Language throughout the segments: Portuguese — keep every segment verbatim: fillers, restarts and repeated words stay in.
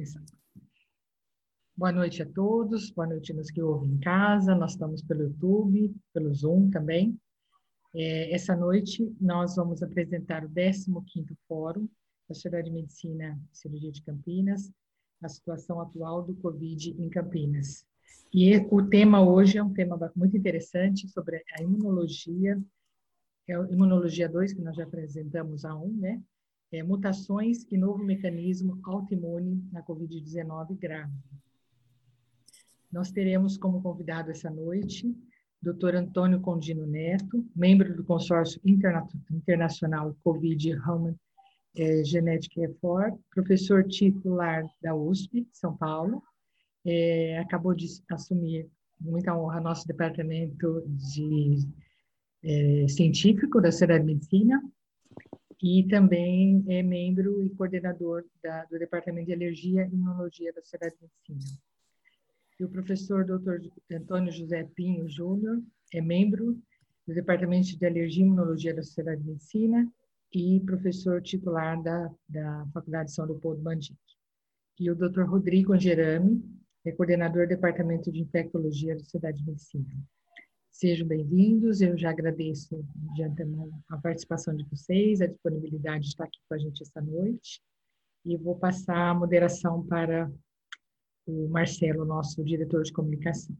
começar. Boa noite a todos, boa noite nos que ouvem em casa, nós estamos pelo YouTube, pelo Zoom também. É, essa noite nós vamos apresentar o décimo quinto Fórum da Sociedade de Medicina e Cirurgia de Campinas, a situação atual do Covid em Campinas. E o tema hoje é um tema muito interessante sobre a imunologia, é a imunologia dois, que nós já apresentamos a um, né? É, mutações e novo mecanismo autoimune na Covid dezenove grave. Nós teremos como convidado essa noite doutor Antônio Condino Neto, membro do consórcio interna internacional Covid Human é, Genetic Effort, professor titular da U S P, São Paulo, é, acabou de assumir, muita honra, nosso departamento de, é, científico da Sociedade de Medicina, e também é membro e coordenador da, do Departamento de Alergia e Imunologia da Sociedade de Medicina. E o professor doutor Antônio José Pinho Júnior é membro do Departamento de Alergia e Imunologia da Sociedade de Medicina e professor titular da, da Faculdade de São Leopoldo Mandic. E o doutor Rodrigo Angerami é coordenador do Departamento de Infectologia da Sociedade de Medicina. Sejam bem-vindos, eu já agradeço de antemão a participação de vocês, a disponibilidade de estar aqui com a gente essa noite, e vou passar a moderação para o Marcelo, nosso diretor de comunicação.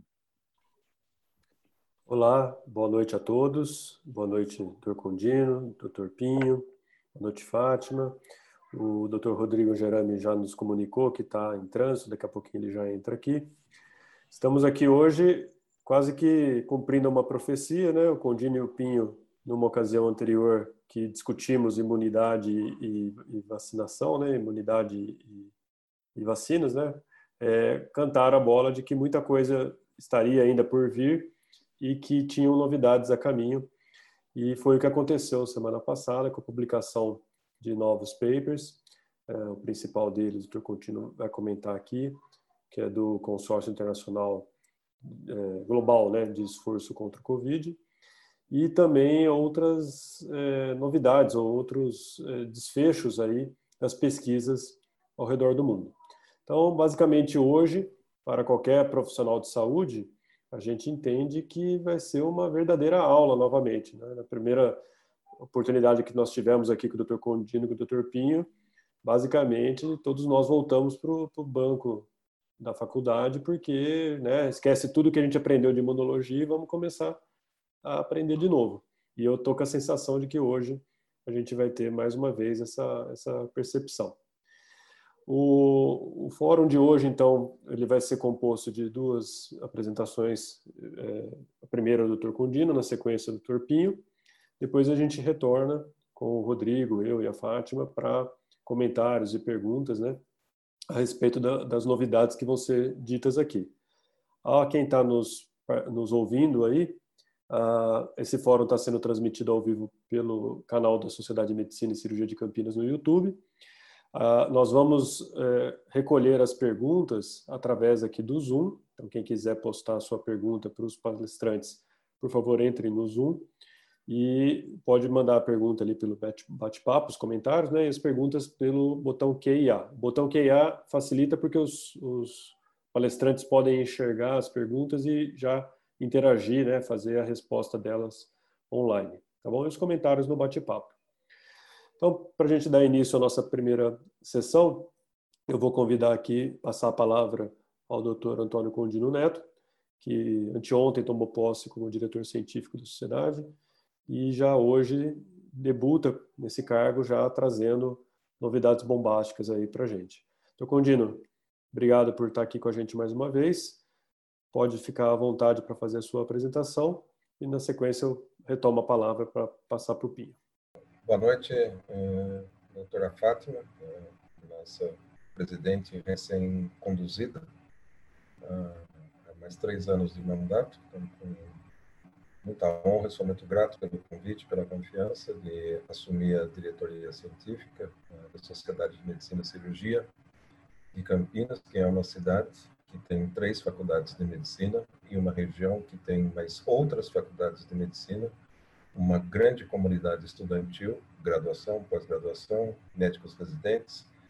Olá, boa noite a todos, boa noite doutor Condino, doutor Pinho, boa noite Fátima. O doutor Rodrigo Gerami já nos comunicou que está em trânsito, daqui a pouquinho ele já entra aqui. Estamos aqui hoje quase que cumprindo uma profecia, né? O Condino e o Pinho, numa ocasião anterior que discutimos imunidade e, e vacinação, né? Imunidade e, e vacinas, né? É, cantaram a bola de que muita coisa estaria ainda por vir e que tinham novidades a caminho. E foi o que aconteceu semana passada com a publicação de novos papers. É, o principal deles, o doutor Contino vai comentar aqui, que é do Consórcio Internacional É, global, né, de esforço contra o Covid, e também outras é, novidades ou outros é, desfechos aí das pesquisas ao redor do mundo. Então, basicamente hoje, para qualquer profissional de saúde, a gente entende que vai ser uma verdadeira aula novamente, né? Na primeira oportunidade que nós tivemos aqui com o doutor Condino e com o doutor Pinho, basicamente todos nós voltamos para o banco da faculdade, porque, né, esquece tudo que a gente aprendeu de imunologia e vamos começar a aprender de novo. E eu estou com a sensação de que hoje a gente vai ter mais uma vez essa, essa percepção. O, o fórum de hoje, então, ele vai ser composto de duas apresentações. É, a primeira é o doutor Condino, na sequência o doutor Pinho. Depois a gente retorna com o Rodrigo, eu e a Fátima, para comentários e perguntas, né, a respeito da, das novidades que vão ser ditas aqui. A quem está nos, nos ouvindo aí, uh, esse fórum está sendo transmitido ao vivo pelo canal da Sociedade de Medicina e Cirurgia de Campinas no YouTube. Uh, nós vamos uh, recolher as perguntas através aqui do Zoom. Então, quem quiser postar a sua pergunta para os palestrantes, por favor, entre no Zoom. E pode mandar a pergunta ali pelo bate-papo, os comentários, né? E as perguntas pelo botão Q e A. O botão Q e A facilita porque os, os palestrantes podem enxergar as perguntas e já interagir, né? Fazer a resposta delas online. Tá bom? E os comentários no bate-papo. Então, para a gente dar início à nossa primeira sessão, eu vou convidar aqui, passar a palavra ao doutor Antônio Condino Neto, que anteontem tomou posse como diretor científico da sociedade, e já hoje debuta nesse cargo, já trazendo novidades bombásticas aí para a gente. Então, Condino, obrigado por estar aqui com a gente mais uma vez. Pode ficar à vontade para fazer a sua apresentação e, na sequência, eu retomo a palavra para passar para o Pinho. Boa noite, eh, doutora Fátima, eh, nossa presidente recém-conduzida, há mais três anos de mandato. Então, com muita honra, sou muito grato pelo convite, pela confiança de assumir a diretoria científica da Sociedade de Medicina e Cirurgia de Campinas, que é uma cidade que tem três faculdades de medicina e uma região que tem mais outras faculdades de medicina, uma grande comunidade estudantil, graduação, pós-graduação, médicos residentes,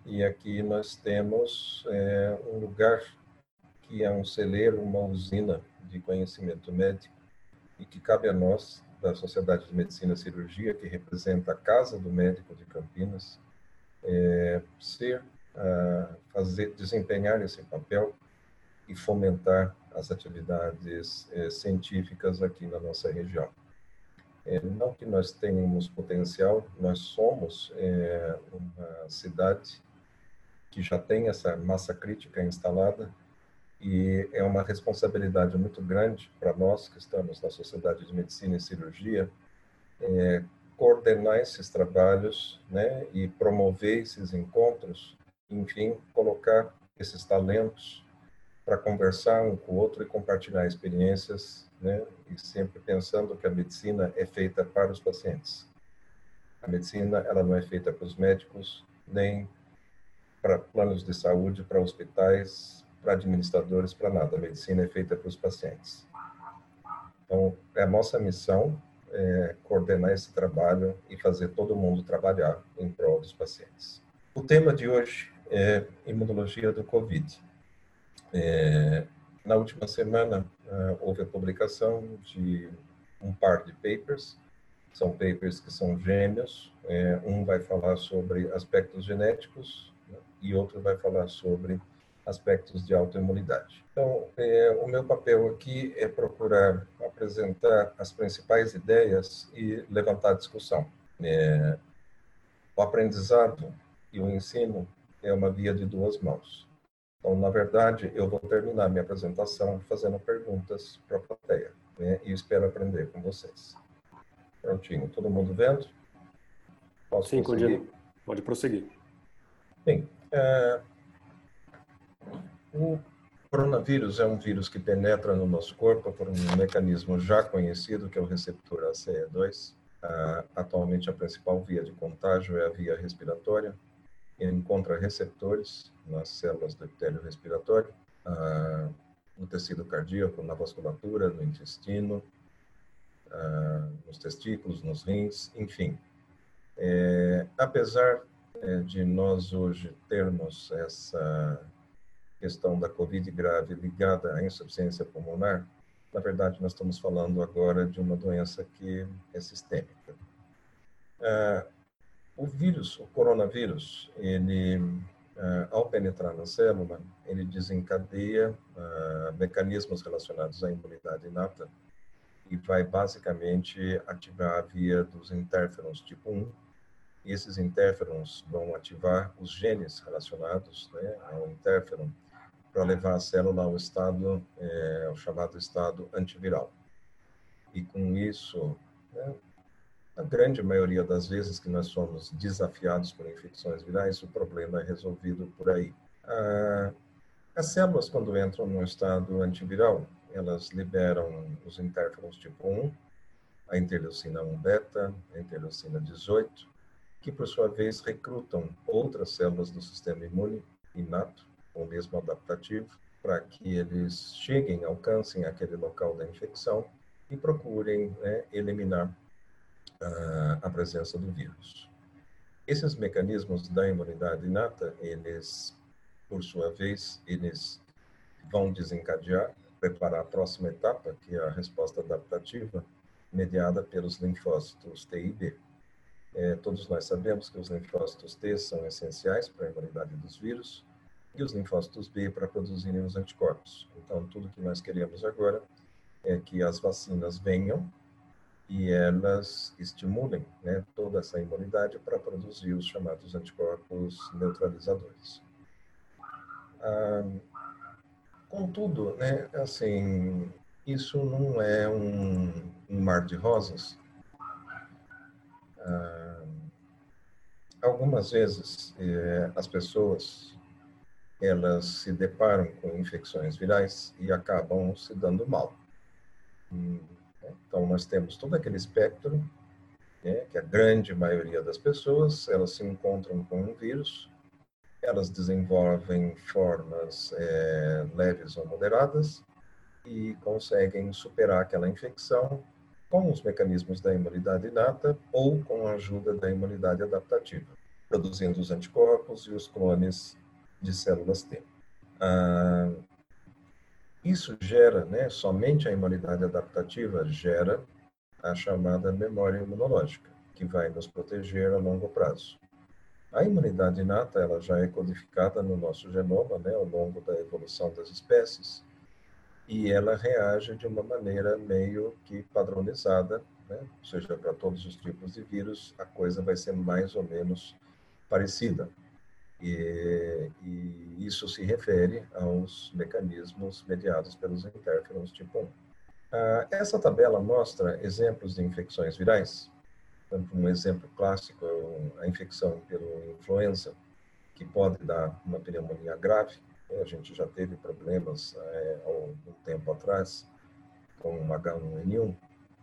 E aqui nós temos é, um lugar que é um celeiro, uma usina de conhecimento médico, e que cabe a nós, da Sociedade de Medicina e Cirurgia, que representa a Casa do Médico de Campinas, é, ser, a, fazer, desempenhar esse papel e fomentar as atividades é, científicas aqui na nossa região. É, não que nós tenhamos potencial, nós somos é, uma cidade que já tem essa massa crítica instalada, e é uma responsabilidade muito grande para nós que estamos na Sociedade de Medicina e Cirurgia, é, coordenar esses trabalhos, né, e promover esses encontros, enfim, colocar esses talentos para conversar um com o outro e compartilhar experiências, né, e sempre pensando que a medicina é feita para os pacientes. A medicina, ela não é feita para os médicos, nem para planos de saúde, para hospitais, para administradores, para nada. A medicina é feita para os pacientes. Então, é a nossa missão é coordenar esse trabalho e fazer todo mundo trabalhar em prol dos pacientes. O tema de hoje é imunologia do Covid. É, na última semana, uh, houve a publicação de um par de papers. São papers que são gêmeos. É, um vai falar sobre aspectos genéticos, né, e outro vai falar sobre aspectos de autoimunidade. Então, é, o meu papel aqui é procurar apresentar as principais ideias e levantar a discussão. É, o aprendizado e o ensino é uma via de duas mãos. Então, na verdade, eu vou terminar minha apresentação fazendo perguntas para a plateia, né, e espero aprender com vocês. Prontinho, todo mundo vendo? Posso Sim, prosseguir? Condino, pode prosseguir. Bem, é, o coronavírus é um vírus que penetra no nosso corpo por um mecanismo já conhecido, que é o receptor A C E dois. Uh, atualmente, a principal via de contágio é a via respiratória. Ele encontra receptores nas células do epitélio respiratório, uh, no tecido cardíaco, na vasculatura, no intestino, uh, nos testículos, nos rins, enfim. É, apesar é, de nós hoje termos essa questão da Covid grave ligada à insuficiência pulmonar, na verdade nós estamos falando agora de uma doença que é sistêmica. Ah, o vírus, o coronavírus, ele, ah, ao penetrar na célula, ele desencadeia ah, mecanismos relacionados à imunidade inata e vai basicamente ativar a via dos interferons tipo um. E esses interferons vão ativar os genes relacionados, né, ao interferon, para levar a célula ao estado, é, ao chamado estado antiviral. E com isso, né, a grande maioria das vezes que nós somos desafiados por infecções virais, o problema é resolvido por aí. Ah, as células, quando entram no estado antiviral, elas liberam os interferons tipo um, a interleucina um beta, a interleucina dezoito, que, por sua vez, recrutam outras células do sistema imune inato, ou mesmo adaptativo, para que eles cheguem, alcancem aquele local da infecção e procurem, né, eliminar uh, a presença do vírus. Esses mecanismos da imunidade inata, eles, por sua vez, eles vão desencadear, preparar a próxima etapa, que é a resposta adaptativa, mediada pelos linfócitos T e B. É, todos nós sabemos que os linfócitos T são essenciais para a imunidade dos vírus e os linfócitos B para produzirem os anticorpos. Então, tudo que nós queremos agora é que as vacinas venham e elas estimulem, né, toda essa imunidade para produzir os chamados anticorpos neutralizadores. Ah, contudo, né, assim, isso não é um, um mar de rosas. Ah, algumas vezes eh, as pessoas elas se deparam com infecções virais e acabam se dando mal. Então nós temos todo aquele espectro, né, que a grande maioria das pessoas elas se encontram com um vírus, elas desenvolvem formas eh, leves ou moderadas e conseguem superar aquela infecção com os mecanismos da imunidade inata ou com a ajuda da imunidade adaptativa. produzindo os anticorpos e os clones de células T. Ah, isso gera, né, somente a imunidade adaptativa gera a chamada memória imunológica, que vai nos proteger a longo prazo. A imunidade inata, ela já é codificada no nosso genoma, né, ao longo da evolução das espécies, e ela reage de uma maneira meio que padronizada, né, ou seja, para todos os tipos de vírus, a coisa vai ser mais ou menos parecida. E, e isso se refere aos mecanismos mediados pelos interferons tipo um. Ah, essa tabela mostra exemplos de infecções virais. Um exemplo clássico é a infecção pelo influenza, que pode dar uma pneumonia grave. A gente já teve problemas é, há um tempo atrás com o H um N um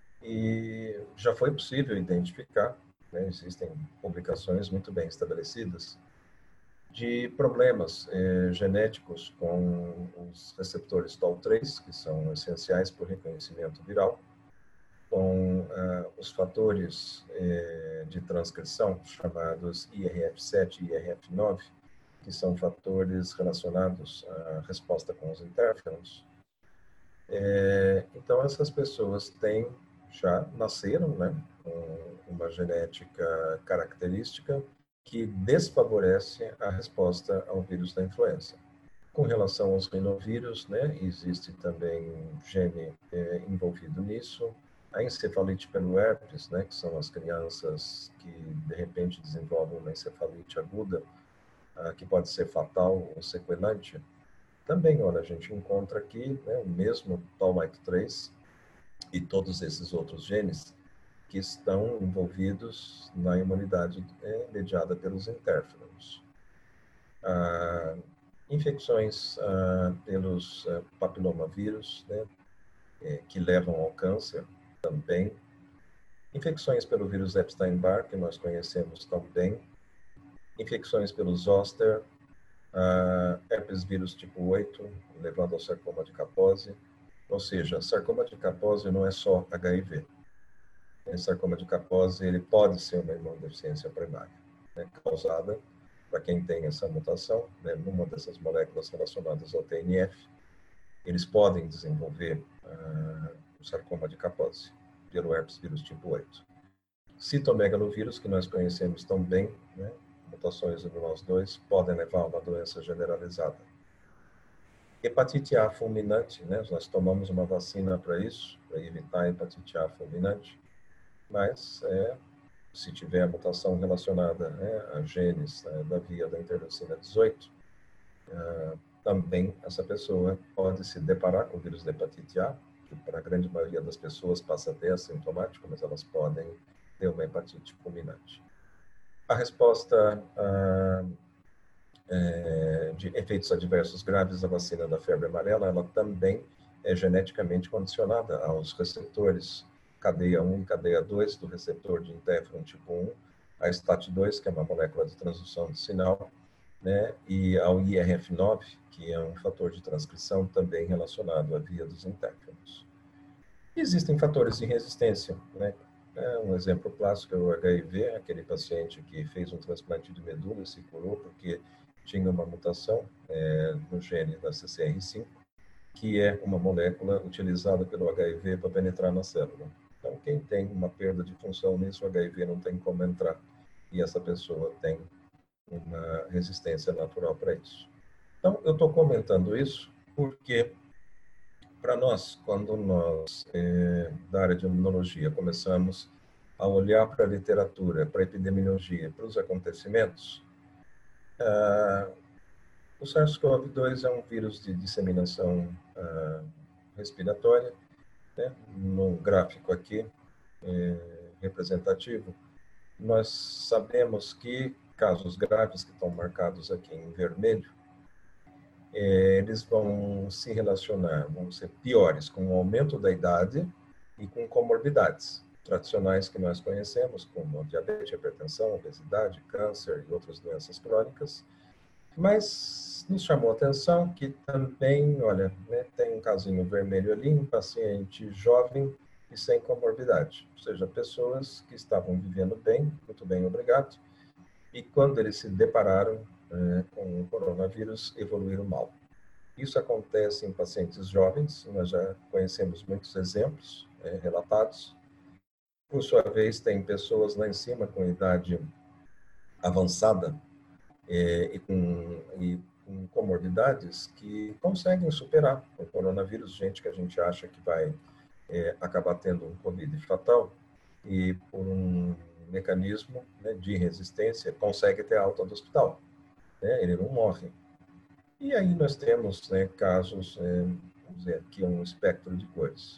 e já foi possível identificar, né, existem publicações muito bem estabelecidas, de problemas eh, genéticos com os receptores T O L três, que são essenciais para o reconhecimento viral, com ah, os fatores eh, de transcrição, chamados I R F sete e I R F nove, que são fatores relacionados à resposta com os interferons. É, então, essas pessoas têm, já nasceram, né, com uma genética característica que desfavorece a resposta ao vírus da influenza. Com relação aos rinovírus, né, existe também um gene é, envolvido nisso. A encefalite pelo herpes, né, que são as crianças que, de repente, desenvolvem uma encefalite aguda, ah, que pode ser fatal ou sequelante. Também, olha, a gente encontra aqui, né, o mesmo T O L like três e todos esses outros genes que estão envolvidos na imunidade é, mediada pelos interferons. Ah, infecções ah, pelos ah, papilomavírus, né, é, que levam ao câncer também. Infecções pelo vírus Epstein-Barr, que nós conhecemos também. Infecções pelo zoster, ah, herpes vírus tipo oito, levando ao sarcoma de Kaposi. Ou seja, sarcoma de Kaposi não é só H I V. O sarcoma de Kaposi ele pode ser uma imunodeficiência primária, né, causada, para quem tem essa mutação, né, numa dessas moléculas relacionadas ao T N F, eles podem desenvolver uh, o sarcoma de Kaposi, pelo herpes vírus tipo oito. Citomegalovírus, que nós conhecemos tão bem, né, mutações no nós dois, podem levar a uma doença generalizada. Hepatite A fulminante, né, nós tomamos uma vacina para isso, para evitar a hepatite A fulminante, mas é, se tiver a mutação relacionada, né, a genes, né, da via da interleucina dezoito, uh, também essa pessoa pode se deparar com o vírus da hepatite A, que para a grande maioria das pessoas passa a ter assintomático, mas elas podem ter uma hepatite fulminante. A resposta uh, é, de efeitos adversos graves da vacina da febre amarela, ela também é geneticamente condicionada aos receptores cadeia um e cadeia dois do receptor de interferon tipo um, a S T A T dois, que é uma molécula de transdução de sinal, né, e ao I R F nove, que é um fator de transcrição também relacionado à via dos interferons. Existem fatores de resistência, né? É, um exemplo clássico é o H I V, aquele paciente que fez um transplante de medula e se curou porque tinha uma mutação é, no gene da C C R cinco, que é uma molécula utilizada pelo H I V para penetrar na célula. Então, quem tem uma perda de função nisso, o H I V não tem como entrar. E essa pessoa tem uma resistência natural para isso. Então, eu estou comentando isso porque, para nós, quando nós, é, da área de imunologia, começamos a olhar para a literatura, para a epidemiologia, para os acontecimentos, ah, o SARS-CoV dois é um vírus de disseminação ah, respiratória, né? No gráfico aqui, é, representativo, nós sabemos que casos graves que estão marcados aqui em vermelho, é, eles vão se relacionar, vão ser piores com o aumento da idade e com comorbidades tradicionais que nós conhecemos, como diabetes, hipertensão, obesidade, câncer e outras doenças crônicas. Mas nos chamou a atenção que também, olha, né, tem um casinho vermelho ali, um paciente jovem e sem comorbidade, ou seja, pessoas que estavam vivendo bem, muito bem, obrigado, e quando eles se depararam é, com o coronavírus, evoluíram mal. Isso acontece em pacientes jovens, nós já conhecemos muitos exemplos é, relatados. Por sua vez, tem pessoas lá em cima com idade avançada é, e, com, e com comorbidades que conseguem superar o coronavírus, gente que a gente acha que vai é, acabar tendo um Covid fatal e por um mecanismo né, de resistência consegue ter alta do hospital, né? Ele não morre. E aí nós temos né, casos, é, vamos dizer aqui um espectro de cores.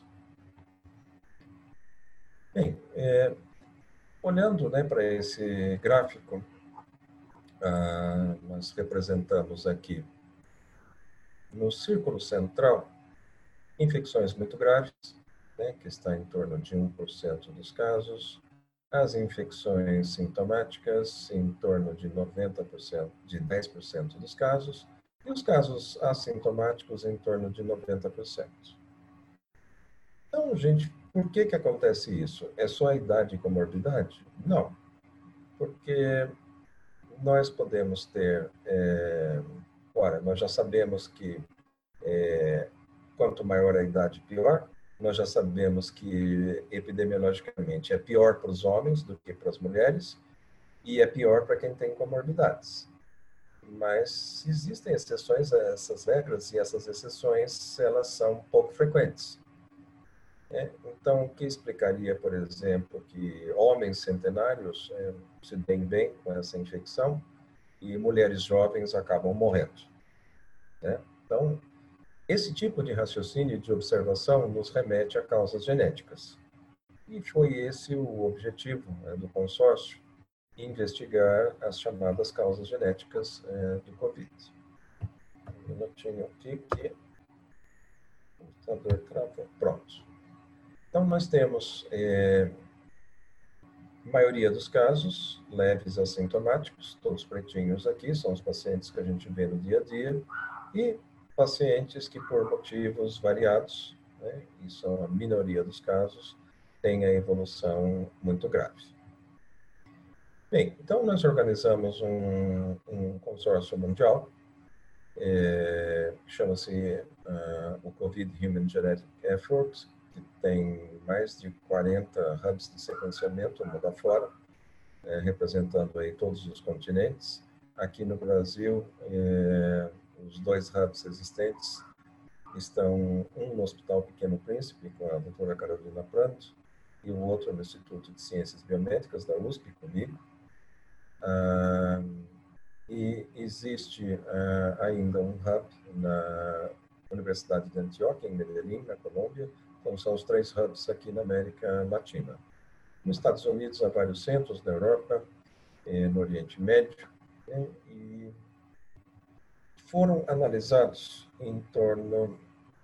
Bem, é, olhando né, para esse gráfico, ah, nós representamos aqui no círculo central infecções muito graves, né, que está em torno de um por cento dos casos, as infecções sintomáticas em torno de noventa por cento, de dez por cento dos casos, e os casos assintomáticos em torno de noventa por cento. Então, gente, por que que acontece isso? É só a idade e comorbidade? Não, porque nós podemos ter, é, ora, nós já sabemos que é, quanto maior a idade, pior. Nós já sabemos que epidemiologicamente é pior para os homens do que para as mulheres e é pior para quem tem comorbidades. Mas existem exceções a essas regras e essas exceções elas são pouco frequentes. É, então, o que explicaria, por exemplo, que homens centenários é, se deem bem com essa infecção e mulheres jovens acabam morrendo? Né? Então, esse tipo de raciocínio e de observação nos remete a causas genéticas. E foi esse o objetivo né, do consórcio, investigar as chamadas causas genéticas é, do Covid. Um minutinho aqui que o computador travou. Pronto. Então, nós temos, é, maioria dos casos, leves assintomáticos, todos pretinhos aqui, são os pacientes que a gente vê no dia a dia, e pacientes que, por motivos variados, né, e são a minoria dos casos, têm a evolução muito grave. Bem, então nós organizamos um, um consórcio mundial, é, chama-se uh, o Covid Human Genetic Effort, que tem mais de quarenta hubs de sequenciamento mundo afora, é, representando aí todos os continentes. Aqui no Brasil, é, os dois hubs existentes estão, um no Hospital Pequeno Príncipe, com a doutora Carolina Pranto, e o outro no Instituto de Ciências Biomédicas da U S P, comigo. Ah, e existe ah, ainda um hub na Universidade de Antioquia, em Medellín, na Colômbia. Então, são os três hubs aqui na América Latina. Nos Estados Unidos, há vários centros, na Europa, eh, no Oriente Médio, né, e foram analisados em torno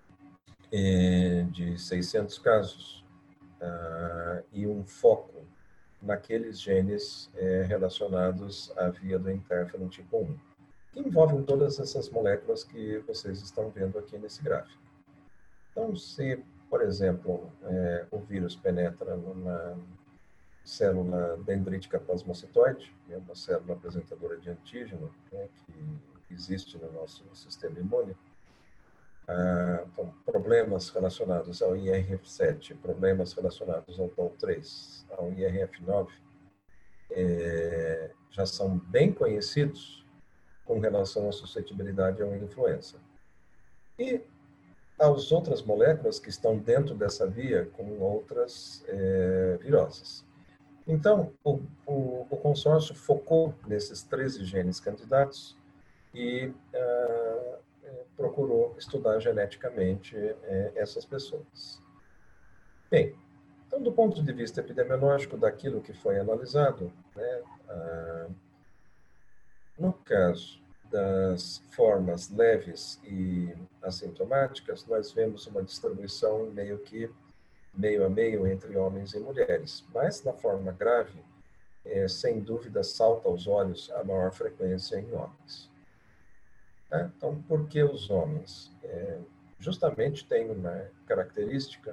eh, de seiscentos casos ah, e um foco naqueles genes eh, relacionados à via do interferon tipo um, que envolvem todas essas moléculas que vocês estão vendo aqui nesse gráfico. Então, se, por exemplo, eh, o vírus penetra numa célula dendrítica plasmocitoide, que é uma célula apresentadora de antígeno, né, que existe no nosso sistema imune, ah, então, problemas relacionados ao I R F sete, problemas relacionados ao T O L três, ao I R F nove, é, já são bem conhecidos com relação à suscetibilidade a uma influenza. E as outras moléculas que estão dentro dessa via com outras é, viroses. Então, o, o, o consórcio focou nesses treze genes candidatos e ah, procurou estudar geneticamente eh, essas pessoas. Bem, então, do ponto de vista epidemiológico daquilo que foi analisado, né, ah, no caso das formas leves e assintomáticas, nós vemos uma distribuição meio que meio a meio entre homens e mulheres, mas na forma grave, eh, sem dúvida, salta aos olhos a maior frequência em homens. Então, por que os homens? É, justamente tem uma característica,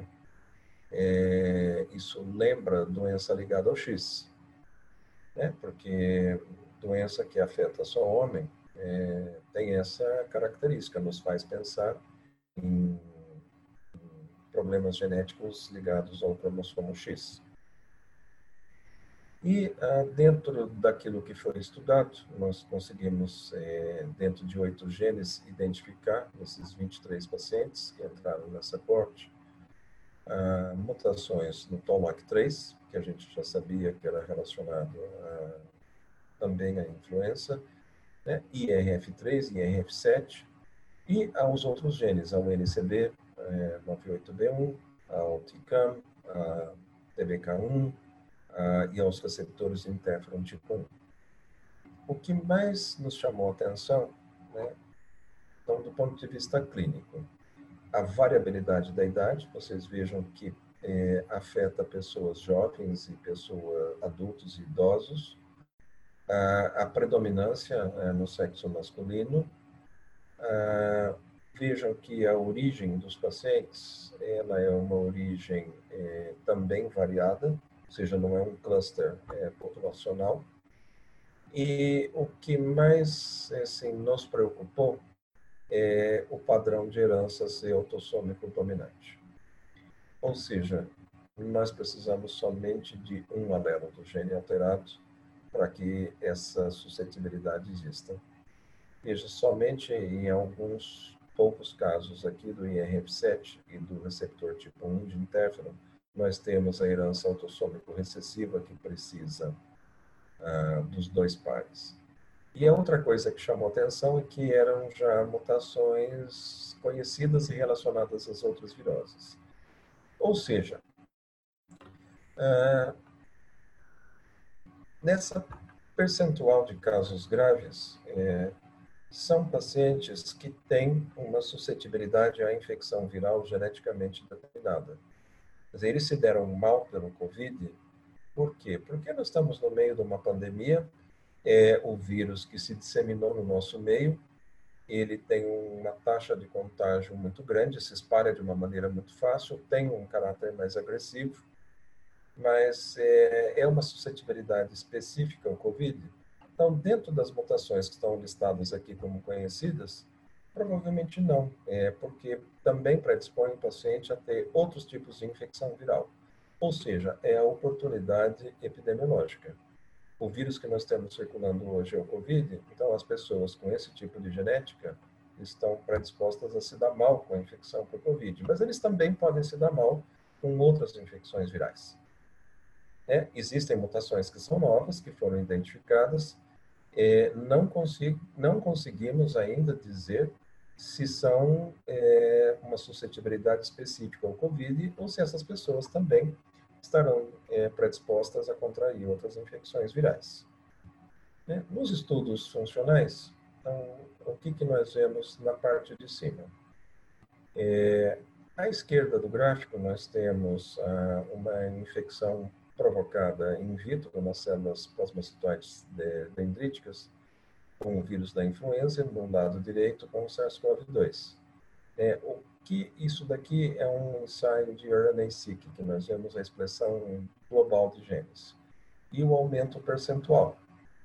é, isso lembra doença ligada ao X, né? Porque doença que afeta só homem é, tem essa característica, nos faz pensar em, em problemas genéticos ligados ao cromossomo X. E ah, dentro daquilo que foi estudado, nós conseguimos, é, dentro de oito genes, identificar esses vinte e três pacientes que entraram nessa corte, ah, mutações no T O L A C três, que a gente já sabia que era relacionado a, também à influenza, né, I R F três, I R F sete, e aos outros genes, ao N C B é, nove oito B um, ao T C A M, a T B K um, Uh, e aos receptores de interferon tipo um. O que mais nos chamou a atenção, né, então, do ponto de vista clínico, a variabilidade da idade, vocês vejam que eh, afeta pessoas jovens e pessoas adultos e idosos, a, a predominância eh, no sexo masculino, a, vejam que a origem dos pacientes, ela é uma origem eh, também variada, ou seja, não é um cluster é, populacional. E o que mais assim, nos preocupou é o padrão de herança ser autossômico dominante. Ou seja, nós precisamos somente de um alelo do gene alterado para que essa suscetibilidade exista. Veja, somente em alguns poucos casos aqui do I R F sete e do receptor tipo um de interferon, nós temos a herança autossômico recessiva que precisa ah, dos dois pares. E a outra coisa que chamou atenção é que eram já mutações conhecidas e relacionadas às outras viroses. Ou seja, ah, nessa percentual de casos graves, é, são pacientes que têm uma suscetibilidade à infecção viral geneticamente determinada. Quer dizer, eles se deram mal pelo Covid. Por quê? Porque nós estamos no meio de uma pandemia, é o vírus que se disseminou no nosso meio, ele tem uma taxa de contágio muito grande, se espalha de uma maneira muito fácil, tem um caráter mais agressivo, mas é, é uma suscetibilidade específica ao Covid. Então, dentro das mutações que estão listadas aqui como conhecidas, provavelmente não, é porque também predispõe o paciente a ter outros tipos de infecção viral. Ou seja, é a oportunidade epidemiológica. O vírus que nós temos circulando hoje é o Covid, então as pessoas com esse tipo de genética estão predispostas a se dar mal com a infecção por Covid, mas eles também podem se dar mal com outras infecções virais. É, existem mutações que são novas, que foram identificadas, é, não, consigo, não conseguimos ainda dizer se são é, uma suscetibilidade específica ao Covid ou se essas pessoas também estarão é, predispostas a contrair outras infecções virais. Né? Nos estudos funcionais, então, o que, que nós vemos na parte de cima? É, à esquerda do gráfico, nós temos ah, uma infecção provocada in vitro nas células plasmacitoides dendríticas com o vírus da influenza, no lado direito com o SARS-CoV dois. É, o que isso daqui é um ensaio de R N A-seq, que nós vemos a expressão global de genes, e o aumento percentual.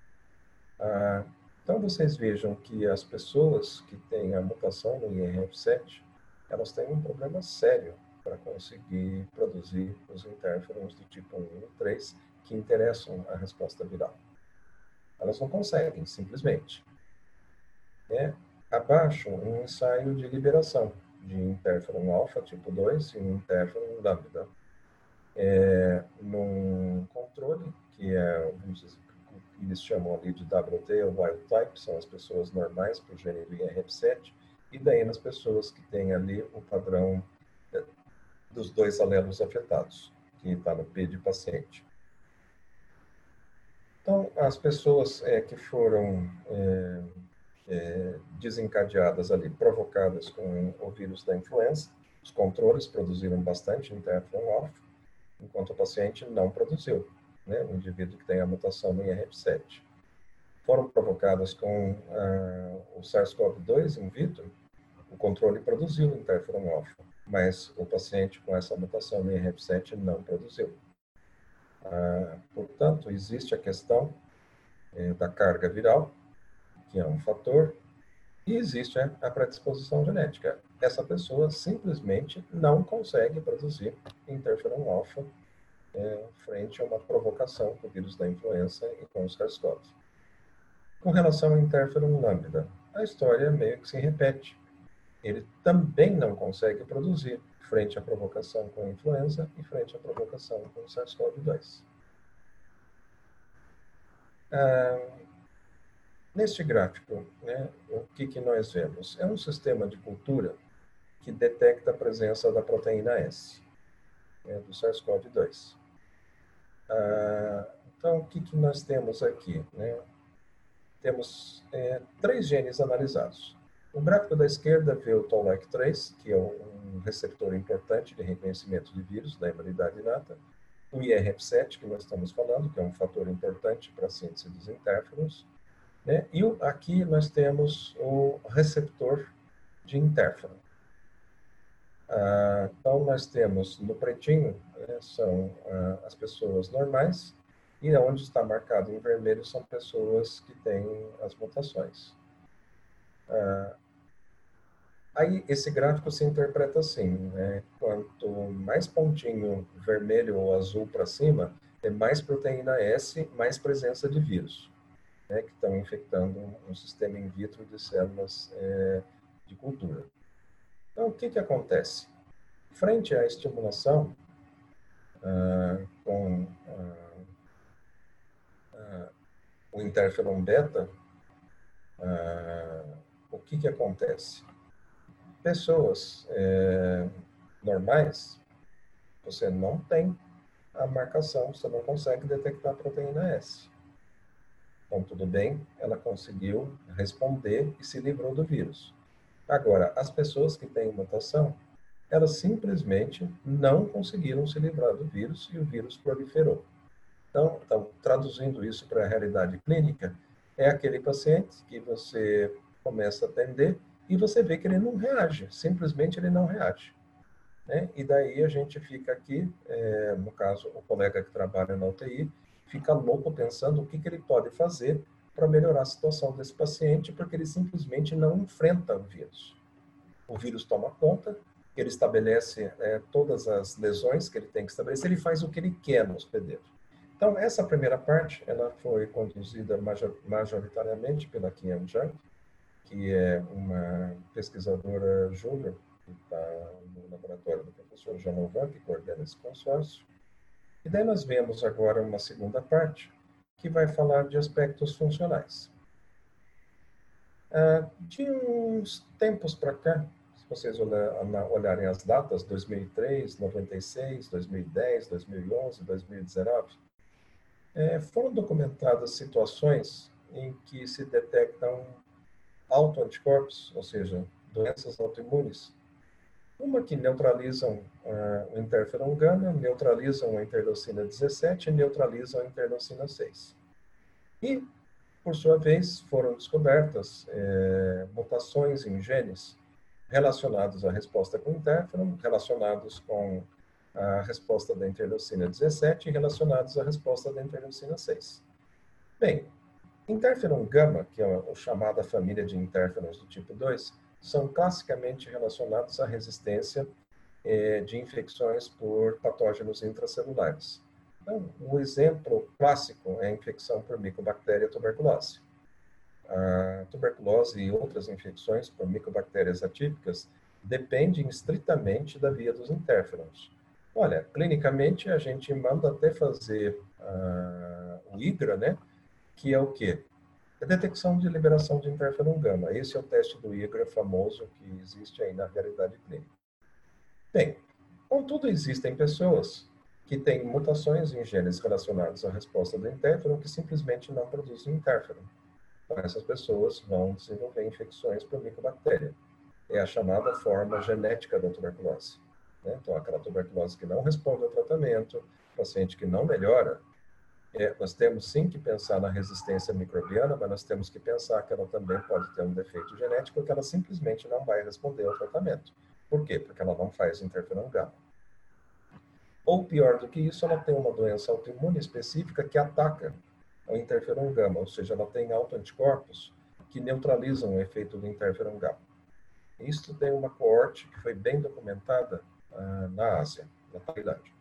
Ah, então, vocês vejam que as pessoas que têm a mutação no I R F sete, elas têm um problema sério para conseguir produzir os interferons do tipo um e três que interessam a resposta viral. Elas não conseguem, simplesmente. É, abaixo, um ensaio de liberação de interferon alfa tipo dois e um interferon lambda. É, num controle, que é, vamos dizer, que eles chamam ali de W T ou wild type, são as pessoas normais para o gene do I R F sete, e daí nas pessoas que têm ali o padrão dos dois alelos afetados, que está no P de paciente. Então, as pessoas é, que foram é, é, desencadeadas ali, provocadas com o vírus da influenza, os controles produziram bastante interferon alfa, enquanto o paciente não produziu, né, o indivíduo que tem a mutação no I R F sete. Foram provocadas com ah, o SARS-CoV dois in vitro, o controle produziu interferon alfa, mas o paciente com essa mutação no I R F sete não produziu. Ah, portanto, existe a questão é, da carga viral, que é um fator, e existe é, a predisposição genética. Essa pessoa simplesmente não consegue produzir interferon alfa é, frente a uma provocação com o vírus da influenza e com o SARS-CoV. Com relação ao interferon lambda, a história meio que se repete. Ele também não consegue produzir frente à provocação com a influenza e frente à provocação com o SARS-CoV dois. Ah, neste gráfico, né, o que, que nós vemos? É um sistema de cultura que detecta a presença da proteína S, né, do SARS-CoV dois. Ah, então, o que, que nós temos aqui? Né? Temos é, três genes analisados. O gráfico da esquerda vê o Toll-like três, que é um receptor importante de reconhecimento de vírus da imunidade inata. O I R F sete, que nós estamos falando, que é um fator importante para a síntese dos interferons. Né? E aqui nós temos o receptor de interferon. Ah, então, nós temos no pretinho, né, são ah, as pessoas normais, e onde está marcado em vermelho são pessoas que têm as mutações. Ah, aí, esse gráfico se interpreta assim, né? Quanto mais pontinho vermelho ou azul para cima, é mais proteína S, mais presença de vírus, né, que estão infectando um sistema in vitro de células é, de cultura. Então, o que, que acontece? Frente à estimulação ah, com ah, ah, o interferon beta, ah, o que, que acontece? Pessoas é, normais, você não tem a marcação, você não consegue detectar a proteína S. Então, tudo bem, ela conseguiu responder e se livrou do vírus. Agora, as pessoas que têm mutação, elas simplesmente não conseguiram se livrar do vírus e o vírus proliferou. Então, então traduzindo isso para a realidade clínica, é aquele paciente que você começa a atender e você vê que ele não reage, simplesmente ele não reage. Né? E daí a gente fica aqui, é, no caso, o colega que trabalha na U T I, fica louco pensando o que, que ele pode fazer para melhorar a situação desse paciente, porque ele simplesmente não enfrenta o vírus. O vírus toma conta, ele estabelece é, todas as lesões que ele tem que estabelecer, ele faz o que ele quer no hospedeiro. Então, essa primeira parte, ela foi conduzida major, majoritariamente pela Kim Jung, que é uma pesquisadora júnior, que está no laboratório do professor Jean Novan, que coordena esse consórcio. E daí nós vemos agora uma segunda parte, que vai falar de aspectos funcionais. Ah, de uns tempos para cá, se vocês olharem as datas, dois mil e três, noventa e seis, dois mil e dez, dois mil e onze, dois mil e dezenove, é, foram documentadas situações em que se detectam autoanticorpos, ou seja, doenças autoimunes, uma que neutralizam uh, o interferon gama, neutralizam a interleucina dezessete e neutralizam a interleucina seis. E, por sua vez, foram descobertas eh, mutações em genes relacionados à resposta com interferon, relacionados com a resposta da interleucina dezessete e relacionados à resposta da interleucina seis. Bem, interferon gama, que é a chamada família de interferons do tipo dois, são classicamente relacionados à resistência eh, de infecções por patógenos intracelulares. Então, o exemplo clássico é a infecção por micobactéria tuberculose. A tuberculose e outras infecções por micobactérias atípicas dependem estritamente da via dos interferons. Olha, clinicamente a gente manda até fazer uh, o IGRA, né? Que é o quê? A detecção de liberação de interferon gama. Esse é o teste do IGRA famoso que existe aí na realidade clínica. Bem, contudo, existem pessoas que têm mutações em genes relacionados à resposta do interferon que simplesmente não produzem interferon. Então, essas pessoas vão desenvolver infecções por micobactéria. É a chamada forma genética da tuberculose. Né? Então, aquela tuberculose que não responde ao tratamento, paciente que não melhora, é, nós temos sim que pensar na resistência microbiana, mas nós temos que pensar que ela também pode ter um defeito genético, que ela simplesmente não vai responder ao tratamento. Por quê? Porque ela não faz interferon gama. Ou pior do que isso, ela tem uma doença autoimune específica que ataca ao interferon gama, ou seja, ela tem autoanticorpos que neutralizam o efeito do interferon gama. Isso tem uma coorte que foi bem documentada ah, na Ásia, na Tailândia.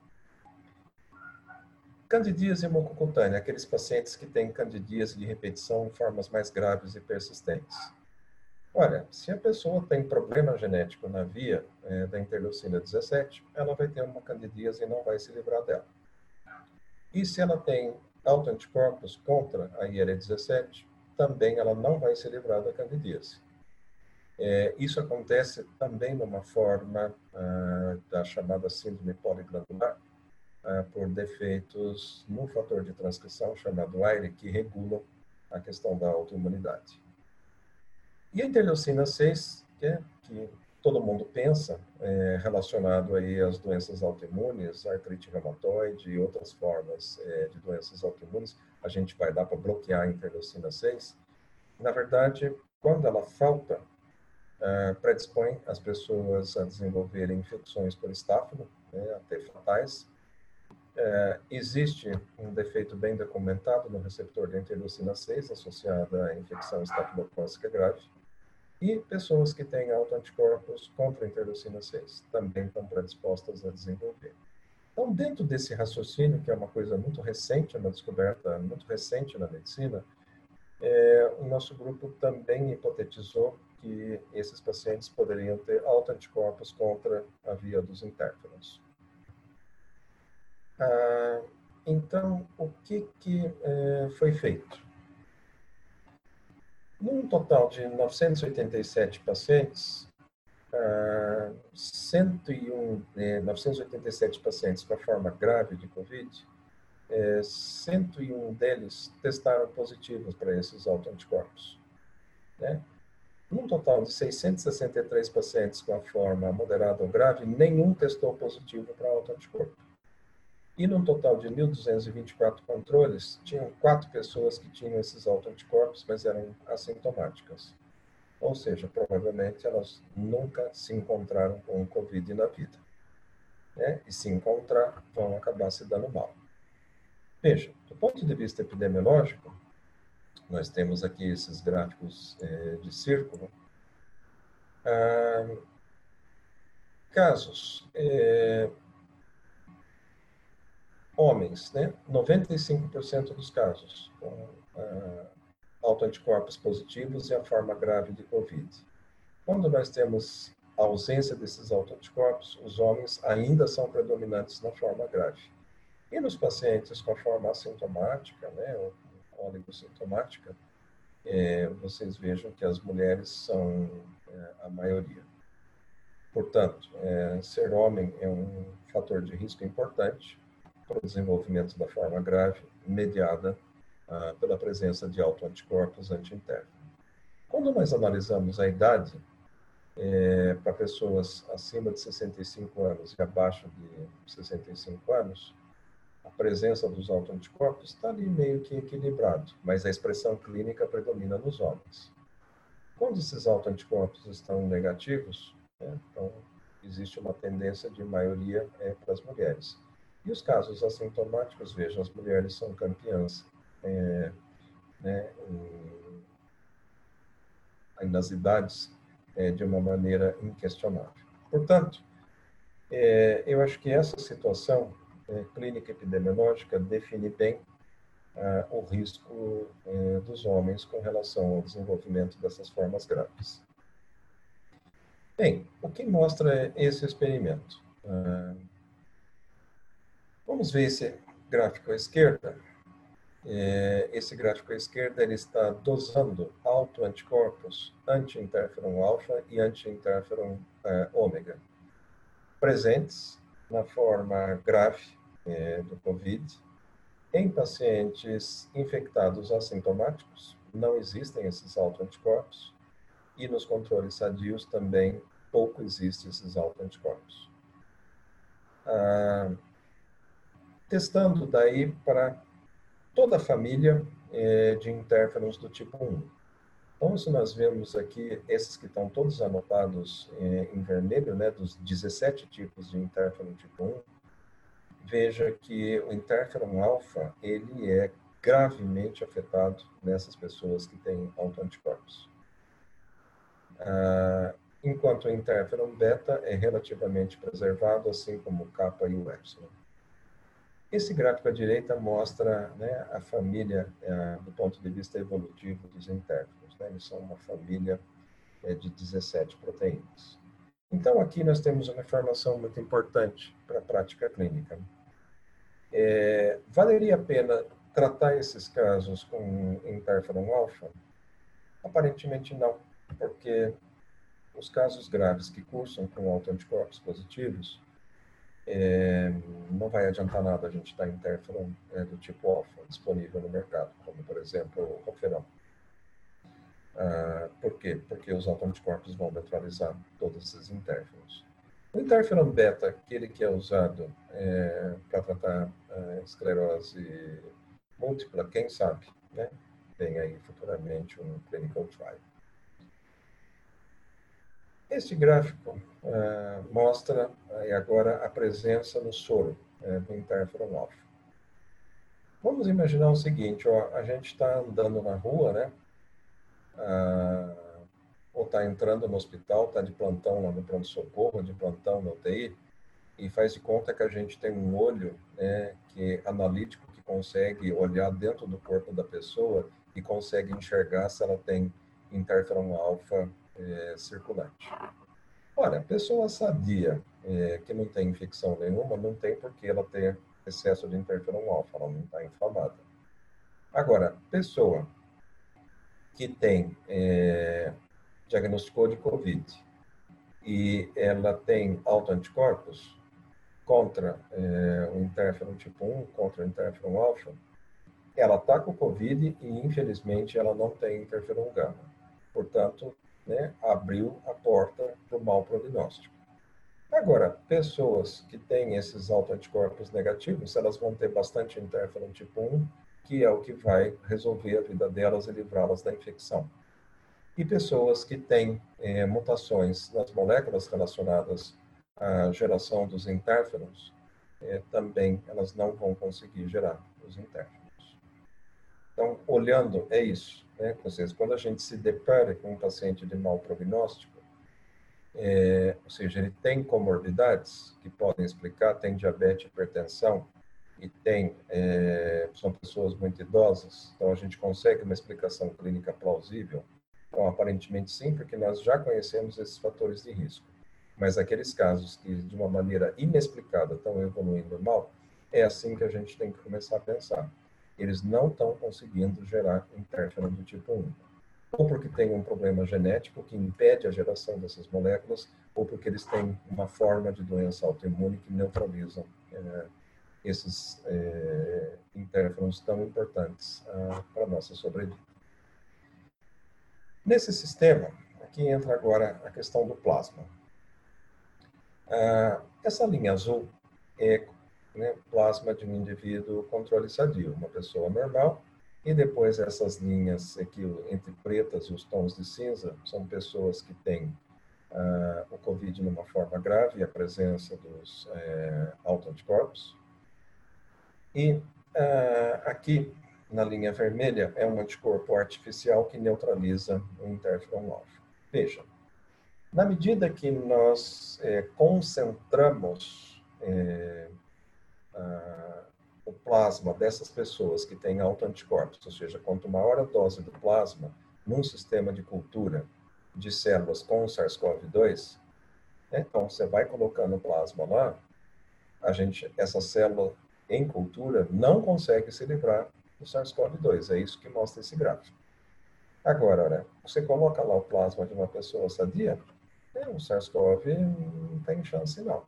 Candidíase mucocutânea, aqueles pacientes que têm candidíase de repetição em formas mais graves e persistentes. Olha, se a pessoa tem problema genético na via é, da interleucina dezessete, ela vai ter uma candidíase e não vai se livrar dela. E se ela tem autoanticorpos contra a I L dezessete, também ela não vai se livrar da candidíase. É, isso acontece também numa forma ah, da chamada síndrome poliglandular, ah, por defeitos no fator de transcrição chamado I L, que regula a questão da autoimunidade. E a interleucina seis, que, é, que todo mundo pensa, é, relacionado aí às doenças autoimunes, artrite reumatoide e outras formas é, de doenças autoimunes, a gente vai dar para bloquear a interleucina seis. Na verdade, quando ela falta, Uh, predispõe as pessoas a desenvolverem infecções por estáfilo, né, até fatais. Uh, existe um defeito bem documentado no receptor da interleucina seis, associado à infecção estafilocócica grave, e pessoas que têm autoanticorpos contra a interleucina seis também estão predispostas a desenvolver. Então, dentro desse raciocínio, que é uma coisa muito recente, uma descoberta muito recente na medicina, é, o nosso grupo também hipotetizou que esses pacientes poderiam ter autoanticorpos contra a via dos interferons. Ah, então, o que, que é, foi feito? Num total de novecentos e oitenta e sete pacientes, ah, cento e um, eh, novecentos e oitenta e sete pacientes com a forma grave de Covid, eh, cento e um deles testaram positivos para esses autoanticorpos, né? Num total de seiscentos e sessenta e três pacientes com a forma moderada ou grave, nenhum testou positivo para autoanticorpo. E num total de mil duzentos e vinte e quatro controles, tinham quatro pessoas que tinham esses autoanticorpos, mas eram assintomáticas. Ou seja, provavelmente elas nunca se encontraram com o Covid na vida, né? E se encontrar, vão acabar se dando mal. Veja, do ponto de vista epidemiológico, nós temos aqui esses gráficos eh, de círculo. Ah, casos. Eh, homens, né? noventa e cinco por cento dos casos com ah, autoanticorpos positivos e a forma grave de Covid. Quando nós temos a ausência desses autoanticorpos, os homens ainda são predominantes na forma grave. E nos pacientes com a forma assintomática, né, ou oligossintomática, É, vocês vejam que as mulheres são é, a maioria. Portanto, é, ser homem é um fator de risco importante para o desenvolvimento da forma grave, mediada ah, pela presença de autoanticorpos anti-interno. Quando nós analisamos a idade é, para pessoas acima de sessenta e cinco anos e abaixo de sessenta e cinco anos, a presença dos autoanticorpos está ali meio que equilibrado, mas a expressão clínica predomina nos homens. Quando esses autoanticorpos estão negativos, né, então existe uma tendência de maioria é, para as mulheres. E os casos assintomáticos, vejam, as mulheres são campeãs é, né, em, nas idades é, de uma maneira inquestionável. Portanto, é, eu acho que essa situação É, clínica epidemiológica define bem ah, o risco eh, dos homens com relação ao desenvolvimento dessas formas graves. Bem, o que mostra esse experimento? Ah, vamos ver esse gráfico à esquerda. Eh, esse gráfico à esquerda ele está dosando autoanticorpos anti-interferon alfa e anti-interferon eh, ômega presentes na forma grave É, do Covid, em pacientes infectados assintomáticos, não existem esses autoanticorpos, e nos controles sadios também pouco existem esses autoanticorpos. Ah, testando daí para toda a família é, de interferons do tipo um. Então, se nós vemos aqui, esses que estão todos anotados é, em vermelho, né, dos dezessete tipos de interferon tipo um, veja que o interferon alfa, ele é gravemente afetado nessas pessoas que têm autoanticorpos. Ah, enquanto o interferon beta é relativamente preservado, assim como o kappa e o epsilon. Esse gráfico à direita mostra, né, a família, eh, do ponto de vista evolutivo dos interferons. Né? Eles são uma família eh, de dezessete proteínas. Então, aqui nós temos uma informação muito importante para a prática clínica. É, valeria a pena tratar esses casos com interferon alfa? Aparentemente não, porque os casos graves que cursam com autoanticorpos positivos, É, não vai adiantar nada a gente estar interferon é, do tipo alfa disponível no mercado, como, por exemplo, o Roferão. Ah, por quê? Porque os autoanticorpos vão neutralizar todos esses interferons. O interferon beta, aquele que é usado é, para tratar a esclerose múltipla, quem sabe, né? Tem aí futuramente um clinical trial. Este gráfico uh, mostra uh, agora a presença no soro uh, do interferon alfa. Vamos imaginar o seguinte, ó, a gente está andando na rua, né? Uh, ou está entrando no hospital, está de plantão lá no pronto-socorro, de plantão na U T I, e faz de conta que a gente tem um olho, né, que é analítico, que consegue olhar dentro do corpo da pessoa e consegue enxergar se ela tem interferon alfa eh, circulante. Olha, a pessoa sadia, é, que não tem infecção nenhuma, não tem porque ela ter excesso de interferon alfa, ela não está inflamada. Agora, pessoa que tem, é, diagnosticou de Covid e ela tem autoanticorpos contra é, o interferon tipo um, contra o interferon alfa, ela está com Covid e, infelizmente, ela não tem interferon gama. Portanto, né, abriu a porta para o mau prognóstico. Agora, pessoas que têm esses autoanticorpos negativos, elas vão ter bastante interferon tipo um, que é o que vai resolver a vida delas e livrá-las da infecção. E pessoas que têm é, mutações nas moléculas relacionadas à geração dos interferons, é, também elas não vão conseguir gerar os interferons. Então, olhando, é isso. Né? Ou seja, quando a gente se depara com um paciente de mau prognóstico, É, ou seja, ele tem comorbidades que podem explicar, tem diabetes, hipertensão, e tem, é, são pessoas muito idosas, então a gente consegue uma explicação clínica plausível? Então, aparentemente sim, porque nós já conhecemos esses fatores de risco. Mas aqueles casos que, de uma maneira inexplicada, estão evoluindo mal, é assim que a gente tem que começar a pensar. Eles não estão conseguindo gerar interferon do tipo um. Ou porque tem um problema genético que impede a geração dessas moléculas, ou porque eles têm uma forma de doença autoimune que neutralizam é, esses é, interferons tão importantes ah, para a nossa sobrevida. Nesse sistema, aqui entra agora a questão do plasma. Ah, essa linha azul é, né, plasma de um indivíduo controle sadio, uma pessoa normal. E depois essas linhas aqui, entre pretas e os tons de cinza, são pessoas que têm uh, o Covid numa forma grave, a presença dos é, autoanticorpos. E uh, aqui, na linha vermelha, é um anticorpo artificial que neutraliza o interferon alfa. Veja, na medida que nós é, concentramos é, a o plasma dessas pessoas que têm autoanticorpos, ou seja, quanto maior a dose do plasma num sistema de cultura de células com SARS-CoV dois, né? Então você vai colocando o plasma lá, a gente, essa célula em cultura não consegue se livrar do SARS-CoV dois, é isso que mostra esse gráfico. Agora, né, você coloca lá o plasma de uma pessoa sadia, né, o SARS-CoV não tem chance não.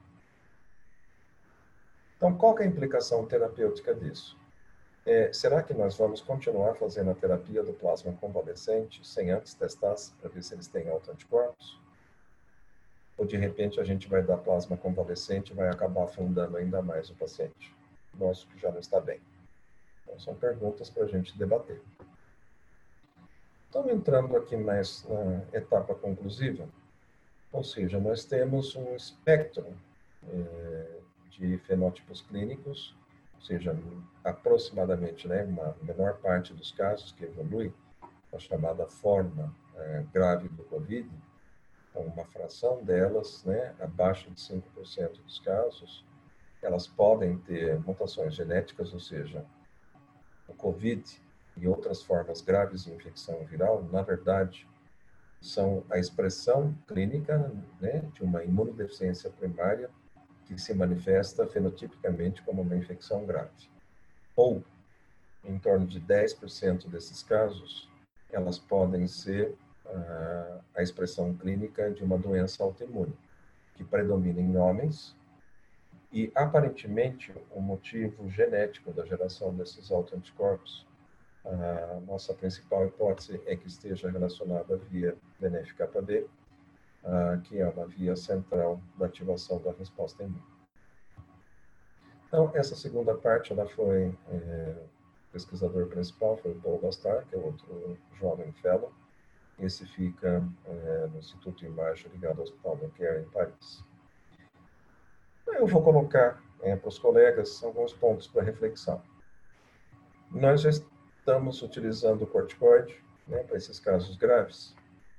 Então, qual que é a implicação terapêutica disso? É, será que nós vamos continuar fazendo a terapia do plasma convalescente sem antes testar para ver se eles têm autoanticorpos? Ou, de repente, a gente vai dar plasma convalescente e vai acabar afundando ainda mais o paciente nosso que já não está bem? Então, são perguntas para a gente debater. Então, entrando aqui mais na etapa conclusiva, ou seja, nós temos um espectro é, de fenótipos clínicos seja, aproximadamente, né, uma menor parte dos casos que evolui, a chamada forma é, grave do Covid, então uma fração delas, né, abaixo de cinco por cento dos casos, elas podem ter mutações genéticas, ou seja, o Covid e outras formas graves de infecção viral, na verdade, são a expressão clínica, né, de uma imunodeficiência primária que se manifesta fenotipicamente como uma infecção grave. Ou, em torno de dez por cento desses casos, elas podem ser ah, a expressão clínica de uma doença autoimune, que predomina em homens, e, aparentemente, o motivo genético da geração desses autoanticorpos, a nossa principal hipótese é que esteja relacionada à via benéfica B, uh, que é uma via central da ativação da resposta imune. Então, essa segunda parte, ela foi, é, o pesquisador principal foi o Paul Bastard, que é outro jovem fellow. Esse fica é, no Instituto Image, ligado ao Hospital Necker, em Paris. Eu vou colocar é, para os colegas alguns pontos para reflexão. Nós já estamos utilizando o corticoide, né, para esses casos graves.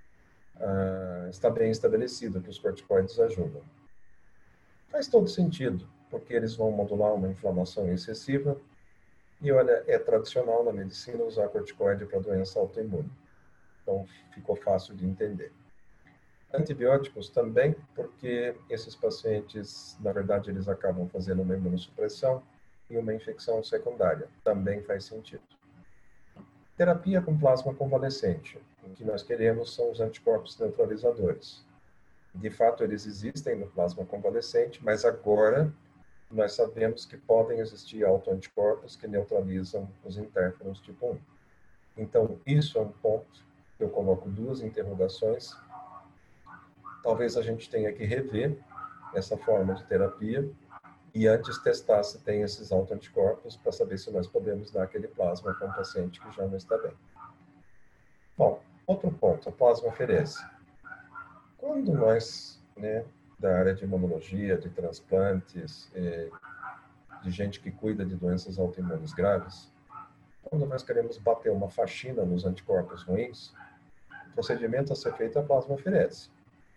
Ah, está bem estabelecido que os corticoides ajudam. Faz todo sentido, porque eles vão modular uma inflamação excessiva e, olha, é tradicional na medicina usar corticoide para doença autoimune. Então, ficou fácil de entender. Antibióticos também, porque esses pacientes, na verdade, eles acabam fazendo uma imunossupressão e uma infecção secundária. Também faz sentido. Terapia com plasma convalescente. O que nós queremos são os anticorpos neutralizadores. De fato, eles existem no plasma convalescente, mas agora nós sabemos que podem existir autoanticorpos que neutralizam os interferons tipo um. Então, isso é um ponto que eu coloco duas interrogações. Talvez a gente tenha que rever essa forma de terapia e antes testar se tem esses autoanticorpos para saber se nós podemos dar aquele plasma para um paciente que já não está bem. Bom, outro ponto, a plasmaferese. Quando nós, né, da área de imunologia, de transplantes, eh, de gente que cuida de doenças autoimunes graves, quando nós queremos bater uma faxina nos anticorpos ruins, o procedimento a ser feito é a plasmaferese.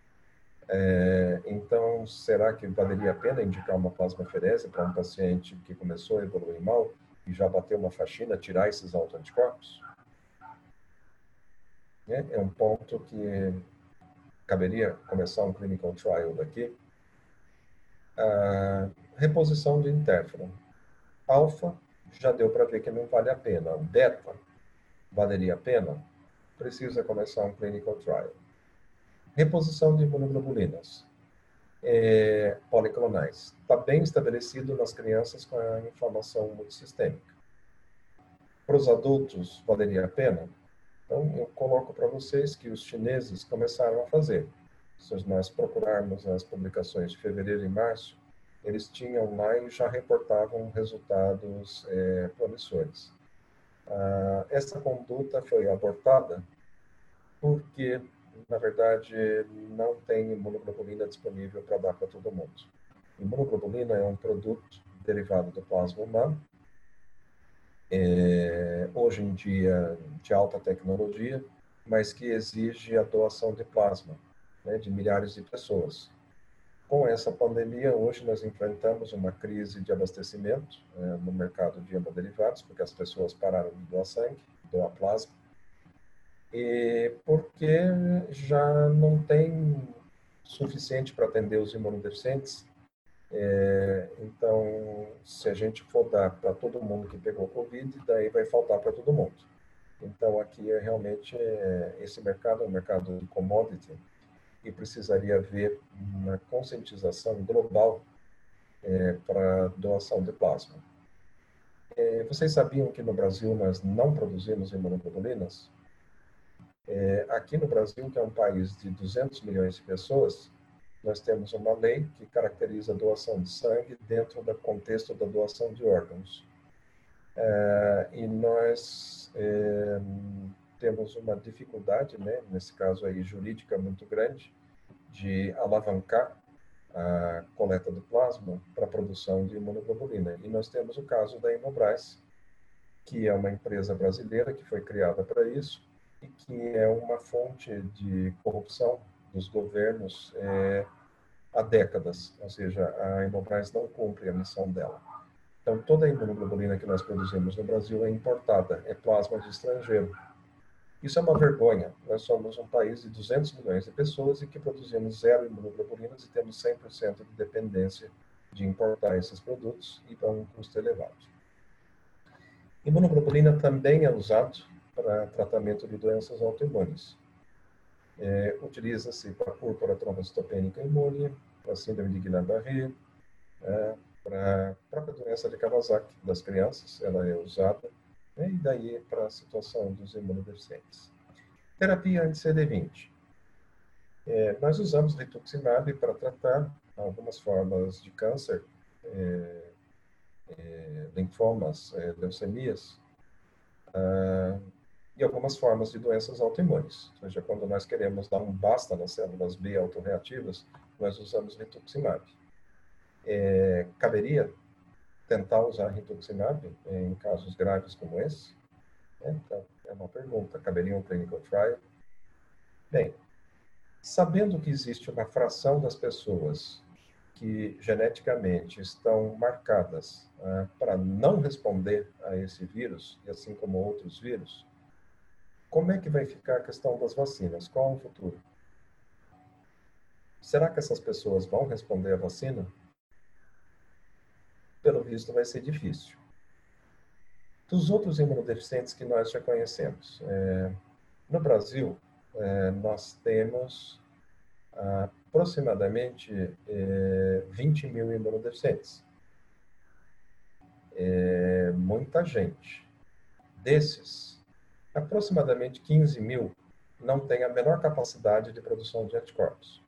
É, então, será que valeria a pena indicar uma plasmaferese para um paciente que começou a evoluir mal e já bateu uma faxina, tirar esses autoanticorpos? É, é um ponto que caberia começar um clinical trial daqui. A reposição de interferon. Alfa, já deu para ver que não vale a pena. Beta, valeria a pena? Precisa começar um clinical trial. Reposição de imunoglobulinas. É, policlonais. Está bem estabelecido nas crianças com a inflamação multissistêmica. Para os adultos, valeria a pena? Então, eu coloco para vocês que os chineses começaram a fazer. Se nós procurarmos as publicações de fevereiro e março, eles tinham lá e já reportavam resultados é, promissores. Ah, essa conduta foi abortada porque, na verdade, não tem imunoglobulina disponível para dar para todo mundo. Imunoglobulina é um produto derivado do plasma humano, é, hoje em dia de alta tecnologia, mas que exige a doação de plasma, né, de milhares de pessoas. Com essa pandemia, hoje nós enfrentamos uma crise de abastecimento é, no mercado de hemoderivados, porque as pessoas pararam de doar sangue, doar plasma, e porque já não tem suficiente para atender os imunodeficientes. É, então, se a gente for dar para todo mundo que pegou Covid, daí vai faltar para todo mundo. Então, aqui é realmente, é, esse mercado é um mercado de commodity e precisaria haver uma conscientização global é, para doação de plasma. É, vocês sabiam que no Brasil nós não produzimos imunoglobulinas? É, aqui no Brasil, que é um país de duzentos milhões de pessoas, nós temos uma lei que caracteriza a doação de sangue dentro do contexto da doação de órgãos. É, e nós é, temos uma dificuldade, né, nesse caso aí, jurídica muito grande, de alavancar a coleta do plasma para a produção de imunoglobulina. E nós temos o caso da Inobras, que é uma empresa brasileira que foi criada para isso e que é uma fonte de corrupção dos governos é, há décadas. Ou seja, a Inobras não cumpre a missão dela. Então, toda a imunoglobulina que nós produzimos no Brasil é importada, é plasma de estrangeiro. Isso é uma vergonha. Nós somos um país de duzentos milhões de pessoas e que produzimos zero imunoglobulinas e temos cem por cento de dependência de importar esses produtos e para um custo elevado. Imunoglobulina também é usado para tratamento de doenças autoimunes. É, utiliza-se para púrpura trombocitopênica imune, para síndrome de Guillain-Barré, é, para a própria doença de Kawasaki das crianças, ela é usada, né, e daí para a situação dos imunodeficientes. Terapia anti-C D vinte. É, nós usamos rituximab para tratar algumas formas de câncer, é, é, linfomas, é, leucemias, ah, e algumas formas de doenças autoimunes. Ou seja, quando nós queremos dar um basta nas células B autorreativas, nós usamos rituximab. É, caberia tentar usar rituximab em casos graves como esse? É, então, é uma pergunta. Caberia um clinical trial? Bem, sabendo que existe uma fração das pessoas que geneticamente estão marcadas ah, para não responder a esse vírus, e assim como outros vírus, como é que vai ficar a questão das vacinas? Qual é o futuro? Será que essas pessoas vão responder à vacina? Pelo visto, vai ser difícil. Dos outros imunodeficientes que nós já conhecemos, é, no Brasil, é, nós temos ah, aproximadamente é, vinte mil imunodeficientes. É muita gente. Desses, aproximadamente quinze mil não têm a menor capacidade de produção de anticorpos.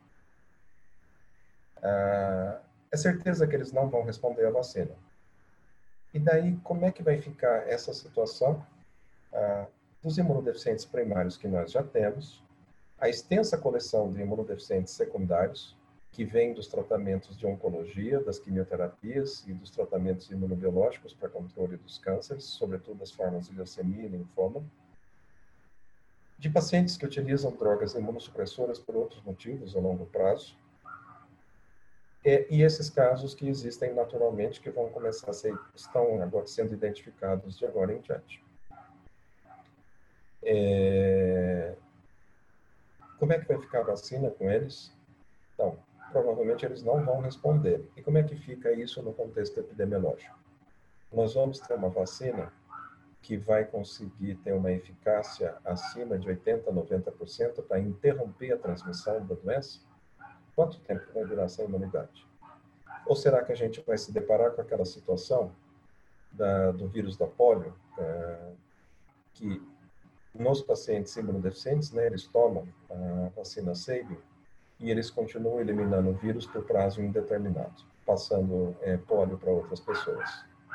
Ah, é certeza que eles não vão responder à vacina. E daí, como é que vai ficar essa situação ah, dos imunodeficientes primários que nós já temos, a extensa coleção de imunodeficientes secundários, que vem dos tratamentos de oncologia, das quimioterapias e dos tratamentos imunobiológicos para controle dos cânceres, sobretudo as formas de leucemia e linfoma, de pacientes que utilizam drogas imunossupressoras por outros motivos a longo prazo, e, e esses casos que existem naturalmente, que vão começar a ser, estão agora sendo identificados de agora em diante. É... Como é que vai ficar a vacina com eles? Então, provavelmente eles não vão responder. E como é que fica isso no contexto epidemiológico? Nós vamos ter uma vacina que vai conseguir ter uma eficácia acima de oitenta por cento, noventa por cento para interromper a transmissão da doença? Quanto tempo vai durar essa imunidade? Ou será que a gente vai se deparar com aquela situação da, do vírus da polio, é, que nos pacientes imunodeficientes, né, eles tomam a vacina Sabin e eles continuam eliminando o vírus por prazo indeterminado, passando é, polio para outras pessoas.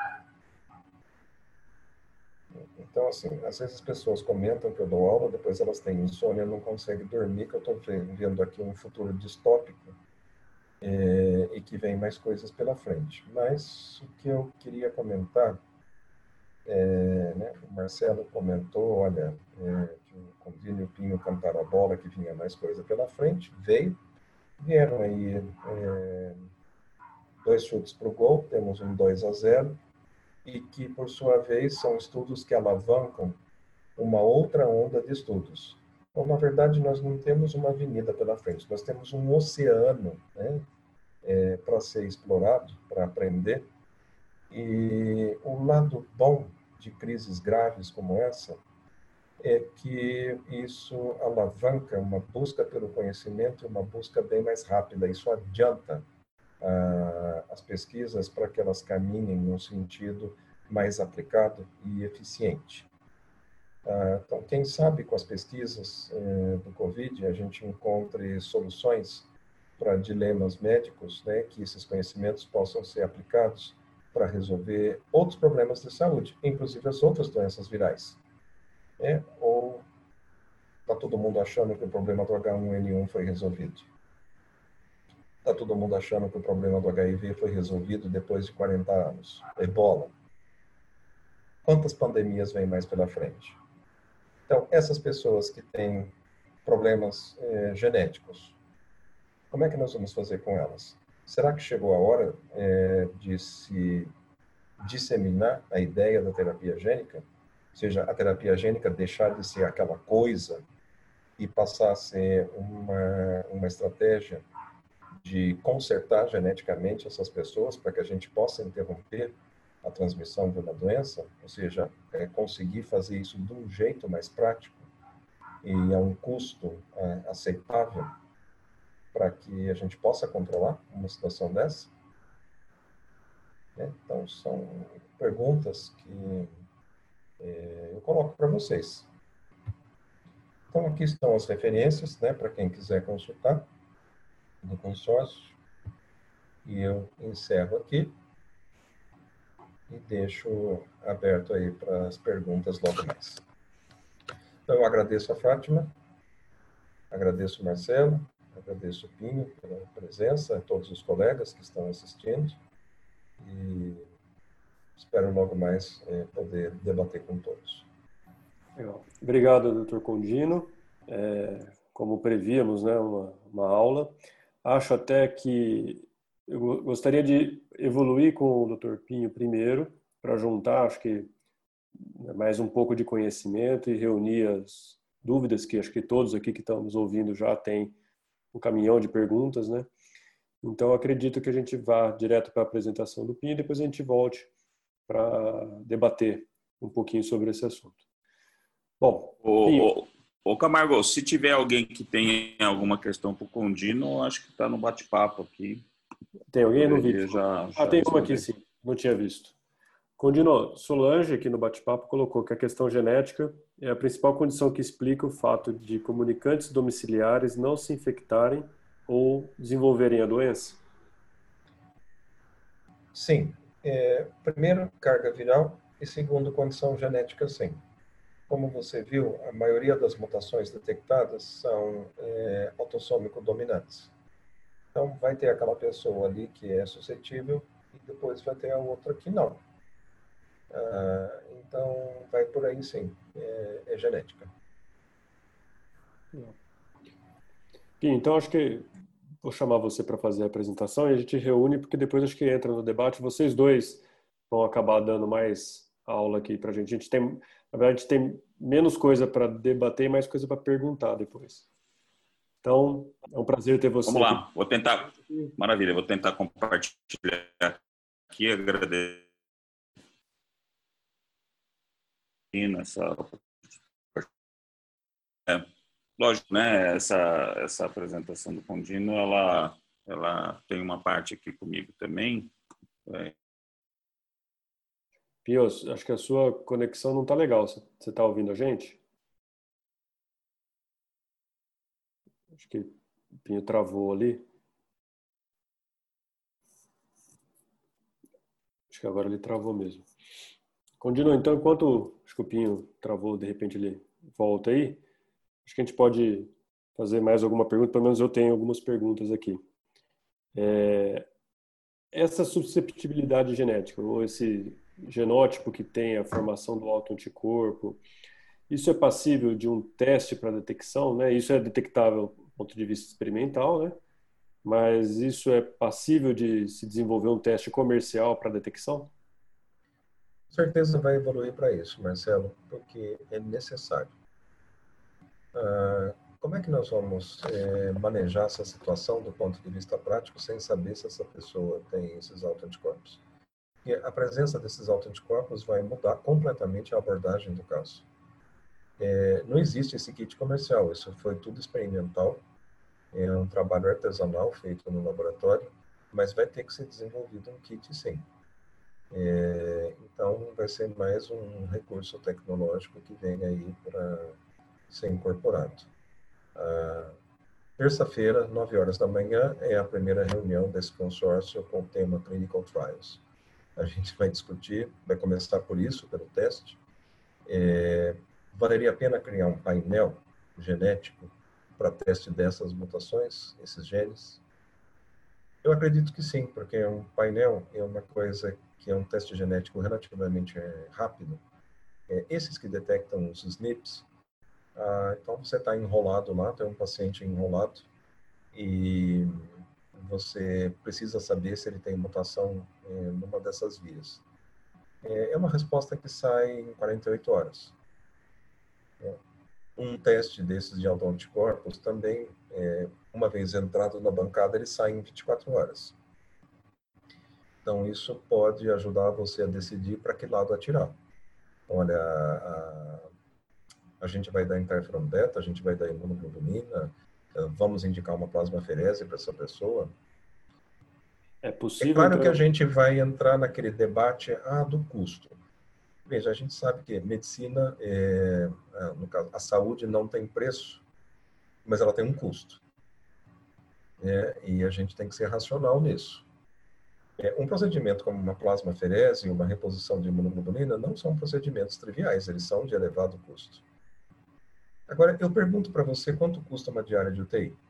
Então, assim, às vezes as pessoas comentam que eu dou aula, depois elas têm insônia, não conseguem dormir, que eu estou vendo aqui um futuro distópico é, e que vem mais coisas pela frente. Mas o que eu queria comentar, é, né, o Marcelo comentou, olha, é, que o Convínio e o Pinho cantaram a bola, que vinha mais coisa pela frente, veio, vieram aí é, dois chutes para o gol, temos um dois a zero, e que, por sua vez, são estudos que alavancam uma outra onda de estudos. Então, na verdade, nós não temos uma avenida pela frente, nós temos um oceano, né, é, para ser explorado, para aprender. E o lado bom de crises graves como essa é que isso alavanca uma busca pelo conhecimento, uma busca bem mais rápida. Isso adianta ah, as pesquisas para que elas caminhem num sentido mais aplicado e eficiente. Ah, então, quem sabe com as pesquisas eh, do Covid a gente encontre soluções para dilemas médicos, né, que esses conhecimentos possam ser aplicados para resolver outros problemas de saúde, inclusive as outras doenças virais. É, ou está todo mundo achando que o problema do H um N um foi resolvido? Está está todo mundo achando que o problema do H I V foi resolvido depois de quarenta anos. Ebola. Quantas pandemias vêm mais pela frente? Então, essas pessoas que têm problemas eh, genéticos, como é que nós vamos fazer com elas? Será que chegou a hora eh, de se disseminar a ideia da terapia gênica? Ou seja, a terapia gênica deixar de ser aquela coisa e passar a ser uma, uma estratégia de consertar geneticamente essas pessoas para que a gente possa interromper a transmissão de uma doença, ou seja, é, conseguir fazer isso de um jeito mais prático e a um custo é, aceitável para que a gente possa controlar uma situação dessa? É, então, são perguntas que é, eu coloco para vocês. Então, aqui estão as referências, né, para quem quiser consultar do consórcio. E eu encerro aqui e deixo aberto aí para as perguntas logo mais. Então, eu agradeço a Fátima, agradeço o Marcelo, agradeço o Pinho pela presença, a todos os colegas que estão assistindo e espero logo mais é, poder debater com todos. Legal. Obrigado, doutor Condino. É, como prevíamos, né, uma, uma aula. Acho até que eu gostaria de evoluir com o doutor Pinho primeiro, para juntar, acho que mais um pouco de conhecimento e reunir as dúvidas que acho que todos aqui que estamos ouvindo já têm um caminhão de perguntas, né? Então, acredito que a gente vá direto para a apresentação do Pinho e depois a gente volte para debater um pouquinho sobre esse assunto. Bom, ô, ô, ô Camargo, se tiver alguém que tenha alguma questão para o Condino, acho que está no bate-papo aqui. Tem alguém? Não vi. Já, ah, já tem uma responder. aqui sim, não tinha visto. Condino, Solange, aqui no bate-papo, colocou que a questão genética é a principal condição que explica o fato de comunicantes domiciliares não se infectarem ou desenvolverem a doença. Sim. É, primeiro, carga viral e segundo, condição genética, sim. Como você viu, a maioria das mutações detectadas são é, autossômico-dominantes. Então, vai ter aquela pessoa ali que é suscetível e depois vai ter a outra que não. Ah, então, vai por aí sim, é, é genética. Então, acho que vou chamar você para fazer a apresentação e a gente reúne, porque depois acho que entra no debate. Vocês dois vão acabar dando mais aula aqui para a gente. A gente tem, na verdade, a gente tem menos coisa para debater e mais coisa para perguntar depois. Então, é um prazer ter você Vamos aqui. lá, vou tentar. Maravilha, vou tentar compartilhar aqui, agradeço essa é, lógico, né? Essa essa apresentação do Condino, ela ela tem uma parte aqui comigo também. É. Pios, acho que a sua conexão não está legal. Você está ouvindo a gente? Acho que o Pinho travou ali. Acho que agora ele travou mesmo. Continua, então, enquanto acho que o Pinho travou, de repente ele volta aí, acho que a gente pode fazer mais alguma pergunta, pelo menos eu tenho algumas perguntas aqui. É, essa susceptibilidade genética, ou esse genótipo que tem a formação do autoanticorpo, isso é passível de um teste para detecção, né? Isso é detectável do ponto de vista experimental, né? Mas isso é passível de se desenvolver um teste comercial para detecção? Com certeza vai evoluir para isso, Marcelo, porque é necessário. Ah, como é que nós vamos é, manejar essa situação do ponto de vista prático sem saber se essa pessoa tem esses autoanticorpos? E a presença desses autoanticorpos vai mudar completamente a abordagem do caso. É, não existe esse kit comercial, isso foi tudo experimental, é um trabalho artesanal feito no laboratório, mas vai ter que ser desenvolvido um kit sim. É, então, vai ser mais um recurso tecnológico que vem aí para ser incorporado. Ah, terça-feira, nove horas da manhã, é a primeira reunião desse consórcio com o tema Clinical Trials. A gente vai discutir, vai começar por isso, pelo teste. É, valeria a pena criar um painel genético para teste dessas mutações, esses genes? acredito que sim, porque um painel é uma coisa que é um teste genético relativamente rápido. É, esses que detectam os S N Ps, ah, então você está enrolado lá, tem um paciente enrolado e você precisa saber se ele tem mutação é, numa dessas vias. É, é uma resposta que sai em quarenta e oito horas. É. Um teste desses de autoanticorpos também, é, uma vez entrado na bancada, ele sai em vinte e quatro horas. Então, isso pode ajudar você a decidir para que lado atirar. Olha, a, a gente vai dar interferon beta, a gente vai dar imunoglobulina, vamos indicar uma plasmaferese para essa pessoa. É possível. É claro então... que a gente vai entrar naquele debate ah, do custo. Veja, a gente sabe que medicina, é, no caso, a saúde não tem preço, mas ela tem um custo. É, e a gente tem que ser racional nisso. É, um procedimento como uma plasmaferese e uma reposição de imunoglobulina não são procedimentos triviais, eles são de elevado custo. Agora, eu pergunto para você quanto custa uma diária de U T I?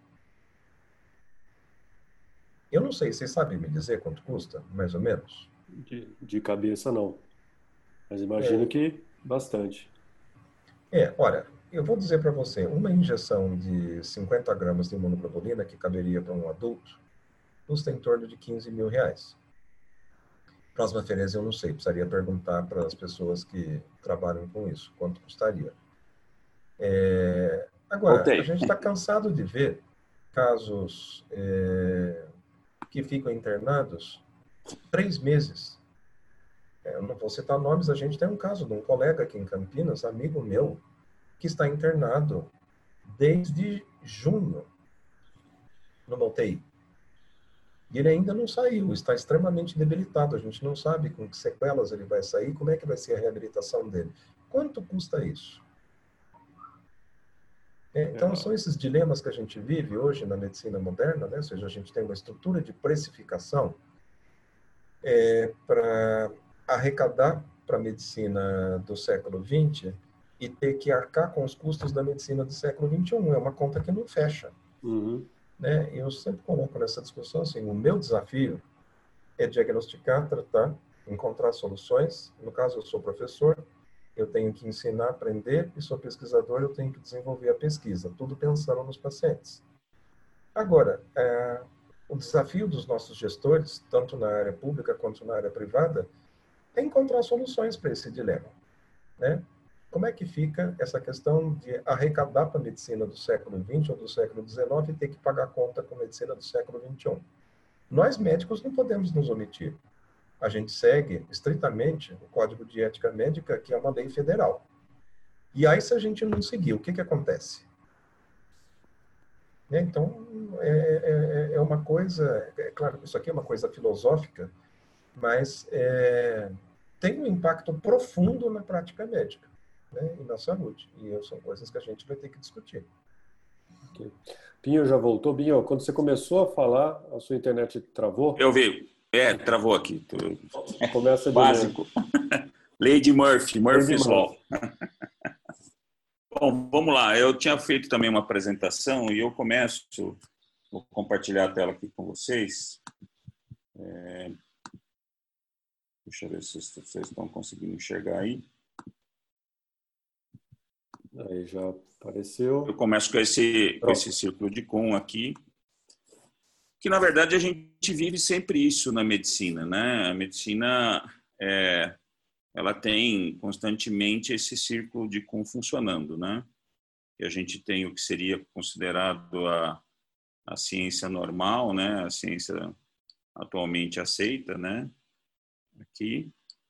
Eu não sei, vocês sabem me dizer quanto custa, mais ou menos? De, de cabeça, não. Mas imagino é. que bastante. É, olha, eu vou dizer para você, uma injeção de cinquenta gramas de imunoglobulina, que caberia para um adulto, custa em torno de quinze mil reais. Plasmaferese eu não sei, precisaria perguntar para as pessoas que trabalham com isso, quanto custaria. É, agora, Voltei. A gente está cansado de ver casos é, que ficam internados três meses. É, eu não vou citar nomes, a gente tem um caso de um colega aqui em Campinas, amigo meu, que está internado desde junho numa U T I. E ele ainda não saiu, está extremamente debilitado. A gente não sabe com que sequelas ele vai sair, como é que vai ser a reabilitação dele. Quanto custa isso? É, então, são esses dilemas que a gente vive hoje na medicina moderna, né? Ou seja, a gente tem uma estrutura de precificação é, para arrecadar para a medicina do século vinte e ter que arcar com os custos da medicina do século vinte e um. É uma conta que não fecha. Uhum. Né? Eu sempre coloco nessa discussão assim, o meu desafio é diagnosticar, tratar, encontrar soluções. No caso, eu sou professor, eu tenho que ensinar, aprender, e sou pesquisador, eu tenho que desenvolver a pesquisa, tudo pensando nos pacientes. Agora, é, o desafio dos nossos gestores, tanto na área pública quanto na área privada, é encontrar soluções para esse dilema. Né? Como é que fica essa questão de arrecadar para a medicina do século vinte ou do século dezenove e ter que pagar conta com a medicina do século vinte e um? Nós, médicos, não podemos nos omitir. A gente segue estritamente o Código de Ética Médica, que é uma lei federal. E aí, se a gente não seguir, o que, que acontece? É, então, é, é, é uma coisa... É claro, isso aqui é uma coisa filosófica, mas é, tem um impacto profundo na prática médica, né, e na saúde. E são coisas que a gente vai ter que discutir. Okay. Pinho já voltou. Binho, quando você começou a falar, a sua internet travou? Eu vi. É, travou aqui. Começa de Básico. Lady Murphy, Murphy's Law. Bom, vamos lá. Eu tinha feito também uma apresentação e eu começo, vou compartilhar a tela aqui com vocês. É, deixa eu ver se vocês estão conseguindo enxergar aí. Aí já apareceu. Eu começo com esse, com esse círculo de Kuhn aqui, que na verdade a gente vive sempre isso na medicina, né? A medicina é, ela tem constantemente esse círculo de Kuhn funcionando, né? E a gente tem o que seria considerado a, a ciência normal, né? A ciência atualmente aceita, né? Aqui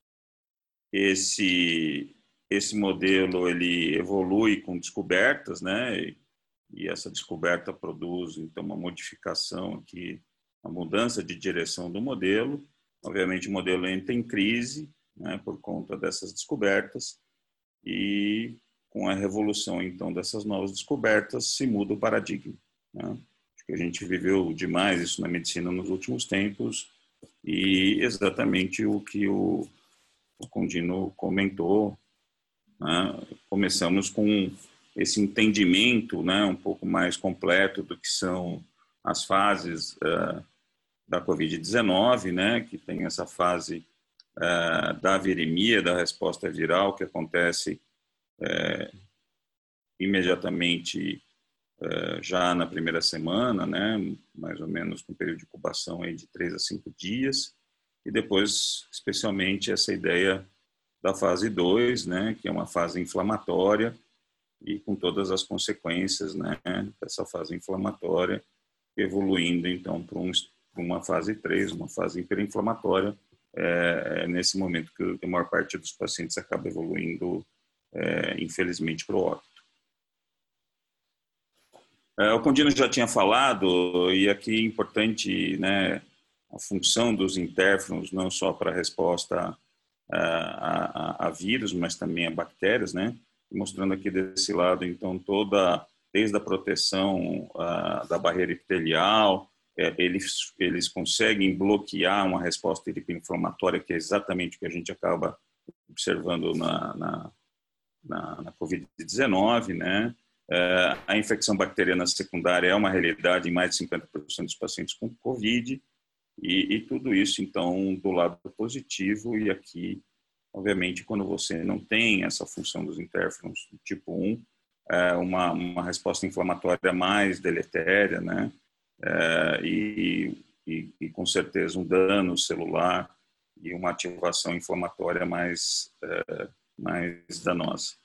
esse esse modelo ele evolui com descobertas, né? E, e essa descoberta produz então uma modificação aqui, uma mudança de direção do modelo. Obviamente o modelo entra em crise, né, por conta dessas descobertas, e com a revolução então dessas novas descobertas se muda o paradigma, né? Acho que a gente viveu demais isso na medicina nos últimos tempos e exatamente o que o, o Condino comentou, né? Começamos com esse entendimento, né, um pouco mais completo do que são as fases uh, da covid dezenove, né, que tem essa fase uh, da viremia, da resposta viral, que acontece uh, imediatamente uh, já na primeira semana, né, mais ou menos com um período de incubação aí de três a cinco dias, e depois, especialmente, essa ideia da fase dois, né, que é uma fase inflamatória, e com todas as consequências, né, dessa fase inflamatória, evoluindo, então, para um, uma fase três, uma fase hiperinflamatória, é, é nesse momento que a maior parte dos pacientes acaba evoluindo, é, infelizmente, para o óbito. É, o Condino já tinha falado, e aqui é importante, né, a função dos interferons, não só para a resposta a, a, a vírus, mas também a bactérias, né, mostrando aqui desse lado, então, toda, desde a proteção uh, da barreira epitelial, é, eles, eles conseguem bloquear uma resposta hiperinflamatória, que é exatamente o que a gente acaba observando na, na, na, na covid dezenove, né? É, a infecção bacteriana secundária é uma realidade em mais de cinquenta por cento dos pacientes com Covid, e, e tudo isso, então, do lado positivo, e aqui, obviamente, quando você não tem essa função dos interferons do tipo um, é uma, uma resposta inflamatória mais deletéria, né? É, e, e, e, com certeza, um dano celular e uma ativação inflamatória mais, é, mais danosa.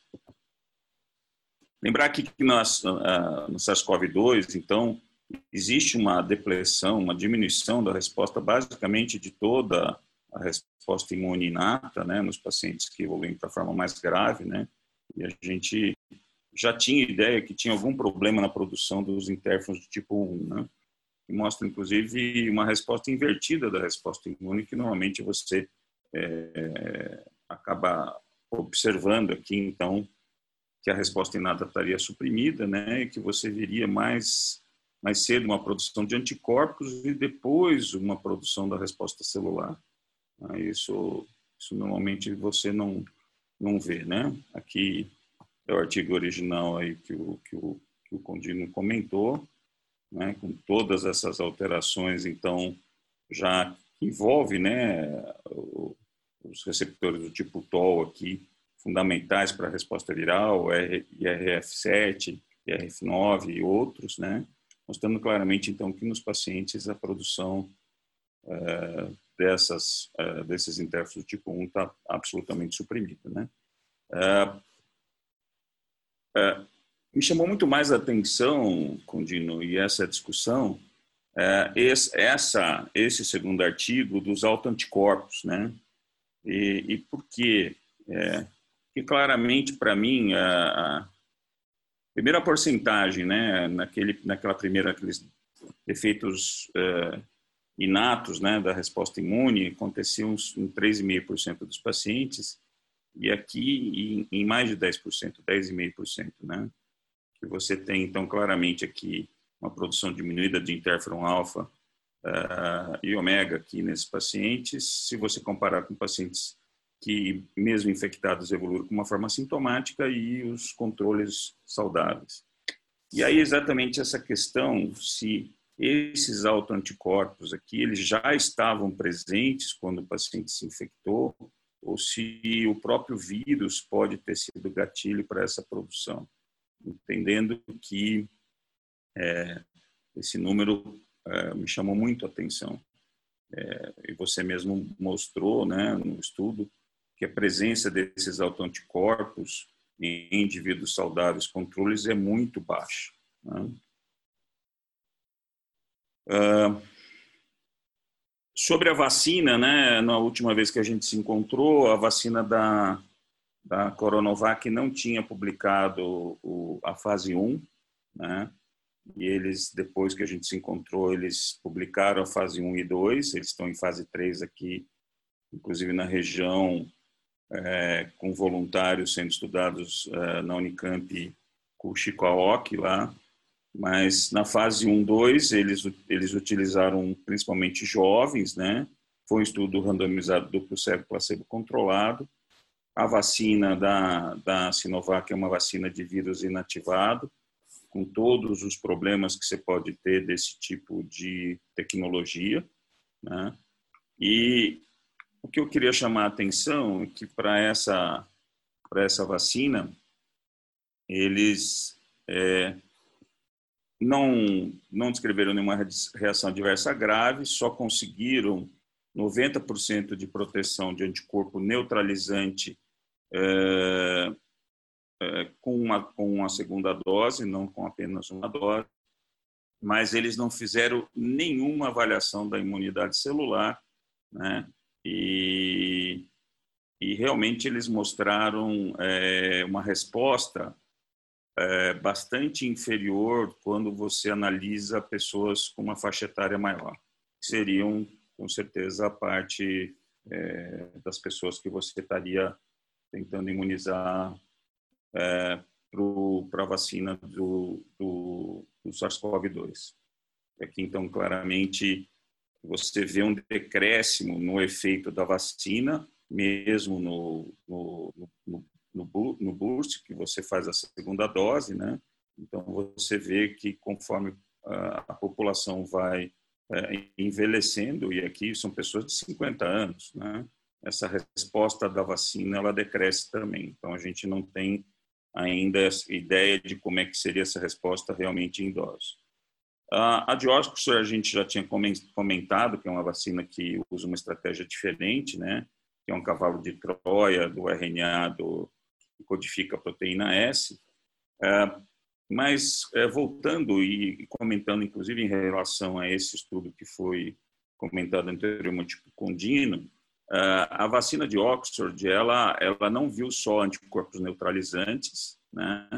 Lembrar aqui que nós, no SARS-CoV dois, então, existe uma depressão, uma diminuição da resposta basicamente de toda a resposta imune inata, né, nos pacientes que evoluem para a forma mais grave, né, e a gente já tinha ideia que tinha algum problema na produção dos interferons do tipo um, né, que mostra, inclusive, uma resposta invertida da resposta imune, que normalmente você é, acaba observando aqui, então, que a resposta inata estaria suprimida, né, e que você viria mais, mais cedo uma produção de anticorpos e depois uma produção da resposta celular. Isso, isso normalmente você não, não vê, né? Aqui é o artigo original aí que o, que o, que o Condino comentou, né, com todas essas alterações, então, já envolve, né, os receptores do tipo T O L aqui, fundamentais para a resposta viral, I R F sete, I R F nove e outros, né, mostrando claramente, então, que nos pacientes a produção é, dessas, é, desses interferons do tipo um está absolutamente suprimida, né. É, é, me chamou muito mais a atenção, Condino, e essa discussão, é, esse, essa, esse segundo artigo dos autoanticorpos, né, e, e por quê? É, que claramente, para mim, a, a primeira porcentagem, né, naquele, naquela primeira, aqueles efeitos uh, inatos, né, da resposta imune, aconteciam em três vírgula cinco por cento dos pacientes, e aqui em, em mais de dez por cento, dez vírgula cinco por cento, né, que você tem, então, claramente aqui uma produção diminuída de interferon alfa uh, e ômega aqui nesses pacientes, se você comparar com pacientes que, mesmo infectados, evoluíram com uma forma sintomática e os controles saudáveis. E aí, exatamente essa questão, se esses autoanticorpos aqui, eles já estavam presentes quando o paciente se infectou, ou se o próprio vírus pode ter sido gatilho para essa produção, entendendo que é, esse número é, me chamou muito a atenção. É, e você mesmo mostrou, né, no estudo, que a presença desses autoanticorpos em indivíduos saudáveis controles é muito baixa, né? Uh, sobre a vacina, né, na última vez que a gente se encontrou, a vacina da, da Coronavac não tinha publicado o, a fase um, né, e eles, depois que a gente se encontrou, eles publicaram a fase um e dois, eles estão em fase três aqui, inclusive na região, É, com voluntários sendo estudados é, na Unicamp com o Chico Aoki lá, mas na fase um, dois eles, eles utilizaram principalmente jovens, né? Foi um estudo randomizado duplo cego placebo controlado. A vacina da, da Sinovac é uma vacina de vírus inativado, com todos os problemas que você pode ter desse tipo de tecnologia, né? E o que eu queria chamar a atenção é que para essa, para essa vacina, eles é, não, não descreveram nenhuma reação adversa grave, só conseguiram noventa por cento de proteção de anticorpo neutralizante é, é, com, uma, com uma segunda dose, não com apenas uma dose, mas eles não fizeram nenhuma avaliação da imunidade celular, né? E, e realmente eles mostraram é, uma resposta é, bastante inferior quando você analisa pessoas com uma faixa etária maior. Seriam, com certeza, a parte é, das pessoas que você estaria tentando imunizar é, para a vacina do, do, do SARS-CoV dois. Aqui, então, claramente, você vê um decréscimo no efeito da vacina, mesmo no, no, no, no, no boost, que você faz a segunda dose, né? Então, você vê que conforme a, a população vai é, envelhecendo, e aqui são pessoas de cinquenta anos, né? Essa resposta da vacina, ela decresce também. Então, a gente não tem ainda essa ideia de como é que seria essa resposta realmente em idosos. A de Oxford a gente já tinha comentado, que é uma vacina que usa uma estratégia diferente, né? Que é um cavalo de Troia do R N A do, que codifica a proteína S. É, mas, é, voltando e comentando, inclusive, em relação a esse estudo que foi comentado anteriormente com o Dino, a vacina de Oxford, ela, ela não viu só anticorpos neutralizantes, né?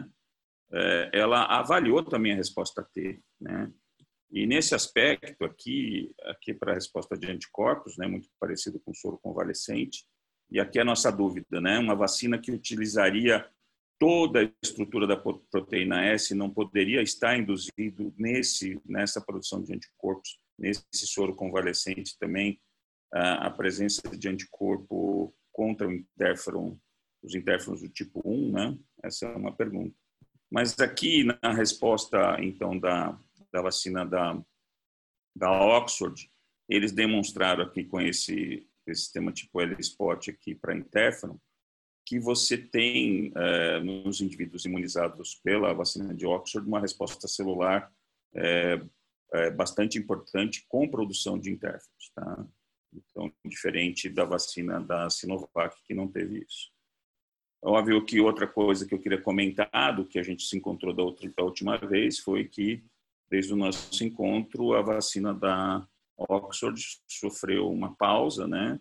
Ela avaliou também a resposta T, né? E nesse aspecto aqui, aqui para a resposta de anticorpos, né, muito parecido com o soro convalescente, e aqui é a nossa dúvida, né? Uma vacina que utilizaria toda a estrutura da proteína S não poderia estar induzido nesse, nessa produção de anticorpos, nesse soro convalescente também, a presença de anticorpo contra o interferon, os interferons do tipo um, né? Essa é uma pergunta. Mas aqui, na resposta, então, da, da vacina da, da Oxford, eles demonstraram aqui com esse, esse sistema tipo L-Spot aqui para interferon, que você tem, eh, nos indivíduos imunizados pela vacina de Oxford, uma resposta celular eh, eh, bastante importante com produção de interferons, tá? Então, diferente da vacina da Sinovac, que não teve isso. Óbvio que outra coisa que eu queria comentar, do que a gente se encontrou da, outra, da última vez, foi que, desde o nosso encontro, a vacina da Oxford sofreu uma pausa, né?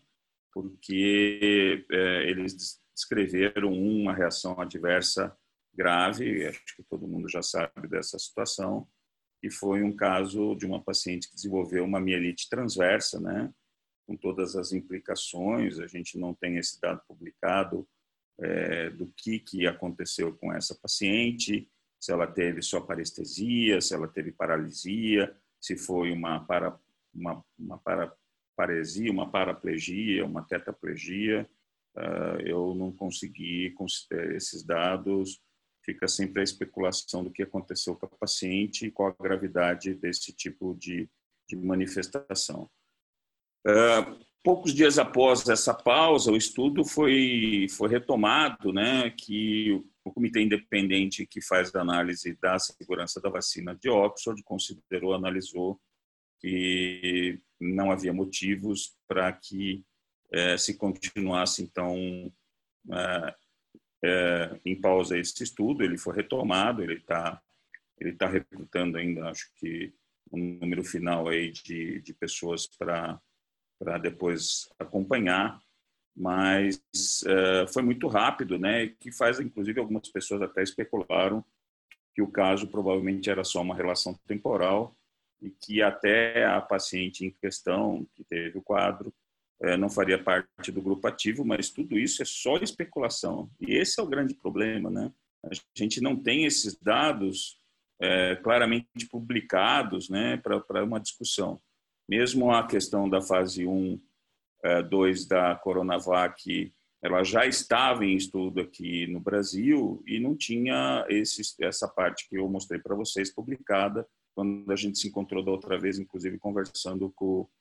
Porque é, eles descreveram uma reação adversa grave, acho que todo mundo já sabe dessa situação, e foi um caso de uma paciente que desenvolveu uma mielite transversa, né? Com todas as implicações, a gente não tem esse dado publicado é, do que, que aconteceu com essa paciente, se ela teve só parestesia, se ela teve paralisia, se foi uma, para, uma, uma paraparesia, uma paraplegia, uma tetraplegia. Uh, eu não consegui considerar esses dados, fica sempre a especulação do que aconteceu com a paciente e qual a gravidade desse tipo de, de manifestação. Uh, poucos dias após essa pausa, o estudo foi, foi retomado, né, que o comitê independente que faz a análise da segurança da vacina de Oxford considerou, analisou que não havia motivos para que eh, se continuasse, então, eh, eh, em pausa esse estudo. Ele foi retomado, ele está ele tá recrutando ainda, acho que, um número final aí de, de pessoas para para depois acompanhar, mas uh, foi muito rápido, né? Que faz, inclusive, algumas pessoas até especularam que o caso provavelmente era só uma relação temporal e que até a paciente em questão, que teve o quadro, uh, não faria parte do grupo ativo, mas tudo isso é só especulação. E esse é o grande problema, né? A gente não tem esses dados uh, claramente publicados, né, para uma discussão. Mesmo a questão da fase um, dois da Coronavac, ela já estava em estudo aqui no Brasil e não tinha esse, essa parte que eu mostrei para vocês publicada quando a gente se encontrou da outra vez, inclusive conversando com,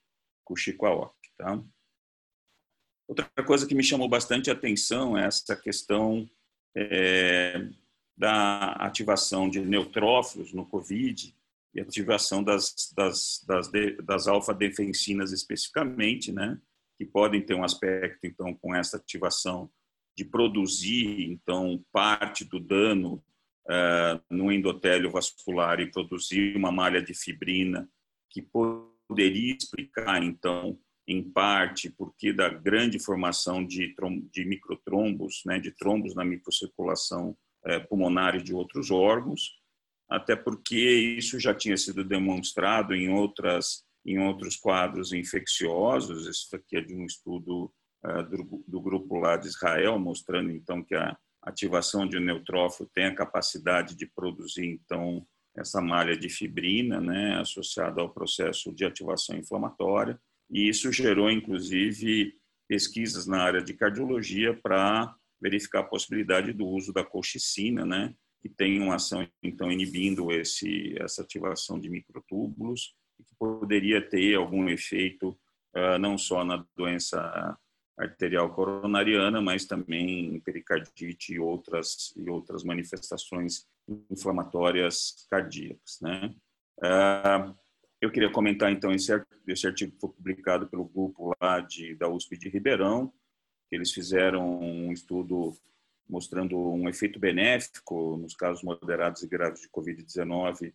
com o Chico Aoki, tá? Outra coisa que me chamou bastante atenção é essa questão é, da ativação de neutrófilos no COVID e ativação das, das, das, das alfa-defensinas especificamente, né, que podem ter um aspecto, então, com essa ativação de produzir, então, parte do dano uh, no endotélio vascular e produzir uma malha de fibrina que poderia explicar, então, em parte, porque da grande formação de, de microtrombos, né, de trombos na microcirculação uh, pulmonar e de outros órgãos, até porque isso já tinha sido demonstrado em outras em outros quadros infecciosos. Isso aqui é de um estudo uh, do, do grupo lá de Israel, mostrando então que a ativação de um neutrófilo tem a capacidade de produzir então essa malha de fibrina, né, associada ao processo de ativação inflamatória, e isso gerou inclusive pesquisas na área de cardiologia para verificar a possibilidade do uso da colchicina, né, que tem uma ação, então, inibindo esse, essa ativação de microtúbulos, que poderia ter algum efeito uh, não só na doença arterial coronariana, mas também em pericardite e outras, e outras manifestações inflamatórias cardíacas, né? Uh, eu queria comentar, então, esse, esse artigo que foi publicado pelo grupo lá de, da U S P de Ribeirão, que eles fizeram um estudo mostrando um efeito benéfico nos casos moderados e graves de covid dezenove,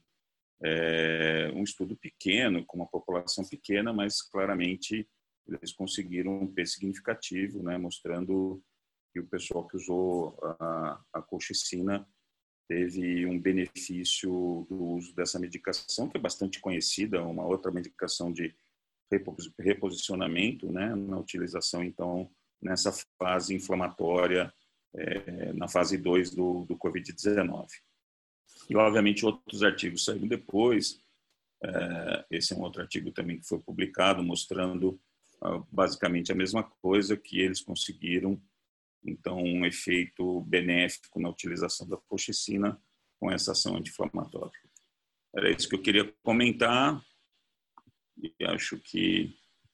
é, um estudo pequeno, com uma população pequena, mas claramente eles conseguiram um P significativo, né, mostrando que o pessoal que usou a, a colchicina teve um benefício do uso dessa medicação, que é bastante conhecida, uma outra medicação de reposicionamento, né, na utilização, então, nessa fase inflamatória, É, na fase dois do, do covid dezenove. E, obviamente, outros artigos saíram depois. É, esse é um outro artigo também que foi publicado, mostrando uh, basicamente a mesma coisa, que eles conseguiram, então, um efeito benéfico na utilização da colchicina com essa ação anti-inflamatória. Era isso que eu queria comentar, e acho que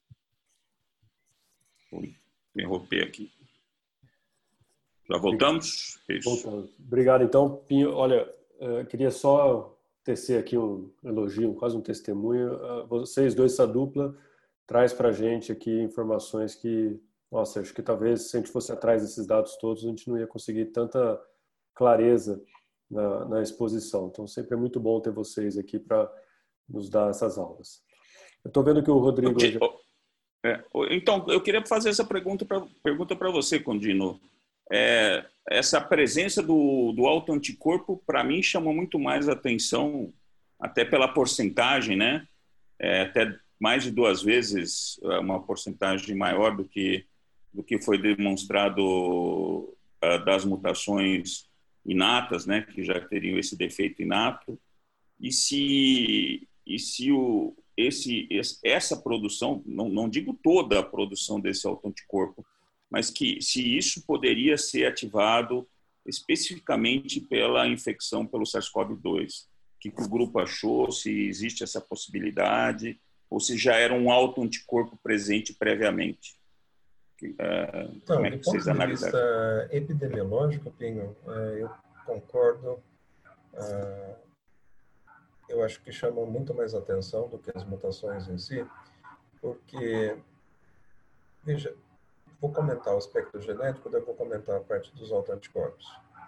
vou interromper aqui. Já voltamos? Isso. Voltamos. Obrigado, então, Pinho. Olha, eu queria só tecer aqui um elogio, quase um testemunho. Vocês dois, essa dupla, traz para a gente aqui informações que, nossa, acho que talvez se a gente fosse atrás desses dados todos, a gente não ia conseguir tanta clareza na, na exposição. Então, sempre é muito bom ter vocês aqui para nos dar essas aulas. Eu estou vendo que o Rodrigo... Já... É, então, eu queria fazer essa pergunta para pergunta para você, Condino. É, essa presença do, do autoanticorpo, para mim, chamou muito mais atenção, até pela porcentagem, né? É, até mais de duas vezes, uma porcentagem maior do que, do que foi demonstrado uh, das mutações inatas, né? Que já teriam esse defeito inato. E se, e se o, esse, essa produção, não, não digo toda a produção desse autoanticorpo, mas que se isso poderia ser ativado especificamente pela infecção pelo SARS-CoV dois. O que o grupo achou, se existe essa possibilidade, ou se já era um autoanticorpo presente previamente. Uh, então, como é do que ponto vocês de analisaram? vista epidemiológico, Pinho, eu concordo. Eu acho que chama muito mais atenção do que as mutações em si, porque, veja, vou comentar o aspecto genético, daí vou comentar a parte dos autoanticorpos.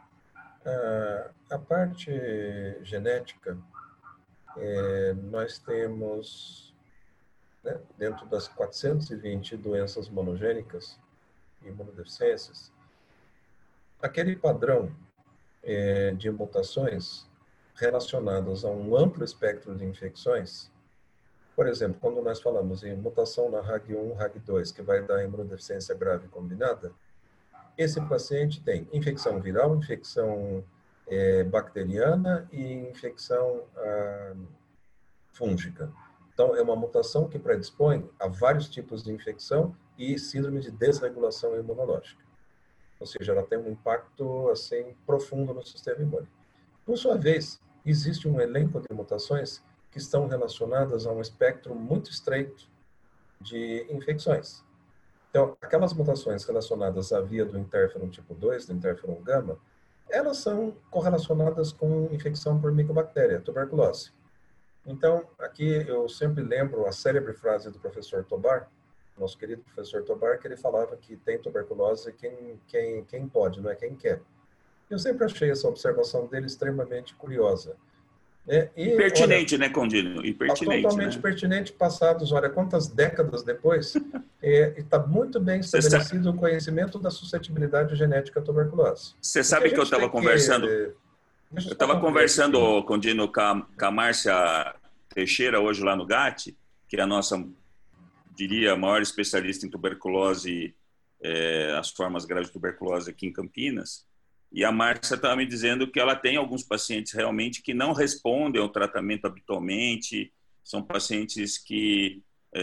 A parte genética, é, nós temos, né, dentro das quatrocentas e vinte doenças monogênicas e imunodeficiências, aquele padrão é, de mutações relacionadas a um amplo espectro de infecções. Por exemplo, quando nós falamos em mutação na R A G um, R A G dois, que vai dar imunodeficiência grave combinada, esse paciente tem infecção viral, infecção é, bacteriana e infecção ah, fúngica. Então, é uma mutação que predispõe a vários tipos de infecção e síndrome de desregulação imunológica. Ou seja, ela tem um impacto assim profundo no sistema imune. Por sua vez, existe um elenco de mutações que estão relacionadas a um espectro muito estreito de infecções. Então, aquelas mutações relacionadas à via do interferon tipo dois, do interferon gama, elas são correlacionadas com infecção por micobactéria, tuberculose. Então, aqui eu sempre lembro a célebre frase do professor Tobar, nosso querido professor Tobar, que ele falava que tem tuberculose quem, quem, quem pode, não é quem quer. Eu sempre achei essa observação dele extremamente curiosa. É, e, e pertinente, olha, né, Condino? E pertinente, totalmente né? pertinente, passados, olha, quantas décadas depois, é, está muito bem estabelecido o conhecimento da suscetibilidade genética à tuberculose. Você sabe que, que eu estava conversando... Que, eu estava conversando, aqui. Condino, com a, com a Márcia Teixeira, hoje lá no G A T, que é a nossa, diria, maior especialista em tuberculose, é, as formas graves de tuberculose aqui em Campinas. E a Márcia estava me dizendo que ela tem alguns pacientes realmente que não respondem ao tratamento habitualmente, são pacientes que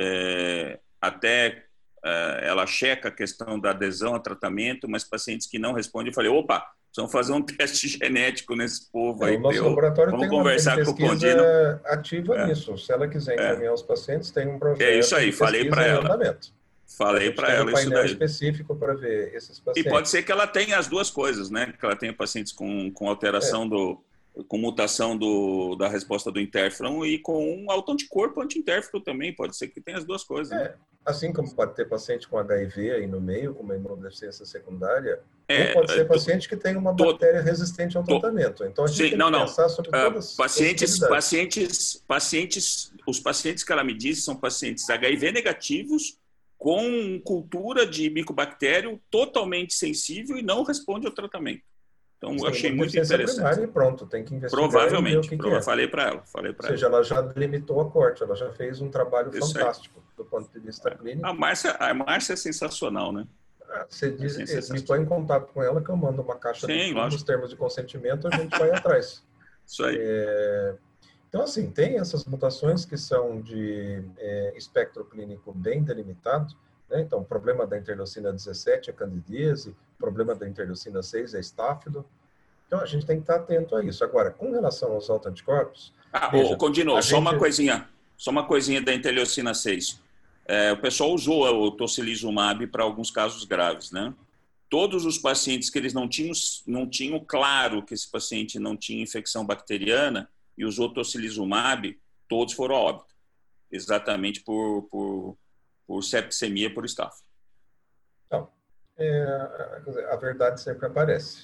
é, até é, ela checa a questão da adesão ao tratamento, mas pacientes que não respondem. Eu falei, opa, precisamos fazer um teste genético nesse povo aí. É, o nosso eu, laboratório vamos tem uma conversar pesquisa com o Condino. ativa é. nisso. Se ela quiser encaminhar é. os pacientes, tem um projeto é isso aí, de falei para ela. andamento. Falei para ela um isso daí. específico para ver esses pacientes. E pode ser que ela tenha as duas coisas, né? Que ela tenha pacientes com, com alteração, é. do, com mutação do, da resposta do interferon e com um autoanticorpo anti-interferon também. Pode ser que tenha as duas coisas. É. Né? Assim como pode ter paciente com H I V aí no meio, com uma imunodeficiência secundária, é, ou pode ser paciente que tem uma bactéria resistente ao tô, tratamento. Então a gente sim, tem não, que não. pensar sobre todas uh, pacientes, pacientes, pacientes, os pacientes que ela me disse são pacientes H I V negativos, com cultura de micobactério totalmente sensível e não responde ao tratamento. Então, eu achei muito interessante. Primária e pronto, tem que investigar. Provavelmente. O que prova que é. Falei para ela. Falei Ou seja, ela. ela já delimitou a corte, ela já fez um trabalho Isso fantástico aí. do ponto de vista é. clínico. A Márcia, a Márcia é sensacional, né? Você diz, é me põe em contato com ela que eu mando uma caixa Sim, de os termos de consentimento, a gente vai atrás. Isso aí. É... Então, assim, tem essas mutações que são de é, espectro clínico bem delimitado. Né? Então, o problema da interleucina dezessete é candidíase, o problema da interleucina seis é estáfido. Então, a gente tem que estar atento a isso. Agora, com relação aos autoanticorpos... Ah, veja, continua, só gente... uma coisinha, só uma coisinha da interleucina seis. É, o pessoal usou o tocilizumab para alguns casos graves, né? Todos os pacientes que eles não tinham, não tinham claro que esse paciente não tinha infecção bacteriana e usou tocilizumab, todos foram a óbito. Exatamente por... por por septicemia por estafa. Então, é, a verdade sempre aparece.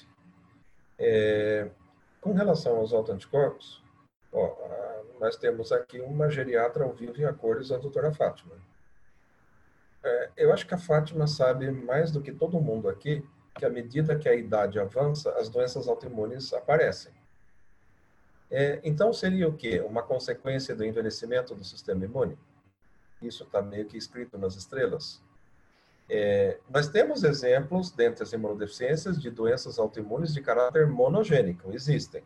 É, com relação aos autoanticorpos, ó, nós temos aqui uma geriatra ao vivo e a cores, a doutora Fátima. É, eu acho que a Fátima sabe mais do que todo mundo aqui que à medida que a idade avança, as doenças autoimunes aparecem. É, então, seria o quê? Uma consequência do envelhecimento do sistema imune? Isso está meio que escrito nas estrelas. É, nós temos exemplos, dentre as imunodeficiências, de doenças autoimunes de caráter monogênico, existem.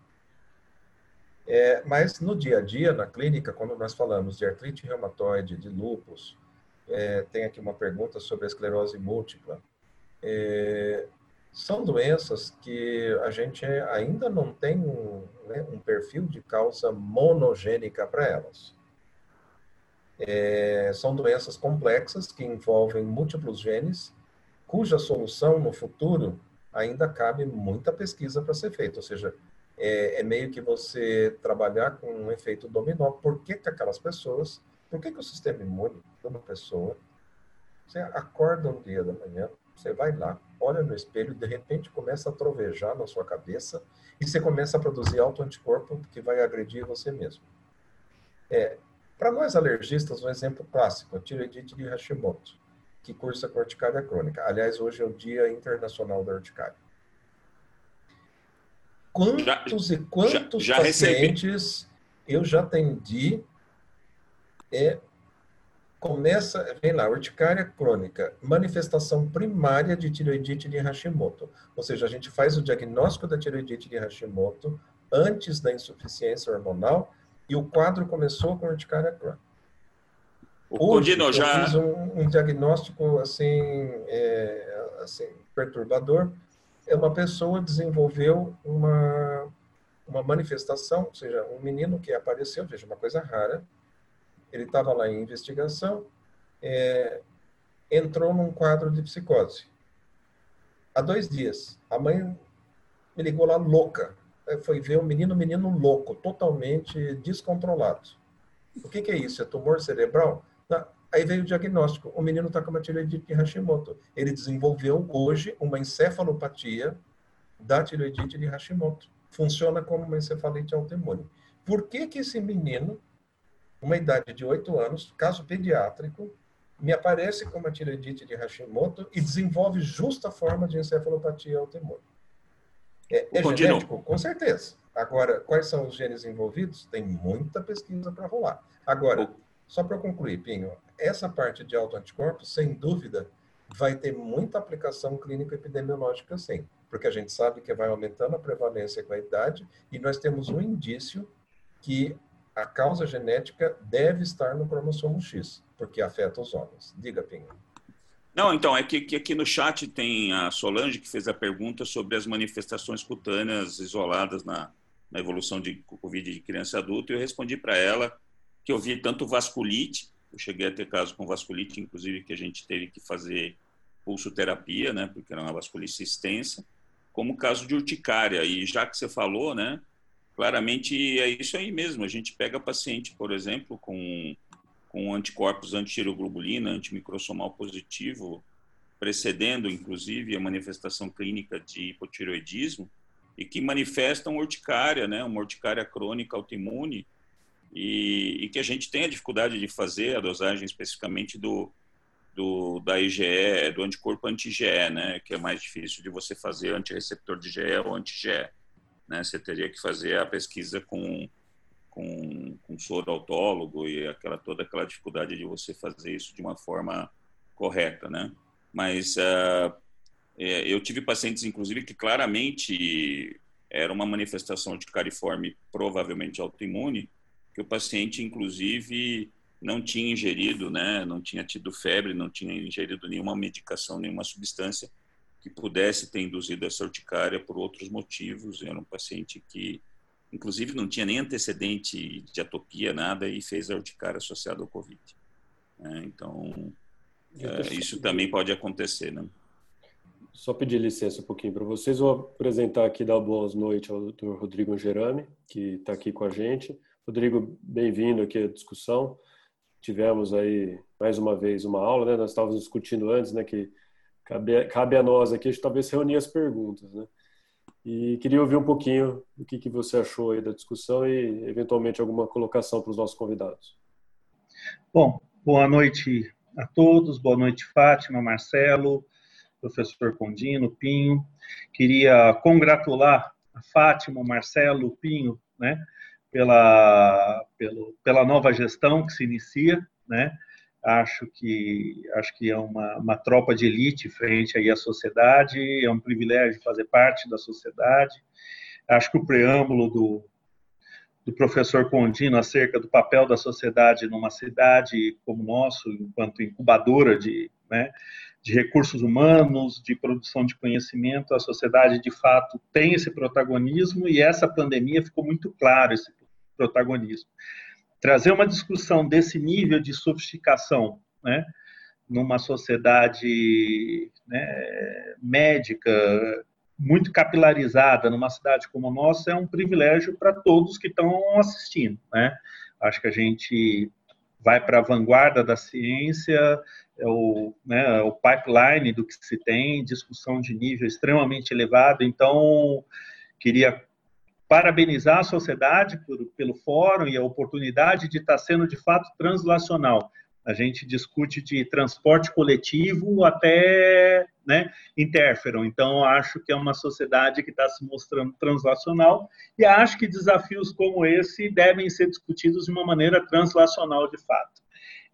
É, mas no dia a dia, na clínica, quando nós falamos de artrite reumatoide, de lúpus, é, tem aqui uma pergunta sobre a esclerose múltipla, é, são doenças que a gente ainda não tem um, né, um perfil de causa monogênica para elas. É, são doenças complexas que envolvem múltiplos genes, cuja solução no futuro ainda cabe muita pesquisa para ser feita. Ou seja, é, é meio que você trabalhar com um efeito dominó. Por que que aquelas pessoas, por que que o sistema imune de uma pessoa, você acorda um dia da manhã, você vai lá, olha no espelho, de repente começa a trovejar na sua cabeça e você começa a produzir autoanticorpo que vai agredir você mesmo. É, Para nós alergistas, um exemplo clássico, a tireoidite de Hashimoto, que cursa com urticária crônica. Aliás, hoje é o Dia Internacional da Urticária. Quantos já, e quantos já, já pacientes recebi. eu já atendi, é, começa, vem lá, urticária crônica, manifestação primária de tireoidite de Hashimoto. Ou seja, a gente faz o diagnóstico da tireoidite de Hashimoto antes da insuficiência hormonal, e o quadro começou com urticária crônica. Hoje, eu já... fiz um, um diagnóstico assim, é, assim, perturbador. É uma pessoa desenvolveu uma, uma manifestação, ou seja, um menino que apareceu, veja, uma coisa rara. Ele estava lá em investigação, é, entrou num quadro de psicose. Há dois dias, a mãe me ligou lá louca. Foi ver o menino, menino louco, totalmente descontrolado. O que, que é isso? É tumor cerebral? Não. Aí veio o diagnóstico. O menino está com uma tireoidite de Hashimoto. Ele desenvolveu hoje uma encefalopatia da tireoidite de Hashimoto. Funciona como uma encefalite autoimune. Por que que esse menino, uma idade de oito anos, caso pediátrico, me aparece com uma tireoidite de Hashimoto e desenvolve justa forma de encefalopatia autoimune? É, é genético? Com certeza. Agora, quais são os genes envolvidos? Tem muita pesquisa para rolar. Agora, só para concluir, Pinho, essa parte de autoanticorpos, sem dúvida, vai ter muita aplicação clínico-epidemiológica, sim, porque a gente sabe que vai aumentando a prevalência com a idade e nós temos um indício que a causa genética deve estar no cromossomo X, porque afeta os homens. Diga, Pinho. Não, então, é que, que aqui no chat tem a Solange que fez a pergunta sobre as manifestações cutâneas isoladas na, na evolução de Covid de criança e adulto, e eu respondi para ela que eu vi tanto vasculite, eu cheguei a ter caso com vasculite, inclusive que a gente teve que fazer pulsoterapia, né, porque era uma vasculite extensa, como caso de urticária. E já que você falou, né, claramente é isso aí mesmo, a gente pega paciente, por exemplo, com, com anticorpos anti-tiroglobulina, antimicrosomal positivo, precedendo, inclusive, a manifestação clínica de hipotireoidismo, e que manifestam urticária, né, uma urticária crônica autoimune, e, e que a gente tem a dificuldade de fazer a dosagem especificamente do, do, da I G E, do anticorpo anti-I G E, né, que é mais difícil de você fazer antirreceptor de I G E ou anti-I G E. Né, você teria que fazer a pesquisa com, com, com soro autólogo e aquela, toda aquela dificuldade de você fazer isso de uma forma correta, né? Mas uh, é, eu tive pacientes, inclusive, que claramente era uma manifestação de cariforme provavelmente autoimune, que o paciente, inclusive, não tinha ingerido, né, não tinha tido febre, não tinha ingerido nenhuma medicação, nenhuma substância que pudesse ter induzido essa urticária por outros motivos. Era um paciente que, inclusive, não tinha nem antecedente de atopia, nada, e fez a urticária associada ao Covid. É, então, é, isso também pode acontecer, né? Só pedir licença um pouquinho para vocês. Vou apresentar aqui, dar boas noites ao doutor Rodrigo Angerami, que está aqui com a gente. Rodrigo, bem-vindo aqui à discussão. Tivemos aí, mais uma vez, uma aula, né? Nós estávamos discutindo antes, né, que cabe, cabe a nós aqui, talvez, reunir as perguntas, né? E queria ouvir um pouquinho o que, que você achou aí da discussão e, eventualmente, alguma colocação para os nossos convidados. Bom, boa noite a todos. Boa noite, Fátima, Marcelo, professor Condino, Pinho. Queria congratular a Fátima, o Marcelo, o Pinho, né, pela, pelo, pela nova gestão que se inicia, né? Acho que, acho que é uma, uma tropa de elite frente aí à sociedade, é um privilégio fazer parte da sociedade. Acho que o preâmbulo do, do professor Condino acerca do papel da sociedade numa cidade como nosso, enquanto incubadora de, né, de recursos humanos, de produção de conhecimento, a sociedade, de fato, tem esse protagonismo, e essa pandemia ficou muito claro esse protagonismo. Trazer uma discussão desse nível de sofisticação, né, numa sociedade, né, médica, muito capilarizada, numa cidade como a nossa, é um privilégio para todos que estão assistindo, né? Acho que a gente vai para a vanguarda da ciência, é o, né, o pipeline do que se tem, discussão de nível extremamente elevado. Então, queria parabenizar a sociedade por, pelo fórum e a oportunidade de estar sendo, de fato, translacional. A gente discute de transporte coletivo até, né, interferon. Então, acho que é uma sociedade que está se mostrando translacional, e acho que desafios como esse devem ser discutidos de uma maneira translacional, de fato.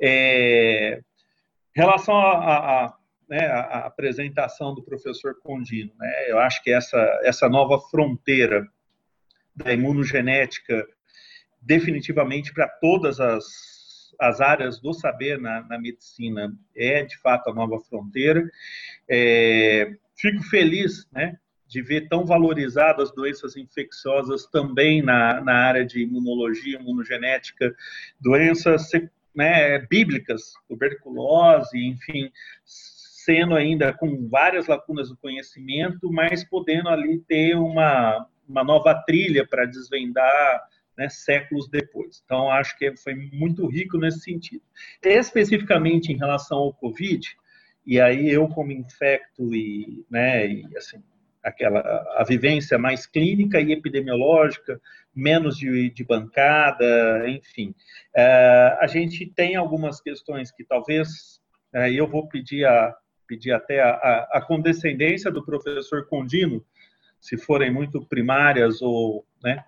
É, em relação à, à, né, à apresentação do professor Condino, né, eu acho que essa, essa nova fronteira da imunogenética, definitivamente para todas as, as áreas do saber na, na medicina, é de fato a nova fronteira. É, fico feliz, né, de ver tão valorizadas doenças infecciosas também na, na área de imunologia, imunogenética, doenças né, bíblicas, tuberculose, enfim, sendo ainda com várias lacunas do conhecimento, mas podendo ali ter uma, uma nova trilha para desvendar, né, séculos depois. Então, acho que foi muito rico nesse sentido. Especificamente em relação ao Covid, e aí eu como infecto e, né, e assim, aquela, a vivência mais clínica e epidemiológica, menos de, de bancada, enfim. Uh, a gente tem algumas questões que talvez, uh, eu vou pedir, a, pedir até a, a, a condescendência do professor Condino, se forem muito primárias ou, né,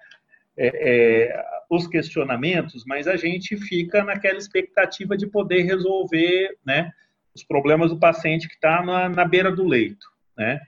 é, é, os questionamentos, mas a gente fica naquela expectativa de poder resolver, né, os problemas do paciente que está na, na beira do leito, né?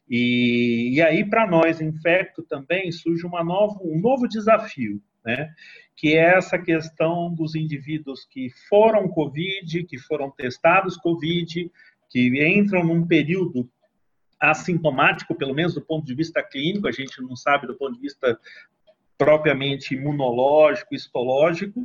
E, e aí, para nós, infecto, também surge uma nova, um novo desafio, né? Que é essa questão dos indivíduos que foram Covid, que foram testados Covid, que entram num período assintomático, pelo menos do ponto de vista clínico, a gente não sabe do ponto de vista propriamente imunológico, histológico,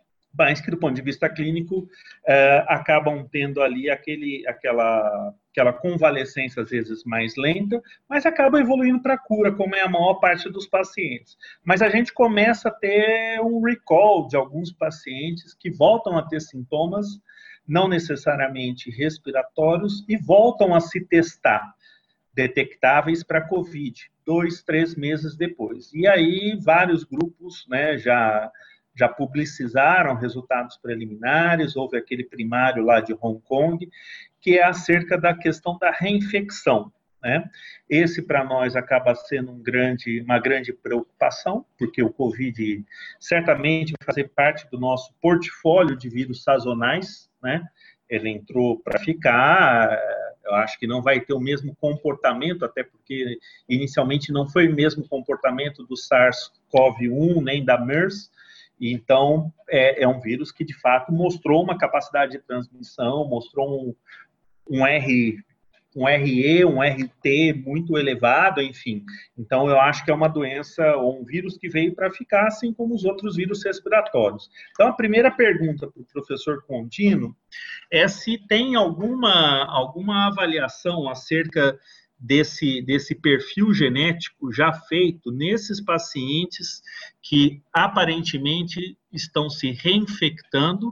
mas que do ponto de vista clínico eh, acabam tendo ali aquele, aquela, aquela convalescência às vezes mais lenta, mas acabam evoluindo para a cura, como é a maior parte dos pacientes. Mas a gente começa a ter um recall de alguns pacientes que voltam a ter sintomas, não necessariamente respiratórios, e voltam a se testar detectáveis para Covid, dois, três meses depois. E aí vários grupos, né, já... já publicizaram resultados preliminares, houve aquele primário lá de Hong Kong, que é acerca da questão da reinfecção, né? Esse, para nós, acaba sendo um grande, uma grande preocupação, porque o Covid certamente vai fazer parte do nosso portfólio de vírus sazonais, né? Ele entrou para ficar, eu acho que não vai ter o mesmo comportamento, até porque inicialmente não foi o mesmo comportamento do SARS-CoV um, nem da MERS. Então, é, é um vírus que, de fato, mostrou uma capacidade de transmissão, mostrou um, um, R, um R E, um R T muito elevado, enfim. Então, eu acho que é uma doença, ou um vírus que veio para ficar, assim como os outros vírus respiratórios. Então, a primeira pergunta para o professor Condino é se tem alguma, alguma avaliação acerca Desse, desse perfil genético já feito nesses pacientes que aparentemente estão se reinfectando,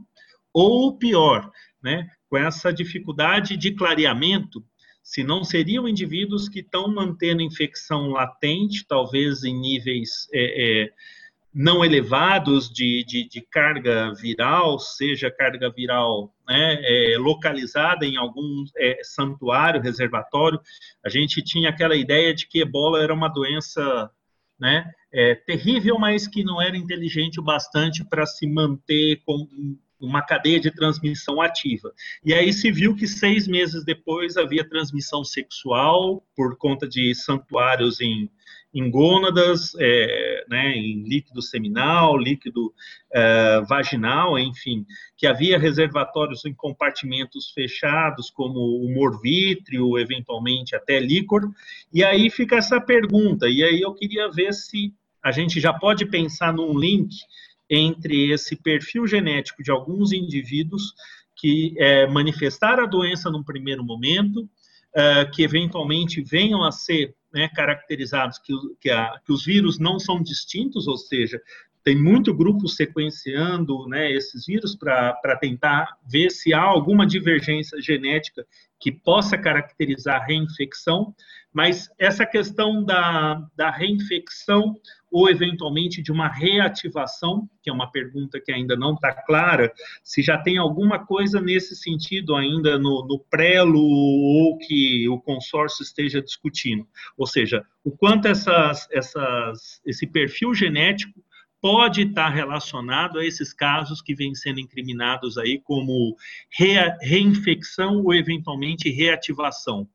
ou pior, né, com essa dificuldade de clareamento, se não seriam indivíduos que estão mantendo infecção latente, talvez em níveis é, é, não elevados de, de, de carga viral, seja carga viral, né, é, localizada em algum é, santuário, reservatório. A gente tinha aquela ideia de que ebola era uma doença, né, é, terrível, mas que não era inteligente o bastante para se manter com uma cadeia de transmissão ativa. E aí se viu que seis meses depois havia transmissão sexual por conta de santuários em em gônadas, é, né, em líquido seminal, líquido é, vaginal, enfim, que havia reservatórios em compartimentos fechados, como o morvítreo, eventualmente até líquor, e aí fica essa pergunta, e aí eu queria ver se a gente já pode pensar num link entre esse perfil genético de alguns indivíduos que é, manifestaram a doença num primeiro momento, é, que eventualmente venham a ser, né, caracterizados que, que, a, que os vírus não são distintos, ou seja, tem muito grupo sequenciando, né, esses vírus para tentar ver se há alguma divergência genética que possa caracterizar a reinfecção, mas essa questão da, da reinfecção ou, eventualmente, de uma reativação, que é uma pergunta que ainda não está clara, se já tem alguma coisa nesse sentido ainda no, no prelo ou que o consórcio esteja discutindo. Ou seja, o quanto essas, essas, esse perfil genético pode estar relacionado a esses casos que vêm sendo incriminados aí como re, reinfecção ou, eventualmente, reativação.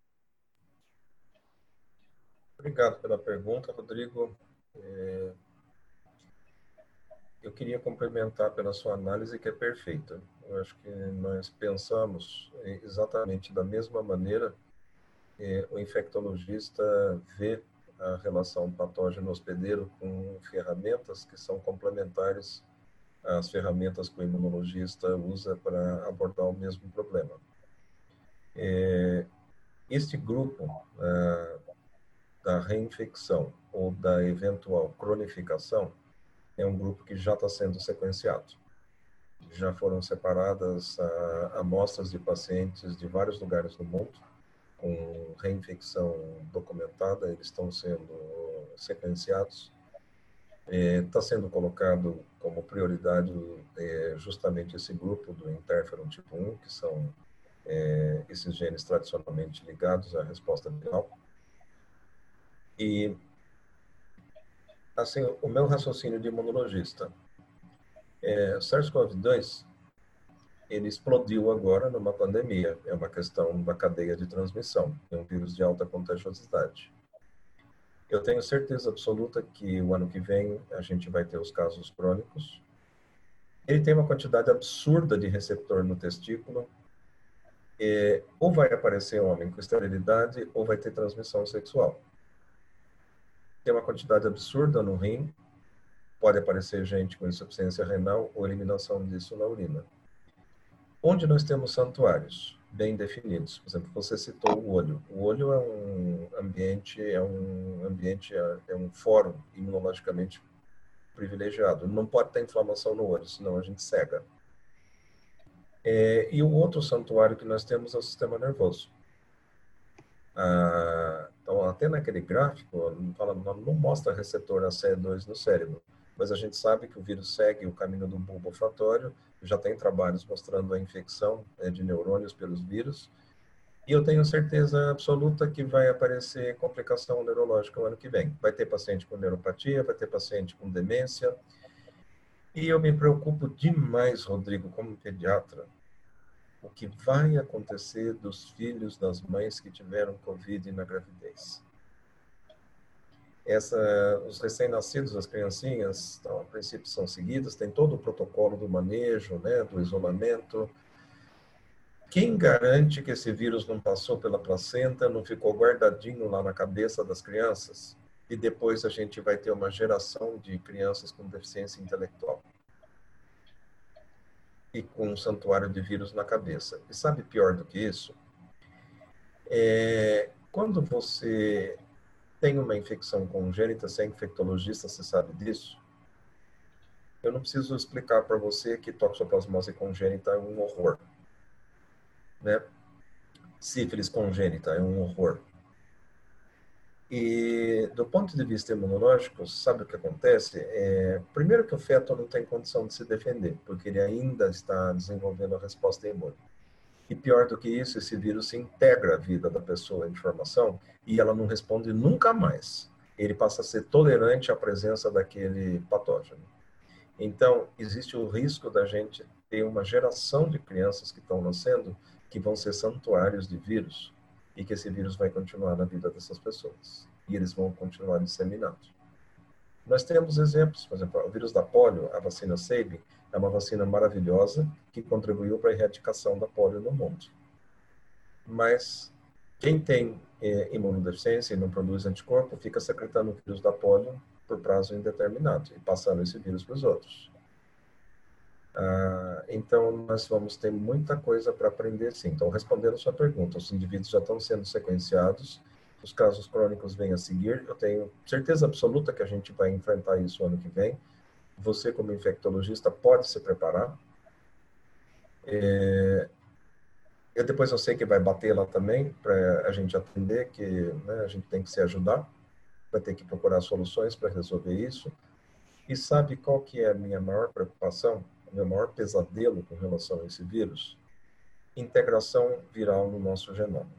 Obrigado pela pergunta, Rodrigo. É... Eu queria complementar pela sua análise, que é perfeita. Eu acho que nós pensamos exatamente da mesma maneira. É, o infectologista vê a relação patógeno-hospedeiro com ferramentas que são complementares as ferramentas que o imunologista usa para abordar o mesmo problema. É, este grupo ah, da reinfecção ou da eventual cronificação é um grupo que já está sendo sequenciado. Já foram separadas ah, amostras de pacientes de vários lugares do mundo com reinfecção documentada, eles estão sendo sequenciados. Está é, sendo colocado como prioridade é, justamente esse grupo do interferon tipo um, que são é, esses genes tradicionalmente ligados à resposta viral. E, assim, o meu raciocínio de imunologista, é, SARS-CoV dois, ele explodiu agora numa pandemia, é uma questão da cadeia de transmissão, é um vírus de alta contagiosidade. Eu tenho certeza absoluta que o ano que vem a gente vai ter os casos crônicos. Ele tem uma quantidade absurda de receptor no testículo. É, ou vai aparecer homem com esterilidade, ou vai ter transmissão sexual. Tem uma quantidade absurda no rim. Pode aparecer gente com insuficiência renal ou eliminação disso na urina. Onde nós temos santuários bem definidos. Por exemplo, você citou o olho. O olho é um ambiente, é um ambiente, é um fórum imunologicamente privilegiado. Não pode ter inflamação no olho, senão a gente cega. É, e o outro santuário que nós temos é o sistema nervoso. Ah, então, até naquele gráfico, não, fala, não mostra receptor A C E dois no cérebro, mas a gente sabe que o vírus segue o caminho do bulbo olfatório. Já tem trabalhos mostrando a infecção é, de neurônios pelos vírus. E eu tenho certeza absoluta que vai aparecer complicação neurológica no ano que vem. Vai ter paciente com neuropatia, vai ter paciente com demência. E eu me preocupo demais, Rodrigo, como pediatra, o que vai acontecer dos filhos das mães que tiveram Covid na gravidez. Essa, os recém-nascidos, as criancinhas, então, a princípio são seguidas, tem todo o protocolo do manejo, né, do isolamento. Quem garante que esse vírus não passou pela placenta, não ficou guardadinho lá na cabeça das crianças? E depois a gente vai ter uma geração de crianças com deficiência intelectual. E com um santuário de vírus na cabeça. E sabe pior do que isso? É, quando você tem uma infecção congênita, você é infectologista, você sabe disso? Eu não preciso explicar para você que toxoplasmose congênita é um horror. Né? Sífilis congênita é um horror. E do ponto de vista imunológico, sabe o que acontece? É, primeiro que o feto não tem condição de se defender, porque ele ainda está desenvolvendo a resposta imune. E pior do que isso, esse vírus se integra à vida da pessoa em formação e ela não responde nunca mais. Ele passa a ser tolerante à presença daquele patógeno. Então, existe o risco da gente ter uma geração de crianças que estão nascendo que vão ser santuários de vírus e que esse vírus vai continuar na vida dessas pessoas. E eles vão continuar disseminando. Nós temos exemplos, por exemplo, o vírus da polio, a vacina Sabin, é uma vacina maravilhosa que contribuiu para a erradicação da polio no mundo. Mas quem tem é, imunodeficiência e não produz anticorpo fica secretando o vírus da polio por prazo indeterminado e passando esse vírus para os outros. Ah, então, nós vamos ter muita coisa para aprender, sim. Então, respondendo a sua pergunta, os indivíduos já estão sendo sequenciados, os casos crônicos vêm a seguir. Eu tenho certeza absoluta que a gente vai enfrentar isso ano que vem. Você, como infectologista, pode se preparar. É... Eu depois eu sei que vai bater lá também, para a gente atender, que né, a gente tem que se ajudar, vai ter que procurar soluções para resolver isso. E sabe qual que é a minha maior preocupação? O meu maior pesadelo com relação a esse vírus? Integração viral no nosso genoma.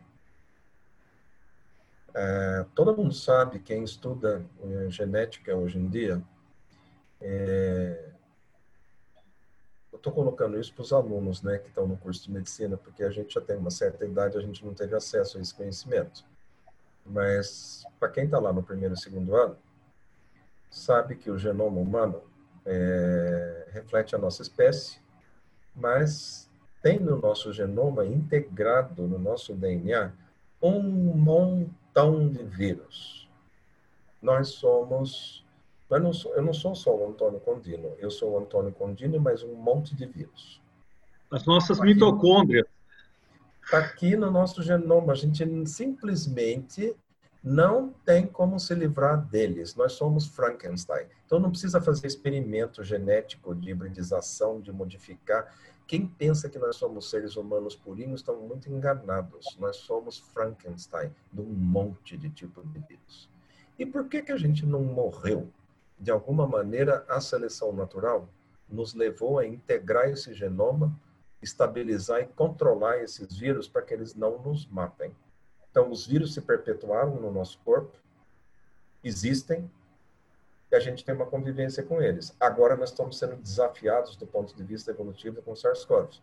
É, todo mundo sabe, quem estuda é, genética hoje em dia, é, eu estou colocando isso para os alunos né, que estão no curso de medicina, porque a gente já tem uma certa idade, a gente não teve acesso a esse conhecimento. Mas, para quem está lá no primeiro e segundo ano, sabe que o genoma humano é, reflete a nossa espécie, mas tem no nosso genoma integrado no nosso D N A um montão de vírus. Nós somos Mas não sou, eu não sou só o Antônio Condino, eu sou o Antônio Condino e mais um monte de vírus. As nossas Tá aqui, mitocôndrias. está aqui no nosso genoma, a gente simplesmente não tem como se livrar deles. Nós somos Frankenstein. Então não precisa fazer experimento genético de hibridização, de modificar. Quem pensa que nós somos seres humanos purinhos estão muito enganados. Nós somos Frankenstein, de um monte de tipo de vírus. E por que que a gente não morreu? De alguma maneira, a seleção natural nos levou a integrar esse genoma, estabilizar e controlar esses vírus para que eles não nos matem. Então, os vírus se perpetuaram no nosso corpo, existem, e a gente tem uma convivência com eles. Agora nós estamos sendo desafiados do ponto de vista evolutivo com o SARS-CoV.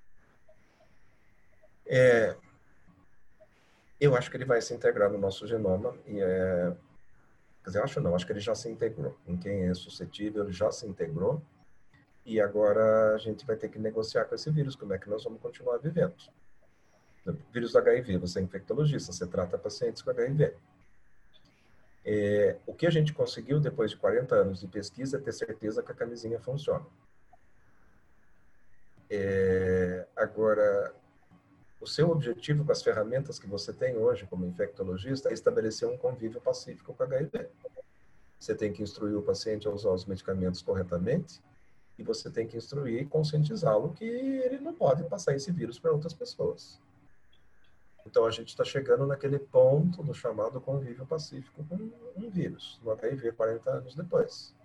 É, eu acho que ele vai se integrar no nosso genoma, e é, quer dizer, eu acho não, acho que ele já se integrou. Em quem é suscetível, ele já se integrou, e agora a gente vai ter que negociar com esse vírus, como é que nós vamos continuar vivendo. O vírus do H I V, você é infectologista, você trata pacientes com H I V. É, o que a gente conseguiu depois de quarenta anos de pesquisa é ter certeza que a camisinha funciona. É, agora, o seu objetivo com as ferramentas que você tem hoje como infectologista é estabelecer um convívio pacífico com H I V. Você tem que instruir o paciente a usar os medicamentos corretamente e você tem que instruir e conscientizá-lo que ele não pode passar esse vírus para outras pessoas. Então, a gente está chegando naquele ponto do chamado convívio pacífico com um vírus, no H I V, quarenta anos depois.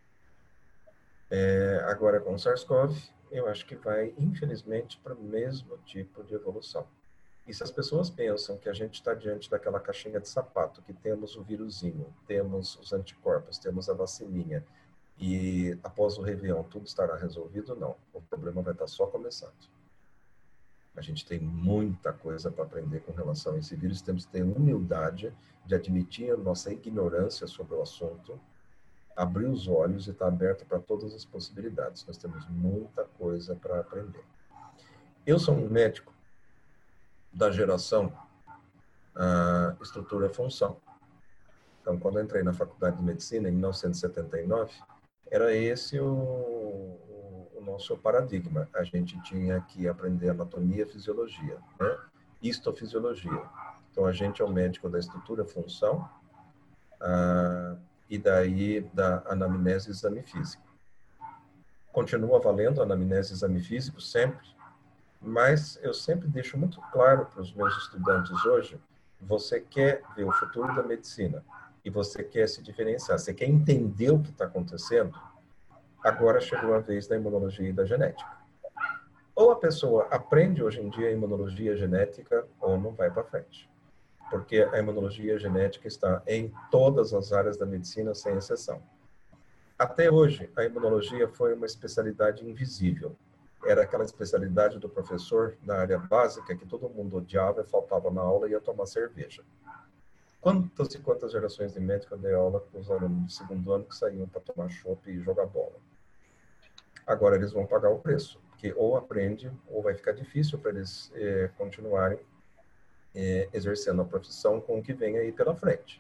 É, agora, com o SARS-CoV, eu acho que vai, infelizmente, para o mesmo tipo de evolução. E se as pessoas pensam que a gente está diante daquela caixinha de sapato, que temos o vírusinho, temos os anticorpos, temos a vacininha, e após o Réveillon tudo estará resolvido, não. O problema vai estar só começando. A gente tem muita coisa para aprender com relação a esse vírus. Temos que ter humildade de admitir a nossa ignorância sobre o assunto, abrir os olhos e estar aberto para todas as possibilidades. Nós temos muita coisa para aprender. Eu sou um médico da geração uh, estrutura-função. Então, quando eu entrei na Faculdade de Medicina, em mil novecentos e setenta e nove, era esse o... o nosso paradigma. A gente tinha que aprender anatomia e fisiologia, né? Histofisiologia. Então, a gente é o médico da estrutura, função, ah, e daí da anamnese e exame físico. Continua valendo a anamnese e exame físico sempre, mas eu sempre deixo muito claro para os meus estudantes hoje, você quer ver o futuro da medicina e você quer se diferenciar, você quer entender o que está acontecendo, agora chegou a vez da imunologia e da genética. Ou a pessoa aprende hoje em dia a imunologia genética ou não vai para frente. Porque a imunologia genética está em todas as áreas da medicina, sem exceção. Até hoje, a imunologia foi uma especialidade invisível. Era aquela especialidade do professor na área básica que todo mundo odiava, faltava na aula e ia tomar cerveja. Quantas e quantas gerações de médicos eu dei aula com os alunos do segundo ano que saíam para tomar chopp e jogar bola? Agora eles vão pagar o preço, porque ou aprende ou vai ficar difícil para eles eh, continuarem eh, exercendo a profissão com o que vem aí pela frente.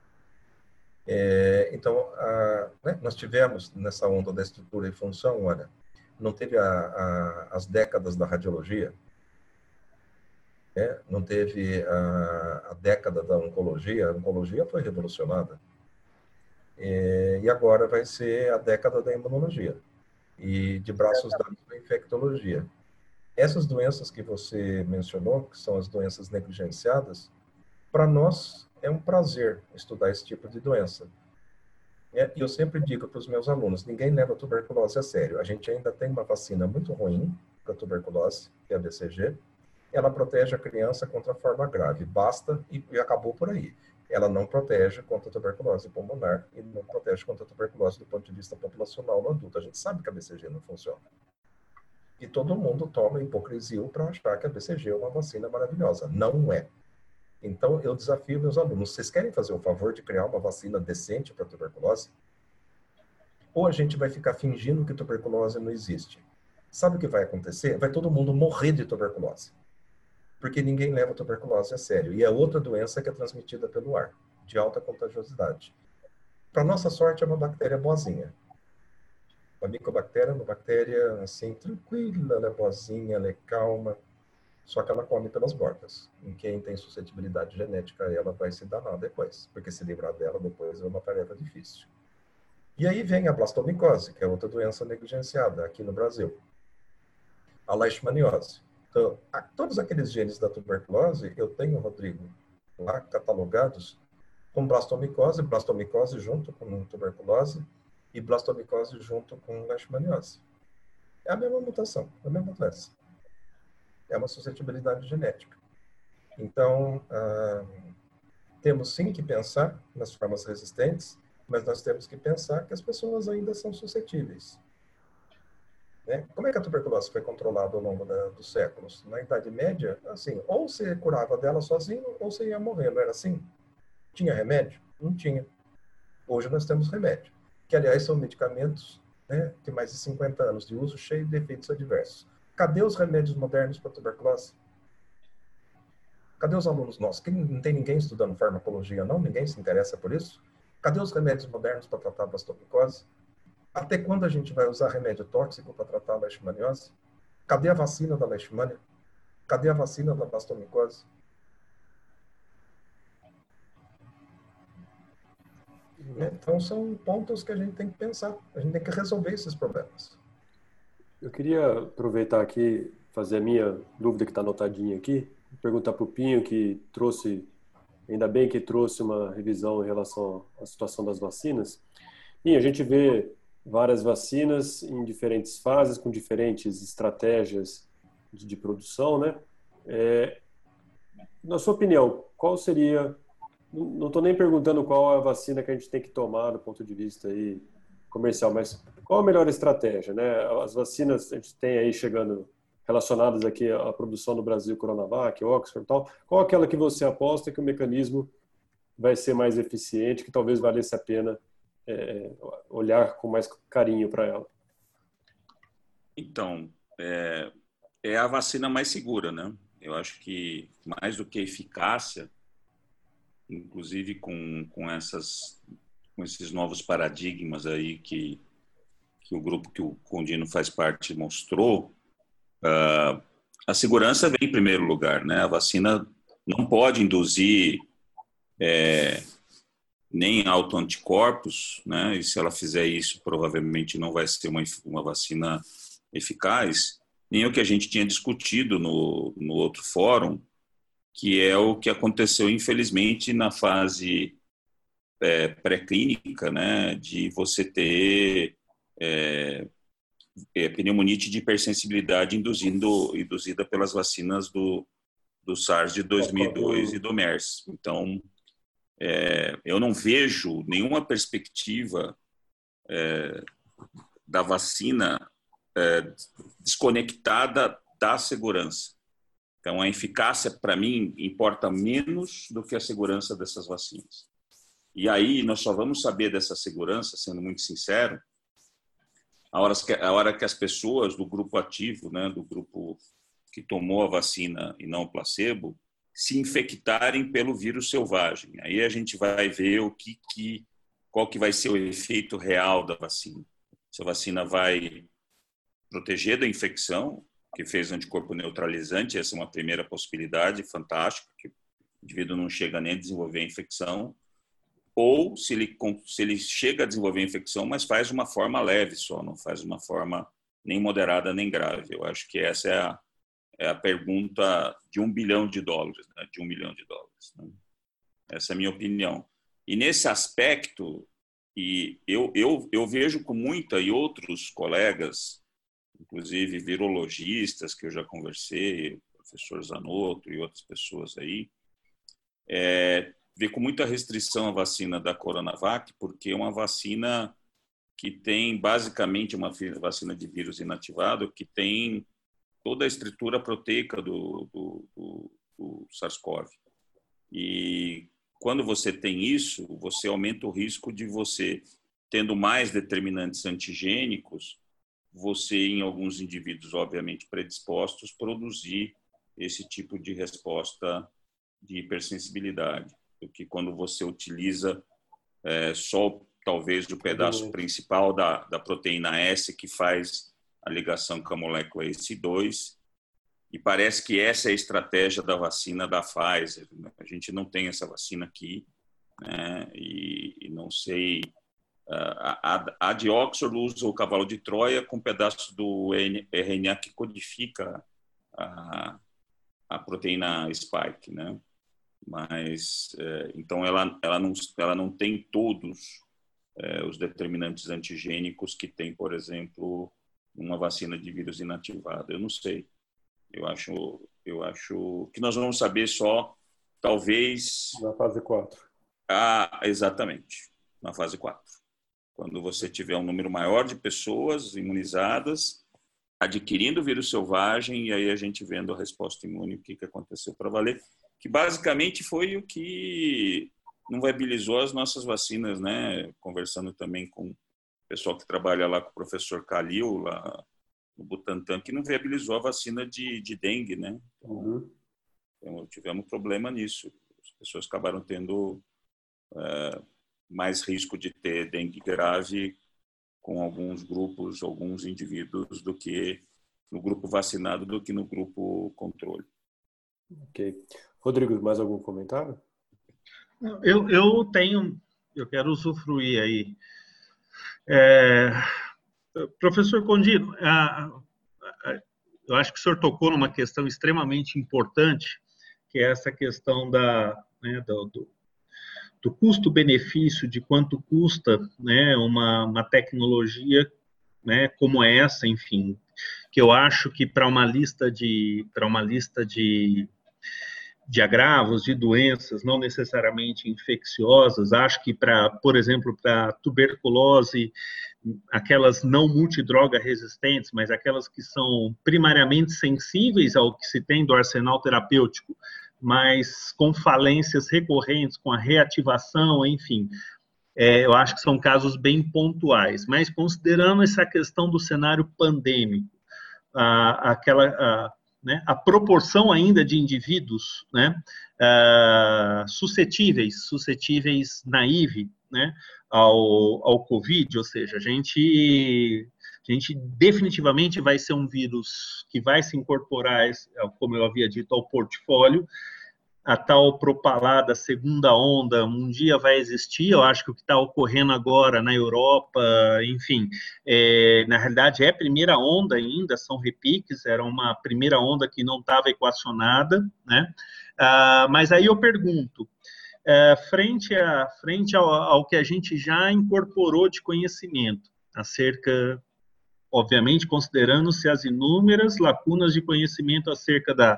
É, então, a, né, nós tivemos nessa onda da estrutura e função, olha, não teve a, a, as décadas da radiologia, né? Não teve a, a década da oncologia, a oncologia foi revolucionada. É, e agora vai ser a década da imunologia e de braços dados da infectologia. Essas doenças que você mencionou, que são as doenças negligenciadas, para nós é um prazer estudar esse tipo de doença. E eu sempre digo para os meus alunos, ninguém leva a tuberculose a sério. A gente ainda tem uma vacina muito ruim para a tuberculose, que é a B C G. Ela protege a criança contra a forma grave. Basta e, e acabou por aí. Ela não protege contra a tuberculose pulmonar e não protege contra a tuberculose do ponto de vista populacional no adulto. A gente sabe que a B C G não funciona. E todo mundo toma hipocrisia para achar que a B C G é uma vacina maravilhosa. Não é. Então, eu desafio meus alunos. Vocês querem fazer o favor de criar uma vacina decente para a tuberculose? Ou a gente vai ficar fingindo que tuberculose não existe? Sabe o que vai acontecer? Vai todo mundo morrer de tuberculose. Porque ninguém leva a tuberculose a sério. E é outra doença que é transmitida pelo ar, de alta contagiosidade. para nossa sorte, é uma bactéria boazinha. Uma micobactéria, uma bactéria assim, tranquila, ela é boazinha, ela é calma, só que ela come pelas bordas. Em quem tem suscetibilidade genética, ela vai se danar depois, porque se livrar dela depois é uma tarefa difícil. E aí vem a blastomicose, que é outra doença negligenciada aqui no Brasil. A leishmaniose. Então, a, todos aqueles genes da tuberculose, eu tenho, Rodrigo, lá catalogados com blastomicose, blastomicose junto com tuberculose e blastomicose junto com leishmaniose. É a mesma mutação, a mesma doença. É uma suscetibilidade genética. Então, ah, temos sim que pensar nas formas resistentes, mas nós temos que pensar que as pessoas ainda são suscetíveis. Né? Como é que a tuberculose foi controlada ao longo da, dos séculos? Na Idade Média, assim, ou você curava dela sozinho, ou você ia morrer, não era assim? Tinha remédio? Não tinha. Hoje nós temos remédio, que aliás são medicamentos, né, de mais de cinquenta anos de uso, cheio de efeitos adversos. Cadê os remédios modernos para tuberculose? Cadê os alunos nossos? Não tem ninguém estudando farmacologia, não? Ninguém se interessa por isso? Cadê os remédios modernos para tratar a blastomicose? Até quando a gente vai usar remédio tóxico para tratar a leishmaniose? Cadê a vacina da leishmania? Cadê a vacina da blastomicose? Então, são pontos que a gente tem que pensar. A gente tem que resolver esses problemas. Eu queria aproveitar aqui, fazer a minha dúvida que está anotadinha aqui, perguntar para o Pinho, que trouxe, ainda bem que trouxe uma revisão em relação à situação das vacinas. Pinho, a gente vê várias vacinas em diferentes fases, com diferentes estratégias de, de produção, né? É, na sua opinião, qual seria... Não estou nem perguntando qual é a vacina que a gente tem que tomar do ponto de vista aí comercial, mas qual a melhor estratégia, né? As vacinas a gente tem aí chegando relacionadas aqui à produção do Brasil, Coronavac, Oxford e tal. Qual aquela que você aposta que o mecanismo vai ser mais eficiente, que talvez valesse a pena é, olhar com mais carinho para ela? Então, é, é a vacina mais segura, né? Eu acho que mais do que eficácia, inclusive com, com, essas, com esses novos paradigmas aí que, que o grupo que o Condino faz parte mostrou, uh, a segurança vem em primeiro lugar, né? A vacina não pode induzir é, nem autoanticorpos, né? E se ela fizer isso, provavelmente não vai ser uma, uma vacina eficaz, nem o que a gente tinha discutido no, no outro fórum, que é o que aconteceu, infelizmente, na fase é, pré-clínica, né, de você ter é, é, pneumonite de hipersensibilidade induzindo, induzida pelas vacinas do, do SARS de dois mil e dois e do MERS. Então, é, eu não vejo nenhuma perspectiva é, da vacina é, desconectada da segurança. Então, a eficácia, para mim, importa menos do que a segurança dessas vacinas. E aí, nós só vamos saber dessa segurança, sendo muito sincero, a hora que, a hora que as pessoas do grupo ativo, né, do grupo que tomou a vacina e não o placebo, se infectarem pelo vírus selvagem. Aí a gente vai ver o que, que, qual que vai ser o efeito real da vacina. Se a vacina vai proteger da infecção, que fez anticorpo neutralizante, essa é uma primeira possibilidade fantástica, que o indivíduo não chega nem a desenvolver a infecção, ou se ele, se ele chega a desenvolver a infecção, mas faz uma forma leve só, não faz uma forma nem moderada nem grave. Eu acho que essa é a, é a pergunta de um bilhão de dólares, né? de um milhão de dólares. Né? Essa é a minha opinião. E nesse aspecto, e eu, eu, eu vejo com muita, e outros colegas, inclusive virologistas que eu já conversei, o professor Zanotto e outras pessoas aí, é, vê com muita restrição a vacina da Coronavac, porque é uma vacina que tem basicamente uma vacina de vírus inativado, que tem toda a estrutura proteica do, do, do, do SARS-CoV. E quando você tem isso, você aumenta o risco de você, tendo mais determinantes antigênicos, você, em alguns indivíduos, obviamente, predispostos, produzir esse tipo de resposta de hipersensibilidade. Porque quando você utiliza é, só talvez o pedaço principal da, da proteína S que faz a ligação com a molécula A C E dois, e parece que essa é a estratégia da vacina da Pfizer. A gente não tem essa vacina aqui, né? e, e não sei... A, a, a de Oxford usa o cavalo de Troia com um pedaço do R N A que codifica a, a proteína spike, né? Mas, é, então, ela, ela, não, ela não tem todos é, os determinantes antigênicos que tem, por exemplo, uma vacina de vírus inativado. Eu não sei. Eu acho, eu acho que nós vamos saber só, talvez... Na fase quatro. Ah, exatamente, na fase quatro. Quando você tiver um número maior de pessoas imunizadas, adquirindo o vírus selvagem, e aí a gente vendo a resposta imune, o que, que aconteceu para valer, que basicamente foi o que não viabilizou as nossas vacinas, né? Conversando também com o pessoal que trabalha lá com o professor Kalil, lá no Butantan, que não viabilizou a vacina de, de dengue, né? Então, uhum. então, tivemos problema nisso. As pessoas acabaram tendo... É, mais risco de ter dengue grave com alguns grupos, alguns indivíduos, do que no grupo vacinado, do que no grupo controle. Ok. Rodrigo, mais algum comentário? Eu, eu tenho, eu quero usufruir aí. É, professor Condino, a, a, eu acho que o senhor tocou numa questão extremamente importante, que é essa questão da, né, do, do do custo-benefício, de quanto custa, né, uma, uma tecnologia, né, como essa, enfim, que eu acho que para uma lista de para uma lista de, de agravos, de doenças não necessariamente infecciosas, acho que para, por exemplo, para tuberculose, aquelas não multidroga resistentes, mas aquelas que são primariamente sensíveis ao que se tem do arsenal terapêutico, mas com falências recorrentes, com a reativação, enfim, é, eu acho que são casos bem pontuais. Mas considerando essa questão do cenário pandêmico, a, aquela, a, né, a proporção ainda de indivíduos, né, a, suscetíveis, suscetíveis naive, né, ao, ao Covid, ou seja, a gente... A gente definitivamente vai ser um vírus que vai se incorporar, como eu havia dito, ao portfólio. A tal propalada segunda onda um dia vai existir. Eu acho que o que está ocorrendo agora na Europa, enfim, é, na realidade é a primeira onda ainda, são repiques, era uma primeira onda que não estava equacionada, né? Ah, mas aí eu pergunto, é, frente, a, frente ao, ao que a gente já incorporou de conhecimento acerca... obviamente, considerando-se as inúmeras lacunas de conhecimento acerca da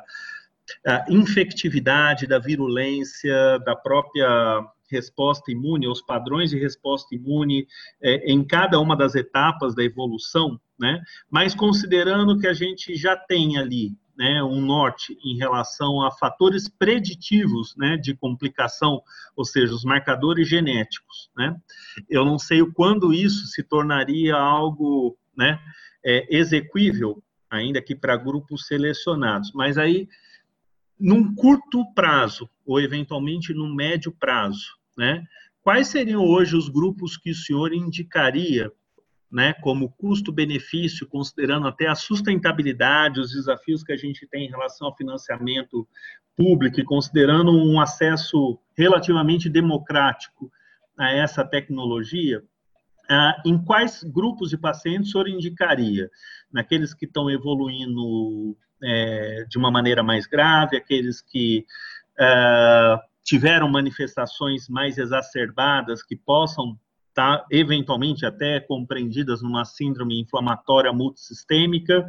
infectividade, da virulência, da própria resposta imune, os padrões de resposta imune é, em cada uma das etapas da evolução, né? Mas considerando que a gente já tem ali, né, um norte em relação a fatores preditivos, né, de complicação, ou seja, os marcadores genéticos, né? Eu não sei o quando isso se tornaria algo, né, é, exequível, ainda que para grupos selecionados, mas aí, num curto prazo, ou eventualmente num médio prazo, né, quais seriam hoje os grupos que o senhor indicaria, né, como custo-benefício, considerando até a sustentabilidade, os desafios que a gente tem em relação ao financiamento público e considerando um acesso relativamente democrático a essa tecnologia? Ah, em quais grupos de pacientes o senhor indicaria? Naqueles que estão evoluindo é, de uma maneira mais grave, aqueles que é, tiveram manifestações mais exacerbadas, que possam estar, eventualmente, até compreendidas numa síndrome inflamatória multissistêmica?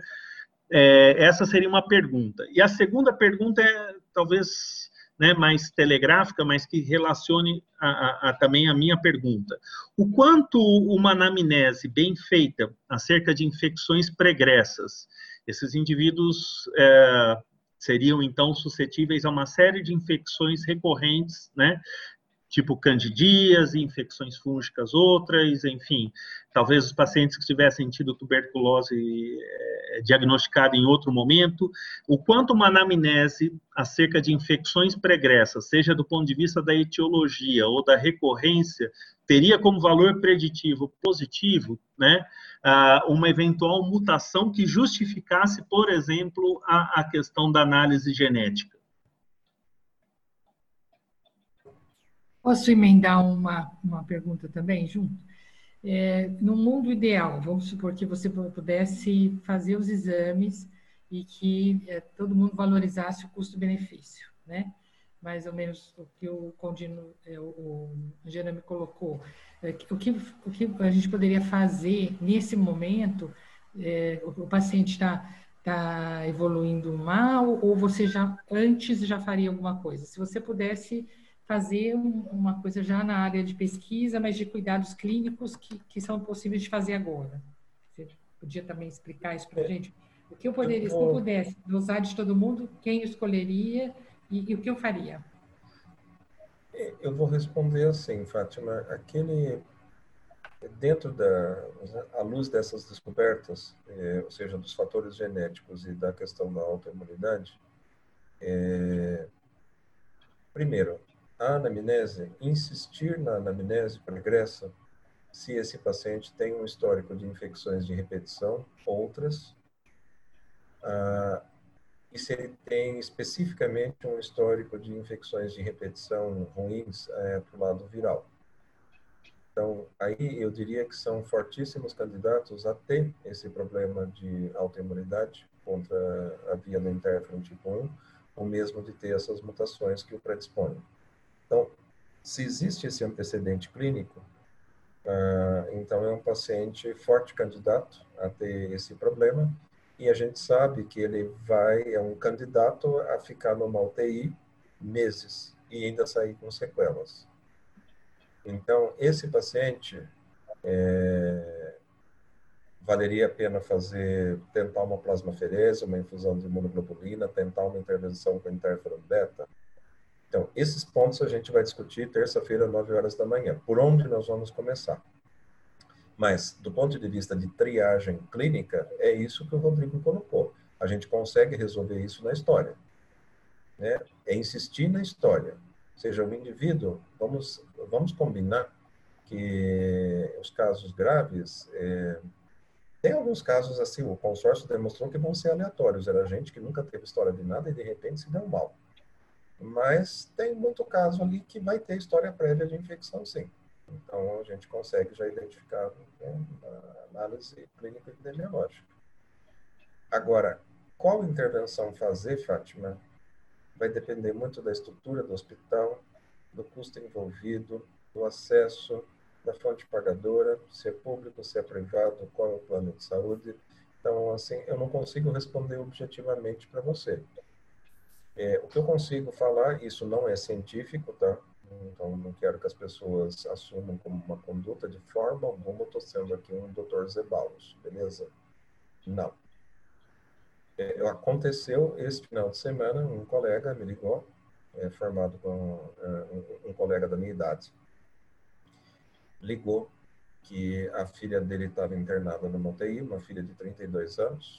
É, essa seria uma pergunta. E a segunda pergunta é, talvez... né, mais telegráfica, mas que relacione a, a, a, também a minha pergunta. O quanto uma anamnese bem feita acerca de infecções pregressas, esses indivíduos é, seriam, então, suscetíveis a uma série de infecções recorrentes, né, tipo candidíase, infecções fúngicas outras, enfim, talvez os pacientes que tivessem tido tuberculose é, diagnosticada em outro momento, o quanto uma anamnese acerca de infecções pregressas, seja do ponto de vista da etiologia ou da recorrência, teria como valor preditivo positivo, né, uma eventual mutação que justificasse, por exemplo, a, a questão da análise genética. Posso emendar uma, uma pergunta também, junto? É, no mundo ideal, vamos supor que você pudesse fazer os exames e que é, todo mundo valorizasse o custo-benefício, né? Mais ou menos o que o Condino, é, o Jeremy colocou. É, o, que, o que a gente poderia fazer nesse momento? É, o, o paciente está tá evoluindo mal ou você já antes já faria alguma coisa? Se você pudesse fazer uma coisa já na área de pesquisa, mas de cuidados clínicos que, que são possíveis de fazer agora. Você podia também explicar isso para a gente? O que eu poderia, se eu pudesse dosar de todo mundo, quem eu escolheria e, e o que eu faria? Eu vou responder assim, Fátima, aquele, dentro da, à luz dessas descobertas, é, ou seja, dos fatores genéticos e da questão da autoimunidade, é, primeiro, a anamnese, insistir na anamnese pregressa, se esse paciente tem um histórico de infecções de repetição, outras, ah, e se ele tem especificamente um histórico de infecções de repetição ruins é, para o lado viral. Então, aí eu diria que são fortíssimos candidatos a ter esse problema de autoimunidade contra a via do interferon tipo um, ou mesmo de ter essas mutações que o predispõem. Então, se existe esse antecedente clínico, ah, então é um paciente forte candidato a ter esse problema, e a gente sabe que ele vai, é um candidato a ficar numa U T I meses e ainda sair com sequelas. Então, esse paciente, é, valeria a pena fazer, tentar uma plasmaferese, uma infusão de imunoglobulina, tentar uma intervenção com interferon beta. Então, esses pontos a gente vai discutir terça-feira, nove horas da manhã. Por onde nós vamos começar? Mas, do ponto de vista de triagem clínica, é isso que o Rodrigo colocou. A gente consegue resolver isso na história, né? É insistir na história. Ou seja, o indivíduo, vamos, vamos combinar que os casos graves, é, tem alguns casos assim, o consórcio demonstrou que vão ser aleatórios. Era gente que nunca teve história de nada e de repente se deu mal. Mas tem muito caso ali que vai ter história prévia de infecção, sim. Então, a gente consegue já identificar, né, na análise clínica epidemiológica. Agora, qual intervenção fazer, Fátima, vai depender muito da estrutura do hospital, do custo envolvido, do acesso, da fonte pagadora, se é público, se é privado, qual é o plano de saúde. Então, assim, eu não consigo responder objetivamente para você. É, o que eu consigo falar, isso não é científico, tá? Então, não quero que as pessoas assumam como uma conduta de forma alguma. Eu estou sendo aqui um doutor Zeballos, beleza? Não. É, aconteceu esse final de semana, um colega me ligou, é, formado com é, um, um colega da minha idade, ligou que a filha dele estava internada numa U T I, uma filha de trinta e dois anos,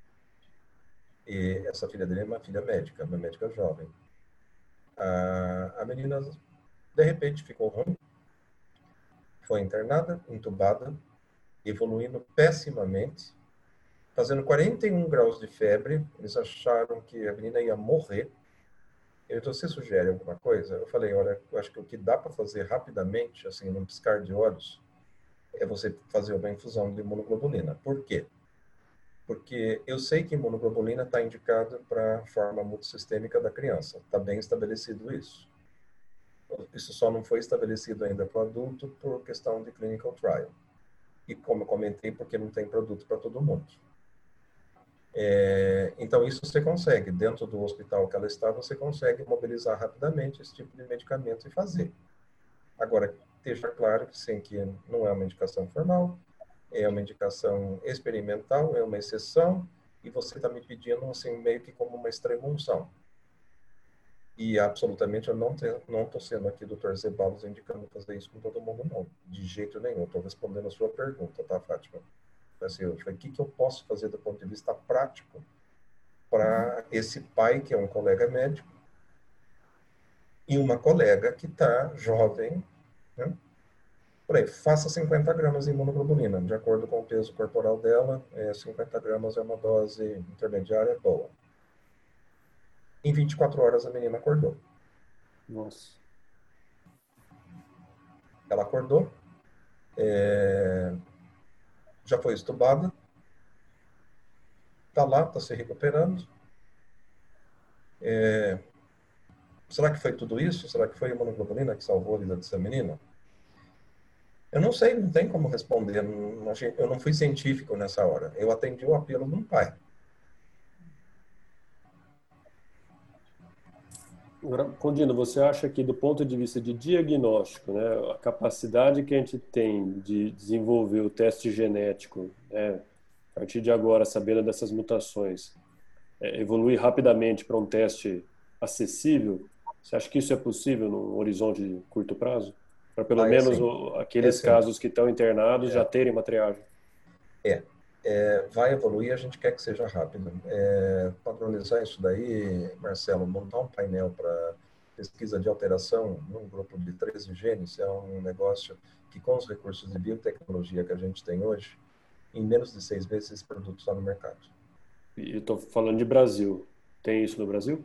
e essa filha dele é uma filha médica, uma médica jovem. A, a menina, de repente, ficou ruim, foi internada, entubada, evoluindo pessimamente, fazendo quarenta e um graus de febre. Eles acharam que a menina ia morrer. Eu disse, você sugere alguma coisa? Eu falei, olha, eu acho que o que dá para fazer rapidamente, assim, num piscar de olhos, é você fazer uma infusão de imunoglobulina. Por quê? Porque eu sei que imunoglobulina está indicada para a forma multissistêmica da criança. Está bem estabelecido isso. Isso só não foi estabelecido ainda para o adulto por questão de clinical trial. E como eu comentei, porque não tem produto para todo mundo. É, então, isso você consegue. Dentro do hospital que ela está, você consegue mobilizar rapidamente esse tipo de medicamento e fazer. Agora, esteja claro que sim, que não é uma indicação formal, é uma indicação experimental, é uma exceção, e você está me pedindo assim, meio que como uma extrema-unção. E absolutamente eu não estou não tô sendo aqui doutor Zeballos indicando fazer isso com todo mundo, não. De jeito nenhum. Estou respondendo a sua pergunta, tá, Fátima? Assim, eu falei, o que, que eu posso fazer do ponto de vista prático para esse pai, que é um colega médico, e uma colega que está jovem, né? Por aí, faça cinquenta gramas de imunoglobulina. De acordo com o peso corporal dela, é, cinquenta gramas é uma dose intermediária boa. Em vinte e quatro horas, a menina acordou. Nossa. Ela acordou, é, já foi estubada, está lá, está se recuperando. É, será que foi tudo isso? Será que foi a imunoglobulina que salvou a vida dessa menina? Eu não sei, não tem como responder. Não, eu não fui científico nessa hora. Eu atendi o apelo de um pai. Agora, Condino, você acha que do ponto de vista de diagnóstico, né, a capacidade que a gente tem de desenvolver o teste genético, né, a partir de agora, sabendo dessas mutações, é, evoluir rapidamente para um teste acessível, você acha que isso é possível num horizonte de curto prazo? Para pelo Ah, é menos sim. o, É aqueles sim. casos que estão internados É. já terem uma triagem? É. É, vai evoluir, a gente quer que seja rápido. É, padronizar isso daí, Marcelo, montar um painel para pesquisa de alteração num grupo de treze genes é um negócio que, com os recursos de biotecnologia que a gente tem hoje, em menos de seis meses esse produto está no mercado. E estou falando de Brasil. Tem isso no Brasil?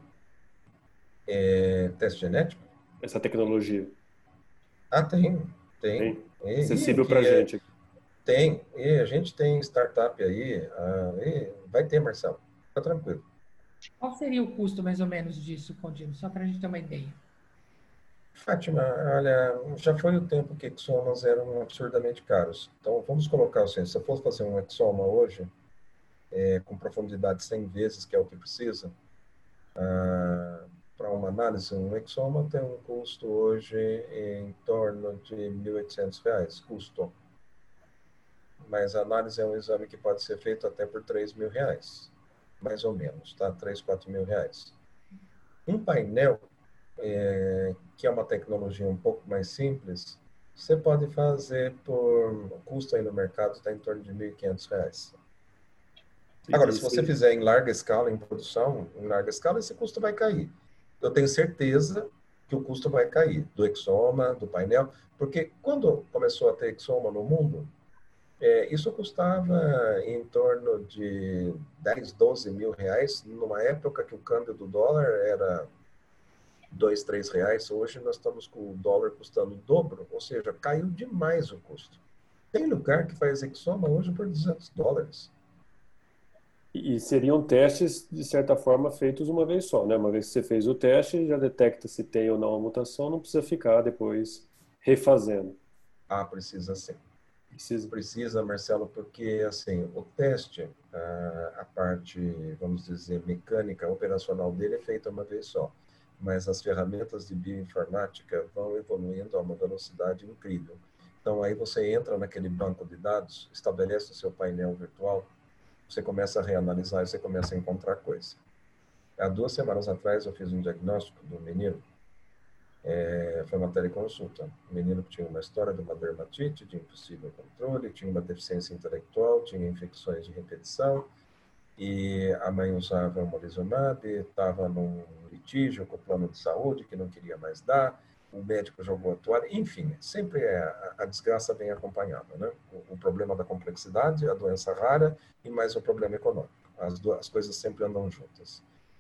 É, teste genético? Essa tecnologia? Ah, tem, tem. Tem? E, e Acessível que para a é, gente aqui. tem. E a gente tem startup aí, ah, e vai ter, Marcelo. Fica tranquilo. Qual seria o custo, mais ou menos, disso, Condino? Só para a gente ter uma ideia. Fátima, olha, já foi o tempo que exomas eram absurdamente caros. Então, vamos colocar assim, se eu fosse fazer um exoma hoje, é, com profundidade cem vezes, que é o que precisa, ah, para uma análise, um exoma tem um custo hoje em torno de mil e oitocentos reais, custo. Mas a análise é um exame que pode ser feito até por três mil reais, mais ou menos, tá? três, quatro mil reais. Um painel, é, que é uma tecnologia um pouco mais simples, você pode fazer por... O custo aí no mercado está em torno de mil e quinhentos reais. Agora, se você fizer em larga escala, em produção, em larga escala, esse custo vai cair. Eu tenho certeza que o custo vai cair, do exoma, do painel, porque quando começou a ter exoma no mundo, é, isso custava em torno de dez, doze mil reais, numa época que o câmbio do dólar era dois, três reais. Hoje nós estamos com o dólar custando o dobro, ou seja, caiu demais o custo. Tem lugar que faz exoma hoje por duzentos dólares. E seriam testes, de certa forma, feitos uma vez só, né? Uma vez que você fez o teste, já detecta se tem ou não a mutação, não precisa ficar depois refazendo. Ah, precisa sim. Precisa? Precisa, Marcelo, porque assim, o teste, a parte, vamos dizer, mecânica, operacional dele é feita uma vez só. Mas as ferramentas de bioinformática vão evoluindo a uma velocidade incrível. Então, aí você entra naquele banco de dados, estabelece o seu painel virtual, você começa a reanalisar e você começa a encontrar coisa. Há duas semanas atrás, eu fiz um diagnóstico do menino, é, foi uma teleconsulta. O menino tinha uma história de uma dermatite, de impossível controle, tinha uma deficiência intelectual, tinha infecções de repetição, e a mãe usava omalizumab, estava num litígio com o plano de saúde, que não queria mais dar, o médico jogou a toalha, enfim, sempre é, a, a desgraça vem acompanhada, né? O, o problema da complexidade, a doença rara e mais o problema econômico. As, duas, as coisas sempre andam juntas.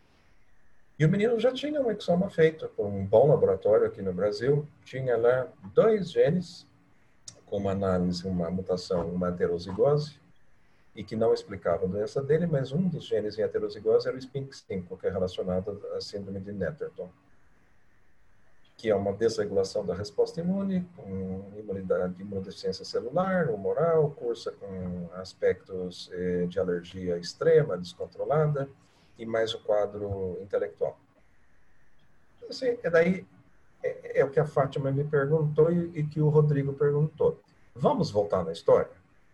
E o menino já tinha um exoma feito por um bom laboratório aqui no Brasil, tinha lá dois genes, com uma análise, uma mutação, uma heterozigose, e que não explicava a doença dele, mas um dos genes em heterozigose era o S P I N C cinco, que é relacionado à síndrome de Netherton, que é uma desregulação da resposta imune, com imunidade, imunodeficiência celular, humoral, cursa com aspectos eh, de alergia extrema, descontrolada, e mais o quadro intelectual. Assim, é daí é, é o que a Fátima me perguntou e, e que o Rodrigo perguntou. Vamos voltar na história?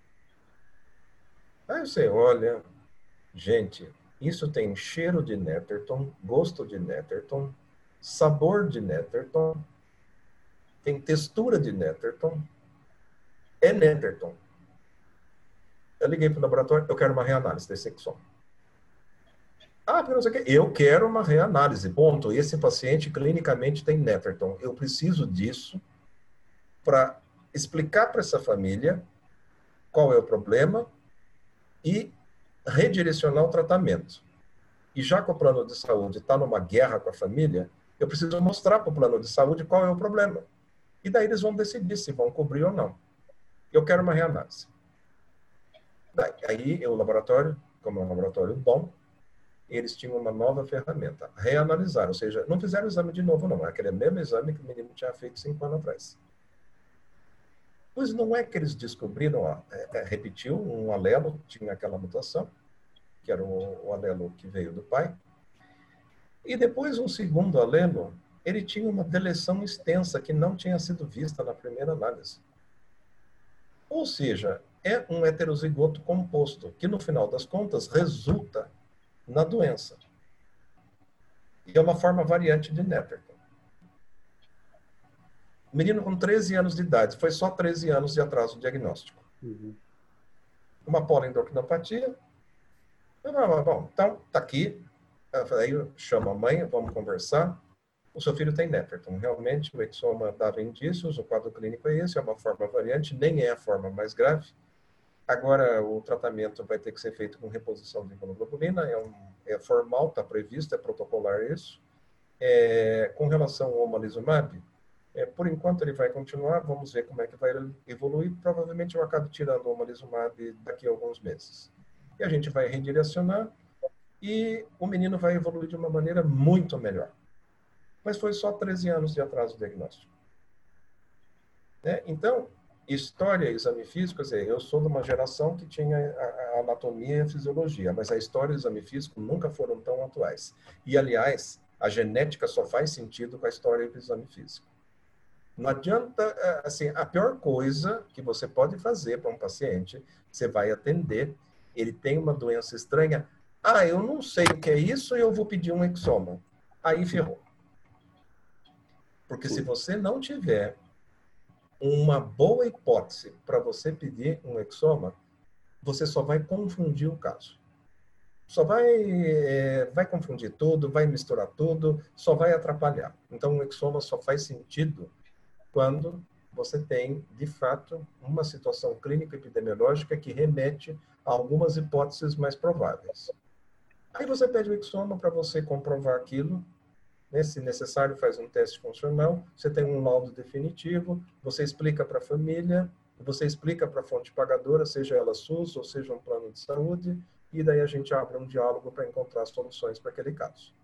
Aí você olha, gente, isso tem cheiro de Netherton, gosto de Netherton, sabor de Netterton, tem textura de Netterton, é Netterton. Eu liguei para o laboratório, eu quero uma reanálise desse exoma. Ah, porque não sei o quê. Eu quero uma reanálise, ponto. Esse paciente clinicamente tem Netterton. Eu preciso disso para explicar para essa família qual é o problema e redirecionar o tratamento. E já que o plano de saúde está numa guerra com a família, eu preciso mostrar para o plano de saúde qual é o problema. E daí eles vão decidir se vão cobrir ou não. Eu quero uma reanálise. Daí, aí o laboratório, como é um laboratório bom, eles tinham uma nova ferramenta, reanalisar, ou seja, não fizeram o exame de novo, não, é aquele mesmo exame que o menino tinha feito cinco anos atrás. Pois não é que eles descobriram, ó, é, é, repetiu, um alelo tinha aquela mutação, que era o, o alelo que veio do pai, e depois um segundo alelo, ele tinha uma deleção extensa que não tinha sido vista na primeira análise. Ou seja, é um heterozigoto composto, que no final das contas resulta na doença. E é uma forma variante de Netterton. Menino com treze anos de idade, foi só treze anos de atraso diagnóstico. Uhum. Uma poliendocrinopatia. Bom, então, tá aqui. Aí eu chamo a mãe, vamos conversar. O seu filho tem Netterton. Realmente, o exoma dava indícios, o quadro clínico é esse, é uma forma variante, nem é a forma mais grave. Agora, o tratamento vai ter que ser feito com reposição de imunoglobulina, é, um, é formal, está previsto, é protocolar isso. É, com relação ao omalizumab, é, por enquanto ele vai continuar, vamos ver como é que vai evoluir. Provavelmente eu acabo tirando o omalizumab daqui a alguns meses. E a gente vai redirecionar e o menino vai evoluir de uma maneira muito melhor. Mas foi só treze anos de atraso diagnóstico. Né? Então, história e exame físico, quer dizer, eu sou de uma geração que tinha a, a anatomia e a fisiologia, mas a história e o exame físico nunca foram tão atuais. E, aliás, a genética só faz sentido com a história e o exame físico. Não adianta, assim, a pior coisa que você pode fazer para um paciente, você vai atender, ele tem uma doença estranha, ah, eu não sei o que é isso e eu vou pedir um exoma. Aí ferrou. Porque se você não tiver uma boa hipótese para você pedir um exoma, você só vai confundir o caso. Só vai, é, vai confundir tudo, vai misturar tudo, só vai atrapalhar. Então, o exoma só faz sentido quando você tem, de fato, uma situação clínica epidemiológica que remete a algumas hipóteses mais prováveis. Aí você pede o exoma para você comprovar aquilo, né? Se necessário, faz um teste funcional, você tem um laudo definitivo, você explica para a família, você explica para a fonte pagadora, seja ela SUS ou seja um plano de saúde, e daí a gente abre um diálogo para encontrar soluções para aquele caso.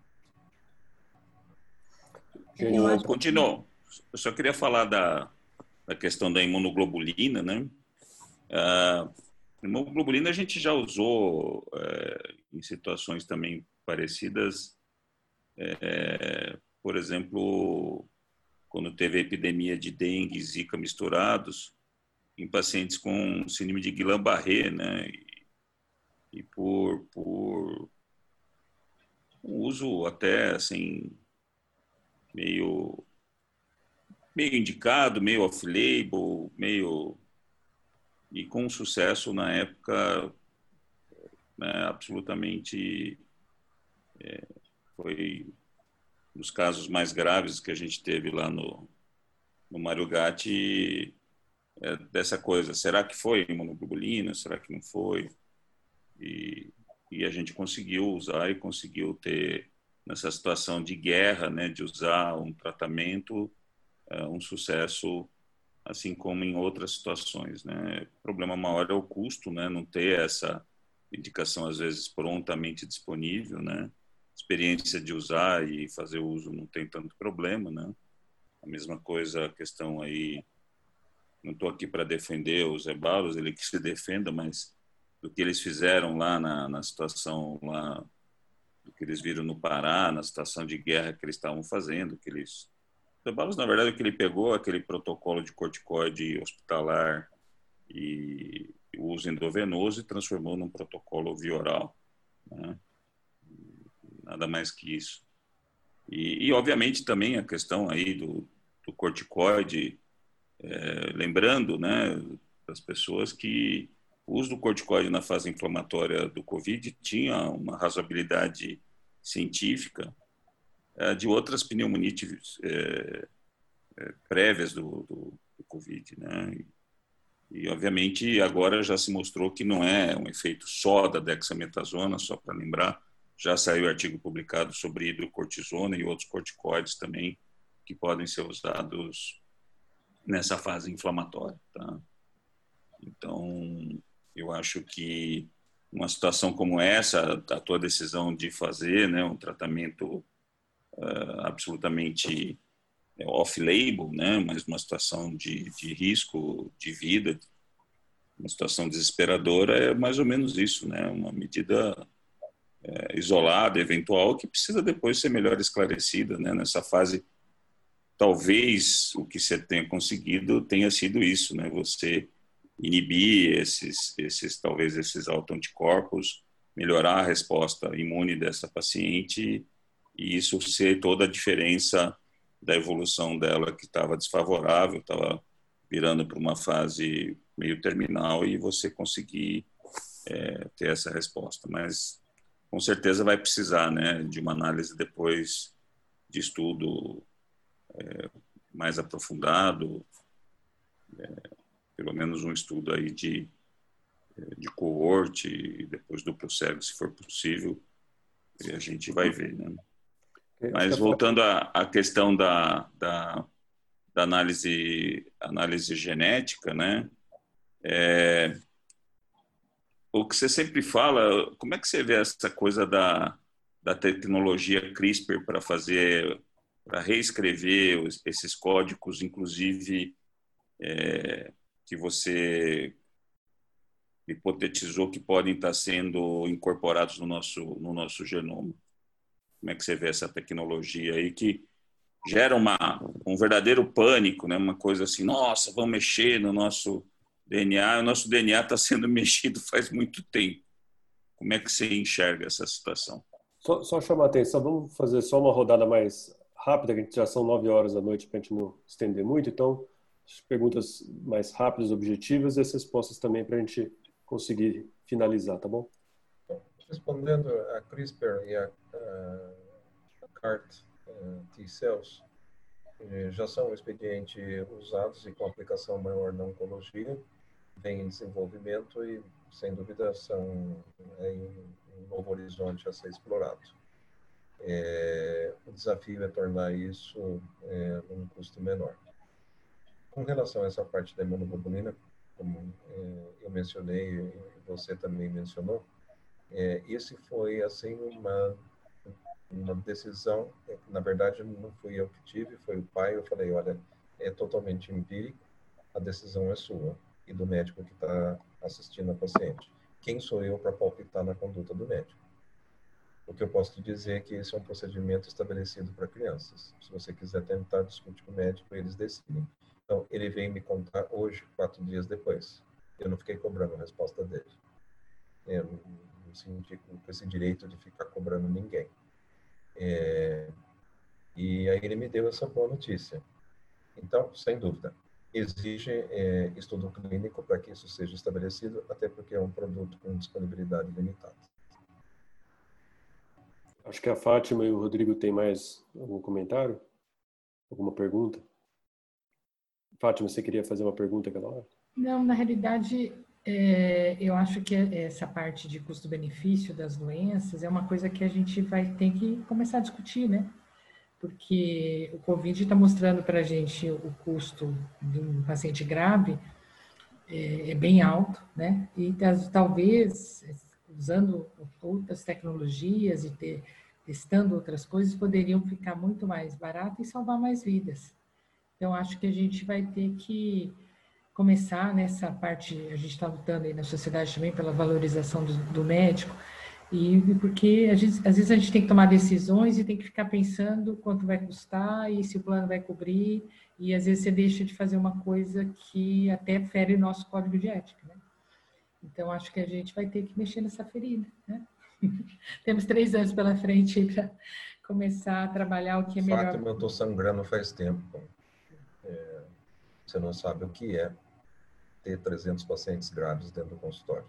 Eu continuo. Eu só queria falar da, da questão da imunoglobulina, né? A imunoglobulina a gente já usou é, em situações também parecidas. É, por exemplo, quando teve a epidemia de dengue e zika misturados, em pacientes com síndrome de Guillain-Barré, né? E, e por, por um uso até assim meio meio indicado, meio off-label, meio e com sucesso na época, né, absolutamente é, foi um dos casos mais graves que a gente teve lá no, no Mário Gatti, é, dessa coisa, será que foi imunoglobulina, será que não foi? E, e a gente conseguiu usar e conseguiu ter, nessa situação de guerra, né, de usar um tratamento, é, um sucesso, assim como em outras situações, né? O problema maior é o custo, né? Não ter essa indicação, às vezes, prontamente disponível, né? Experiência de usar e fazer uso não tem tanto problema, né? A mesma coisa, a questão aí, não estou aqui para defender os ebalos, ele que se defenda, mas do que eles fizeram lá na, na situação, lá, do que eles viram no Pará, na situação de guerra que eles estavam fazendo, que eles... Os ebalos, na verdade, o que ele pegou, aquele protocolo de corticoide hospitalar e o uso endovenoso e transformou num protocolo via oral, né? Nada mais que isso. E, e obviamente, também a questão aí do, do corticoide, é, lembrando, né, das pessoas que o uso do corticoide na fase inflamatória do Covid tinha uma razoabilidade científica é, de outras pneumonites é, é, prévias do, do, do Covid, né? E, e, obviamente, agora já se mostrou que não é um efeito só da dexametasona, só para lembrar, já saiu artigo publicado sobre hidrocortisona e outros corticoides também que podem ser usados nessa fase inflamatória, tá? Então, eu acho que uma situação como essa, a tua decisão de fazer, né, um tratamento uh, absolutamente off-label, né, mas uma situação de, de risco de vida, uma situação desesperadora, é mais ou menos isso, né, uma medida é, isolada, eventual, que precisa depois ser melhor esclarecida, né, nessa fase. Talvez o que você tenha conseguido tenha sido isso, né, você inibir esses, esses talvez esses autoanticorpos, melhorar a resposta imune dessa paciente e isso ser toda a diferença da evolução dela que estava desfavorável, estava virando para uma fase meio terminal e você conseguir é, ter essa resposta. Mas com certeza vai precisar, né, de uma análise depois de estudo é, mais aprofundado, é, pelo menos um estudo aí de, de cohort e depois duplo cego, se for possível, e a gente vai ver, né? Mas voltando à, à questão da, da, da análise, análise genética, né? É, o que você sempre fala, como é que você vê essa coisa da, da tecnologia CRISPR para fazer, para reescrever esses códigos, inclusive é, que você hipotetizou que podem estar sendo incorporados no nosso, no nosso genoma? Como é que você vê essa tecnologia aí que gera uma, um verdadeiro pânico, né? Uma coisa assim, nossa, vamos mexer no nosso D N A, o nosso D N A está sendo mexido faz muito tempo. Como é que você enxerga essa situação? Só, só chamar a atenção, vamos fazer só uma rodada mais rápida, que já são nove horas da noite para a gente não estender muito, então perguntas mais rápidas, objetivas e as respostas também para a gente conseguir finalizar, tá bom? Respondendo a CRISPR e a, a, a C A R T uh, T-cells, já são expediente usados e com aplicação maior na oncologia, vem em desenvolvimento e, sem dúvida, são é, um novo horizonte a ser explorado. É, o desafio é tornar isso é, um custo menor. Com relação a essa parte da imunoglobulina, como é, eu mencionei e você também mencionou, é, esse foi assim uma uma decisão, na verdade não fui eu que tive, foi o pai. Eu falei, olha, é totalmente empírico, a decisão é sua e do médico que está assistindo a paciente. Quem sou eu para palpitar na conduta do médico? O que eu posso te dizer é que esse é um procedimento estabelecido para crianças. Se você quiser tentar, discute com o médico, eles decidem. Então, ele veio me contar hoje, quatro dias depois. Eu não fiquei cobrando a resposta dele. Eu não, não senti com esse direito de ficar cobrando ninguém. É, e aí ele me deu essa boa notícia. Então, sem dúvida, exige é, estudo clínico para que isso seja estabelecido, até porque é um produto com disponibilidade limitada. Acho que a Fátima e o Rodrigo têm mais algum comentário? Alguma pergunta? Fátima, você queria fazer uma pergunta aquela hora? Não, na realidade, é, eu acho que essa parte de custo-benefício das doenças é uma coisa que a gente vai ter que começar a discutir, né? Porque o Covid está mostrando para a gente o custo de um paciente grave é, é bem alto, né? E talvez, usando outras tecnologias e ter, testando outras coisas, poderiam ficar muito mais barato e salvar mais vidas. Então, acho que a gente vai ter que começar nessa parte, a gente está lutando aí na sociedade também pela valorização do, do médico, e porque às vezes, às vezes a gente tem que tomar decisões e tem que ficar pensando quanto vai custar e se o plano vai cobrir, e às vezes você deixa de fazer uma coisa que até fere o nosso código de ética, né? Então, acho que a gente vai ter que mexer nessa ferida, né? Temos três anos pela frente para começar a trabalhar o que é melhor. Fátima, eu estou sangrando faz tempo. É, você não sabe o que é ter trezentos pacientes graves dentro do consultório.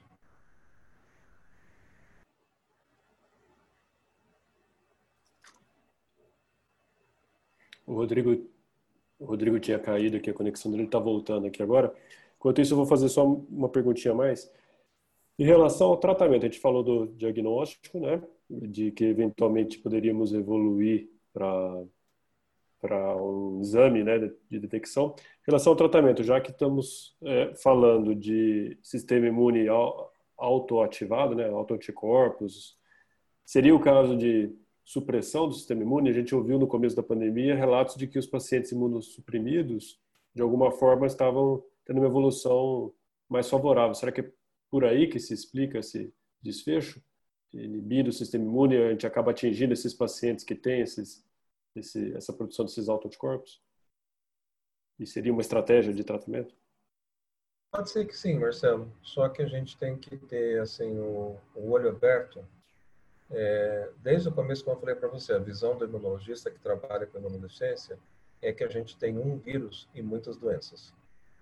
O Rodrigo, o Rodrigo tinha caído aqui, a conexão dele está voltando aqui agora. Enquanto isso, eu vou fazer só uma perguntinha a mais. Em relação ao tratamento, a gente falou do diagnóstico, né? De que eventualmente poderíamos evoluir para para um exame, né, de detecção. Em relação ao tratamento, já que estamos é, falando de sistema imune autoativado, né, autoanticorpos, seria o caso de supressão do sistema imune? A gente ouviu no começo da pandemia relatos de que os pacientes imunossuprimidos, de alguma forma, estavam tendo uma evolução mais favorável. Será que é por aí que se explica esse desfecho? Inibindo o sistema imune, a gente acaba atingindo esses pacientes que têm esses Esse, essa produção desses autoanticorpos? E seria uma estratégia de tratamento? Pode ser que sim, Marcelo. Só que a gente tem que ter assim o, o olho aberto. É, desde o começo, como eu falei para você, a visão do imunologista que trabalha com imunodeficiência é que a gente tem um vírus e muitas doenças.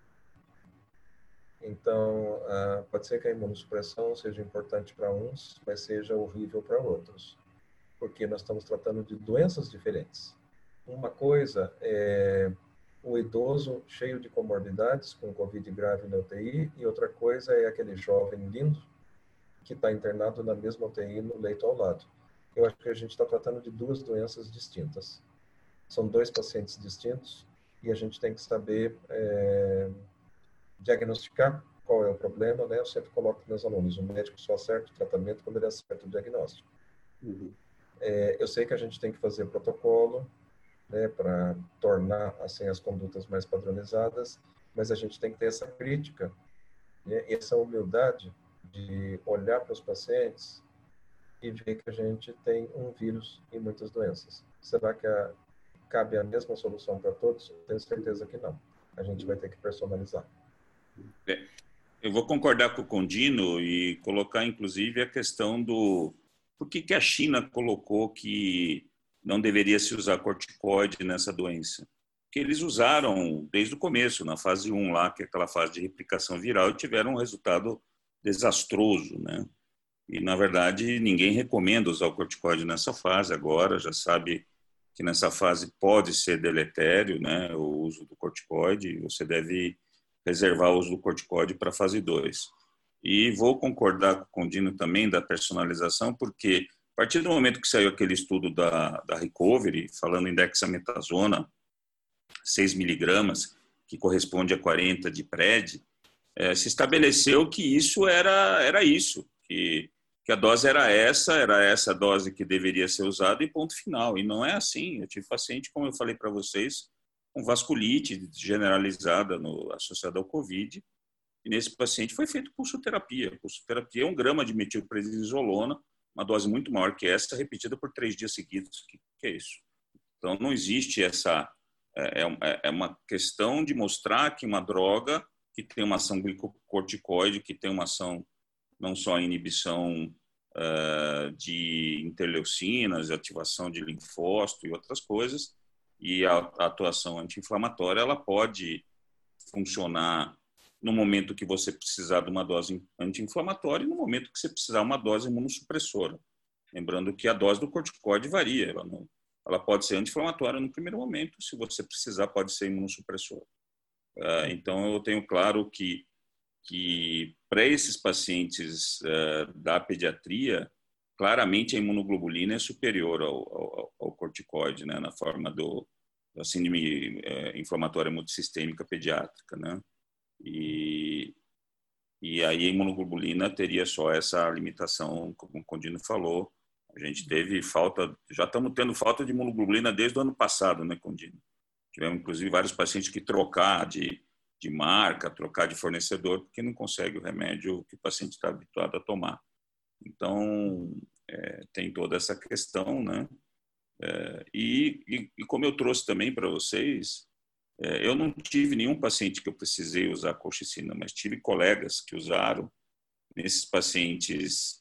Então, ah, pode ser que a imunossupressão seja importante para uns, mas seja horrível para outros. Porque nós estamos tratando de doenças diferentes. Uma coisa é o idoso cheio de comorbidades, com Covid grave na U T I, e outra coisa é aquele jovem lindo que está internado na mesma U T I no leito ao lado. Eu acho que a gente está tratando de duas doenças distintas. São dois pacientes distintos e a gente tem que saber é, diagnosticar qual é o problema, né? Eu sempre coloco para meus alunos, o médico só acerta o tratamento quando ele acerta o diagnóstico. Uhum. É, eu sei que a gente tem que fazer protocolo, né, para tornar assim as condutas mais padronizadas, mas a gente tem que ter essa crítica, né, essa humildade de olhar para os pacientes e ver que a gente tem um vírus e muitas doenças. Será que a, cabe a mesma solução para todos? Tenho certeza que não. A gente vai ter que personalizar. É, eu vou concordar com o Condino e colocar, inclusive, a questão do por que que a China colocou que não deveria se usar corticoide nessa doença. Porque eles usaram desde o começo, na fase um lá, que é aquela fase de replicação viral, e tiveram um resultado desastroso, né? E, na verdade, ninguém recomenda usar o corticoide nessa fase agora, já sabe que nessa fase pode ser deletério, né, o uso do corticoide, você deve reservar o uso do corticoide para a fase dois. E vou concordar com o Condino também da personalização, porque a partir do momento que saiu aquele estudo da, da Recovery, falando em dexametasona, seis miligramas, que corresponde a quarenta de P R E D, é, se estabeleceu que isso era, era isso, que, que a dose era essa, era essa a dose que deveria ser usada e ponto final. E não é assim. Eu tive paciente, como eu falei para vocês, com vasculite generalizada no, associada ao Covid, e nesse paciente foi feito pulsoterapia. Pulsoterapia é um grama de metilprednisolona, uma dose muito maior que essa, repetida por três dias seguidos. O que, que é isso? Então, não existe essa... É, é uma questão de mostrar que uma droga que tem uma ação glicocorticoide, que tem uma ação não só a inibição uh, de interleucinas, ativação de linfócito e outras coisas, e a, a atuação anti-inflamatória, ela pode funcionar no momento que você precisar de uma dose anti-inflamatória e no momento que você precisar de uma dose imunossupressora. Lembrando que a dose do corticoide varia, ela, não, ela pode ser anti-inflamatória no primeiro momento, se você precisar pode ser imunossupressora. Uh, então, eu tenho claro que, que para esses pacientes uh, da pediatria, claramente a imunoglobulina é superior ao, ao, ao corticoide, né, na forma do, da síndrome uh, inflamatória multissistêmica pediátrica, né? E, e aí a imunoglobulina teria só essa limitação, como o Condino falou. A gente teve falta, já estamos tendo falta de imunoglobulina desde o ano passado, né, Condino? Tivemos, inclusive, vários pacientes que trocar de, de marca, trocar de fornecedor, porque não consegue o remédio que o paciente está habituado a tomar. Então, é, tem toda essa questão, né? É, e, e, e como eu trouxe também para vocês, é, eu não tive nenhum paciente que eu precisei usar colchicina, mas tive colegas que usaram. Nesses pacientes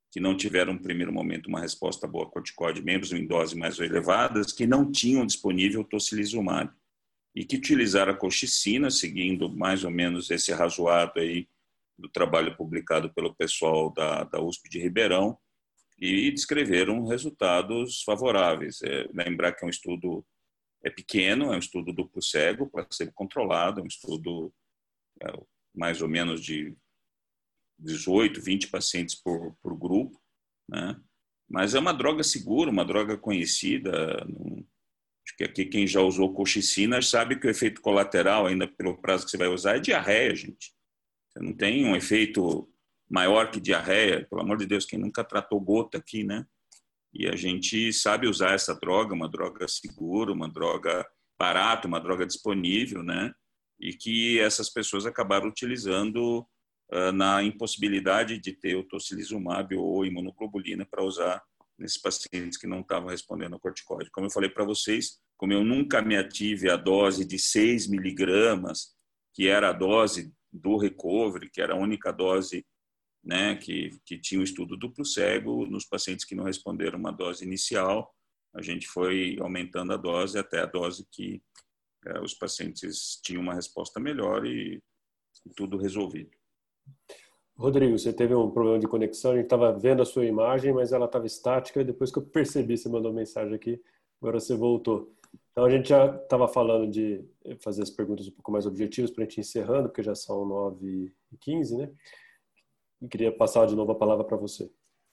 que não tiveram, no primeiro momento, uma resposta boa a corticoide, mesmo em doses mais elevadas, que não tinham disponível tocilizumab e que utilizaram a colchicina, seguindo mais ou menos esse razoado aí do trabalho publicado pelo pessoal da, da U S P de Ribeirão, e descreveram resultados favoráveis. É, lembrar que é um estudo é pequeno, é um estudo duplo cego, placebo controlado, é um estudo é, mais ou menos de dezoito, vinte pacientes por, por grupo, né? Mas é uma droga segura, uma droga conhecida. Não, acho que aqui quem já usou colchicina sabe que o efeito colateral, ainda pelo prazo que você vai usar, é diarreia, gente. Você não tem um efeito maior que diarreia, pelo amor de Deus, quem nunca tratou gota aqui, né? E a gente sabe usar essa droga, uma droga segura, uma droga barata, uma droga disponível, né? E que essas pessoas acabaram utilizando uh, na impossibilidade de ter o tocilizumab ou imunoglobulina para usar nesses pacientes que não estavam respondendo ao corticoide. Como eu falei para vocês, como eu nunca me ative a dose de seis miligramas, que era a dose do recovery, que era a única dose, né, que, que tinha um estudo duplo cego, nos pacientes que não responderam uma dose inicial, a gente foi aumentando a dose até a dose que é, os pacientes tinham uma resposta melhor e tudo resolvido. Rodrigo, você teve um problema de conexão, a gente estava vendo a sua imagem, mas ela estava estática, e depois que eu percebi, você mandou mensagem aqui, agora você voltou. Então a gente já estava falando de fazer as perguntas um pouco mais objetivas para a gente ir encerrando, porque já são nove e quinze, né? E queria passar de novo a palavra para você.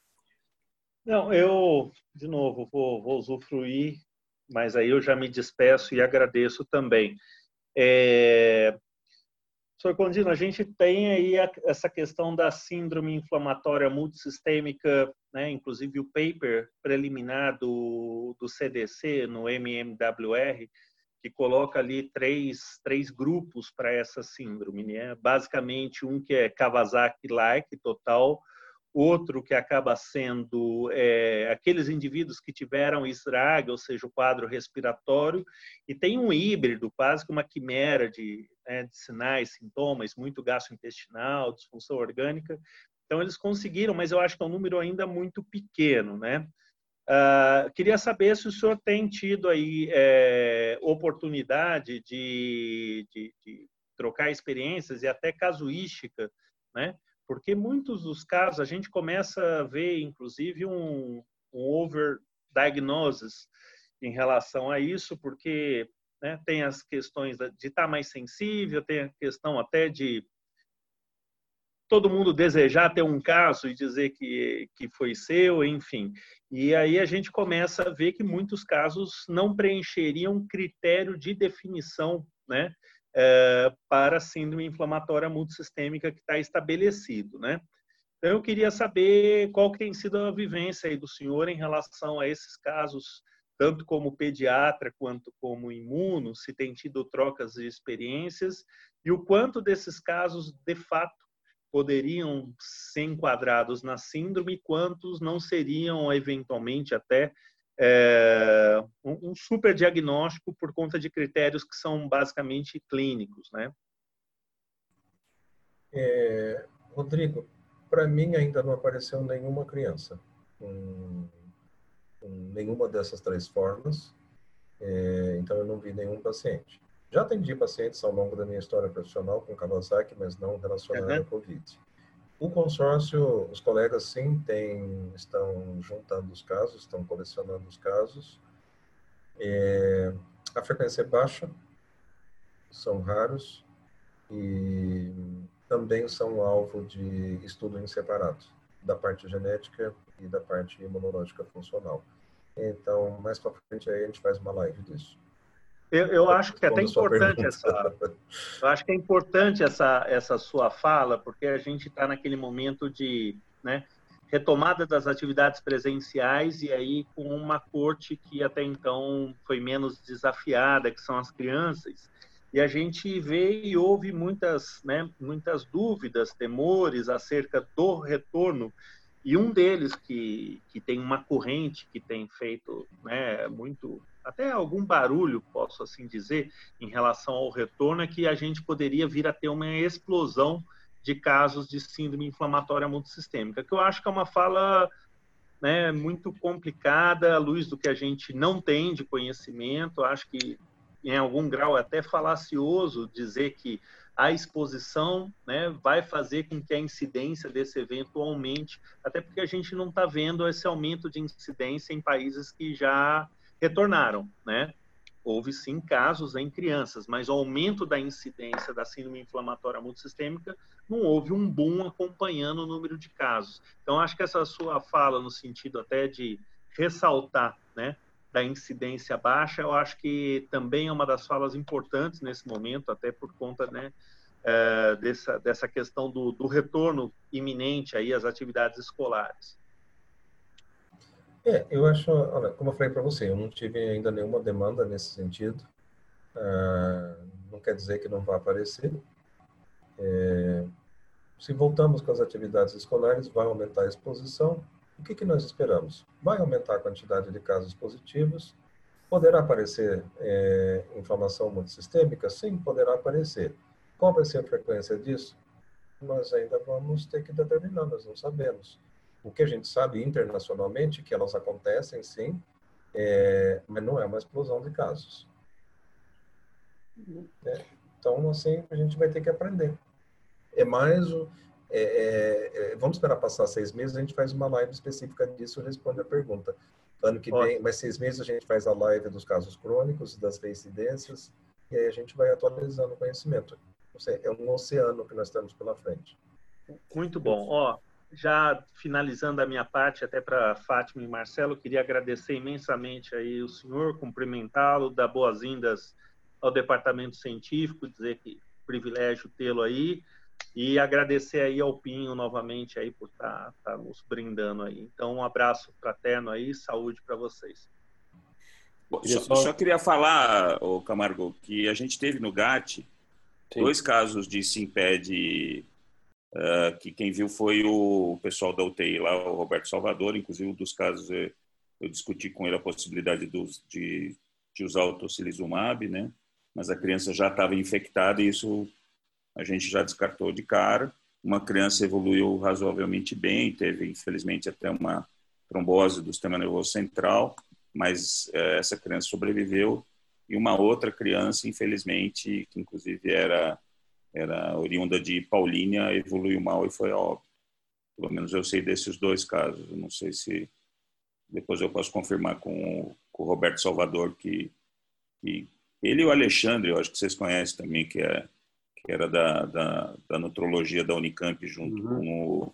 Não, eu, de novo, vou, vou usufruir, mas aí eu já me despeço e agradeço também. É... Senhor Condino, a gente tem aí a, essa questão da síndrome inflamatória multissistêmica, né? Inclusive o paper preliminar do, do C D C no M M W R, que coloca ali três, três grupos para essa síndrome, né? Basicamente, um que é Kawasaki-like total, outro que acaba sendo é, aqueles indivíduos que tiveram I S R A G, ou seja, o quadro respiratório, e tem um híbrido, quase que uma quimera de, né, de sinais, sintomas, muito gastrointestinal, disfunção orgânica. Então, eles conseguiram, mas eu acho que é um número ainda muito pequeno, né? Uh, queria saber se o senhor tem tido aí é, oportunidade de, de, de trocar experiências e até casuística, né? Porque muitos dos casos a gente começa a ver, inclusive, um, um overdiagnosis em relação a isso, porque, né, tem as questões de estar mais sensível, tem a questão até de todo mundo desejar ter um caso e dizer que, que foi seu, enfim. E aí a gente começa a ver que muitos casos não preencheriam critério de definição, né, é, para a síndrome inflamatória multissistêmica que está estabelecido, né? Então, eu queria saber qual que tem sido a vivência aí do senhor em relação a esses casos, tanto como pediatra quanto como imuno, se tem tido trocas de experiências e o quanto desses casos, de fato, poderiam ser enquadrados na síndrome e quantos não seriam, eventualmente, até é, um, um superdiagnóstico por conta de critérios que são basicamente clínicos, né? É, Rodrigo, para mim ainda não apareceu nenhuma criança com, com nenhuma dessas três formas, é, então eu não vi nenhum paciente. Já atendi pacientes ao longo da minha história profissional com Kawasaki, mas não relacionado uhum. à Covid. O consórcio, os colegas sim tem, estão juntando os casos, estão colecionando os casos. É, a frequência é baixa, são raros e também são alvo de estudo em separado, da parte genética e da parte imunológica funcional. Então, mais para frente aí a gente faz uma live disso. Eu, eu acho que é até importante essa, eu acho que é importante essa, essa sua fala, porque a gente está naquele momento de, né, retomada das atividades presenciais e aí com uma corte que até então foi menos desafiada, que são as crianças, e a gente vê e ouve muitas, né, muitas dúvidas, temores acerca do retorno, e um deles que, que tem uma corrente que tem feito, né, muito, até algum barulho, posso assim dizer, em relação ao retorno, é que a gente poderia vir a ter uma explosão de casos de síndrome inflamatória multissistêmica, que eu acho que é uma fala, né, muito complicada, à luz do que a gente não tem de conhecimento. Acho que, em algum grau, é até falacioso dizer que a exposição, né, vai fazer com que a incidência desse evento aumente, até porque a gente não está vendo esse aumento de incidência em países que já retornaram, né? Houve sim casos em crianças, mas o aumento da incidência da síndrome inflamatória multissistêmica não houve um boom acompanhando o número de casos. Então, acho que essa sua fala, no sentido até de ressaltar, né, da incidência baixa, eu acho que também é uma das falas importantes nesse momento, até por conta, né, é, dessa, dessa questão do, do retorno iminente aí às atividades escolares. É, eu acho, olha, como eu falei para você, eu não tive ainda nenhuma demanda nesse sentido. Ah, não quer dizer que não vai aparecer. É, se voltamos com as atividades escolares, vai aumentar a exposição. O que, que nós esperamos? Vai aumentar a quantidade de casos positivos. Poderá aparecer é, inflamação multissistêmica? Sim, poderá aparecer. Qual vai ser a frequência disso? Nós ainda vamos ter que determinar, nós não sabemos. O que a gente sabe internacionalmente, que elas acontecem, sim, é, mas não é uma explosão de casos. É, então, assim, a gente vai ter que aprender. É mais o... É, é, é, vamos esperar passar seis meses, a gente faz uma live específica disso e responde a pergunta. Ano que vem, mais seis meses, a gente faz a live dos casos crônicos, das reincidências, e aí a gente vai atualizando o conhecimento. É um oceano que nós temos pela frente. Muito bom. Ó, já finalizando a minha parte, até para Fátima e Marcelo, queria agradecer imensamente aí o senhor, cumprimentá-lo, dar boas-vindas ao departamento científico, dizer que privilégio tê-lo aí, e agradecer aí ao Pinho novamente aí por estar tá, tá nos brindando aí. Então, um abraço fraterno aí, saúde para vocês. Bom, só, só queria falar, ô Camargo, que a gente teve no G A T Sim. dois casos de Simped, uh, que quem viu foi o pessoal da U T I lá, o Roberto Salvador. Inclusive, um dos casos eu, eu discuti com ele a possibilidade dos, de, de usar o tocilizumab, né? Mas a criança já estava infectada e isso a gente já descartou de cara. Uma criança evoluiu razoavelmente bem, teve, infelizmente, até uma trombose do sistema nervoso central, mas eh, essa criança sobreviveu. E uma outra criança, infelizmente, que inclusive era, era oriunda de Paulínia, evoluiu mal e foi a óbito. Pelo menos eu sei desses dois casos. Eu não sei se depois eu posso confirmar com o, com o Roberto Salvador, que, que ele e o Alexandre, eu acho que vocês conhecem também, que, é, que era da, da, da nutrologia da Unicamp, junto uhum. com o...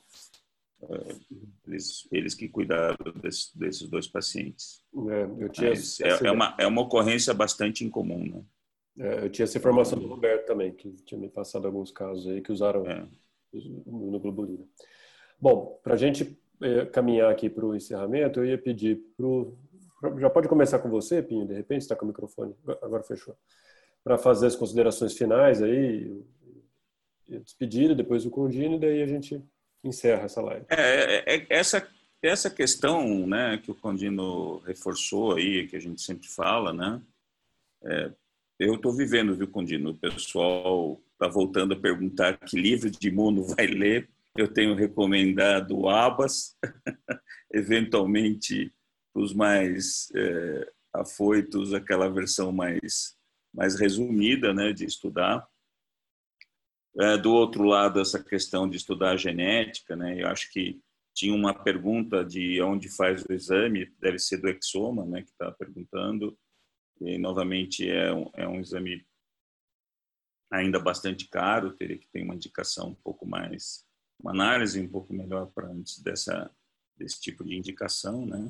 Eles, eles que cuidaram desse, desses dois pacientes. É, eu tinha é, é, uma, é uma ocorrência bastante incomum, né? É, eu tinha essa informação do Roberto também, que tinha me passado alguns casos aí que usaram é. imunoglobulina. Bom, para a gente é, caminhar aqui para o encerramento, eu ia pedir para o... Já pode começar com você, Pinho, de repente, está com o microfone, agora fechou. Para fazer as considerações finais aí, despedida, depois o Condino, e daí a gente encerra essa live. É, é, essa, essa questão, né, que o Condino reforçou aí, que a gente sempre fala, né, é, eu estou vivendo, viu, Condino? O pessoal está voltando a perguntar que livro de imuno vai ler. Eu tenho recomendado o Abas, eventualmente os mais é, afoitos, aquela versão mais, mais resumida, né, de estudar. É, do outro lado, essa questão de estudar a genética, né? Eu acho que tinha uma pergunta de onde faz o exame, deve ser do Exoma, né, que está perguntando. E, novamente, é um, é um exame ainda bastante caro, teria que ter uma indicação um pouco mais, uma análise um pouco melhor para antes dessa, desse tipo de indicação, né?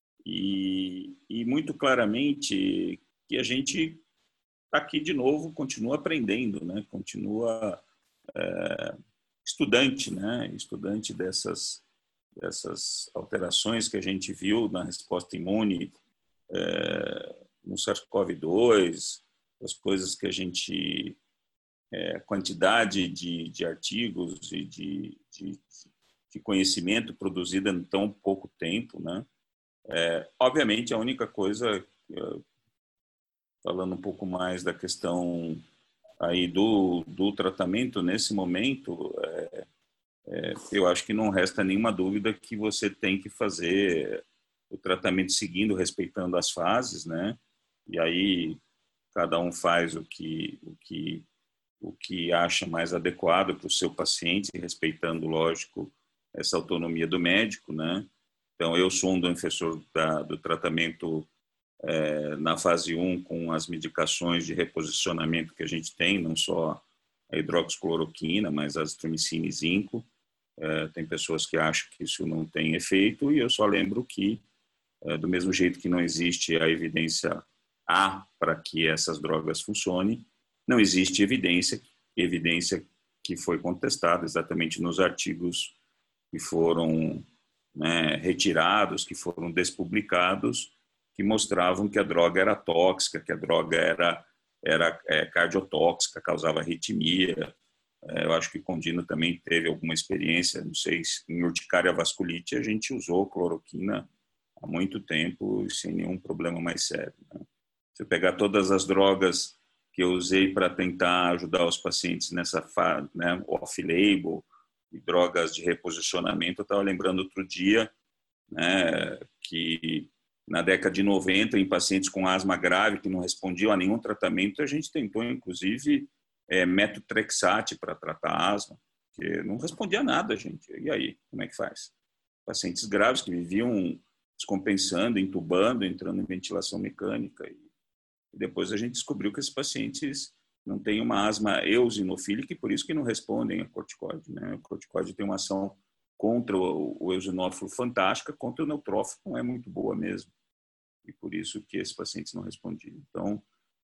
E, e muito claramente que a gente aqui, de novo, continua aprendendo, né? Continua é, estudante, né? Estudante dessas, dessas alterações que a gente viu na resposta imune é, no SARS-CoV dois, as coisas que a gente... É, quantidade de, de artigos e de, de, de conhecimento produzido em tão pouco tempo, né? É, obviamente, a única coisa... Falando um pouco mais da questão aí do, do tratamento nesse momento, é, é, eu acho que não resta nenhuma dúvida que você tem que fazer o tratamento seguindo, respeitando as fases, né? E aí cada um faz o que, o que, o que acha mais adequado para o seu paciente, respeitando, lógico, essa autonomia do médico, né? Então, eu sou um defensor da, do tratamento é, na fase um com as medicações de reposicionamento que a gente tem, não só a hidroxicloroquina, mas a azitromicina e zinco. É, tem pessoas que acham que isso não tem efeito, e eu só lembro que, é, do mesmo jeito que não existe a evidência A para que essas drogas funcionem, não existe evidência, evidência que foi contestada exatamente nos artigos que foram, né, retirados, que foram despublicados, que mostravam que a droga era tóxica, que a droga era, era é, cardiotóxica, causava arritmia. É, eu acho que Condino também teve alguma experiência, não sei, em urticária vasculite, a gente usou cloroquina há muito tempo sem nenhum problema mais sério, né? Se eu pegar todas as drogas que eu usei para tentar ajudar os pacientes nessa fase, né, off-label, e drogas de reposicionamento, eu estava lembrando outro dia, né, que na década de noventa, em pacientes com asma grave que não respondiam a nenhum tratamento, a gente tentou, inclusive, é, metotrexate para tratar a asma, que não respondia a nada, gente. E aí, como é que faz? Pacientes graves que viviam descompensando, entubando, entrando em ventilação mecânica. E depois a gente descobriu que esses pacientes não têm uma asma eosinofílica e por isso que não respondem a corticoide, né? O corticoide tem uma ação contra o eosinófilo fantástica, contra o neutrófilo não é muito boa mesmo. E por isso que esses pacientes não respondiam. Então,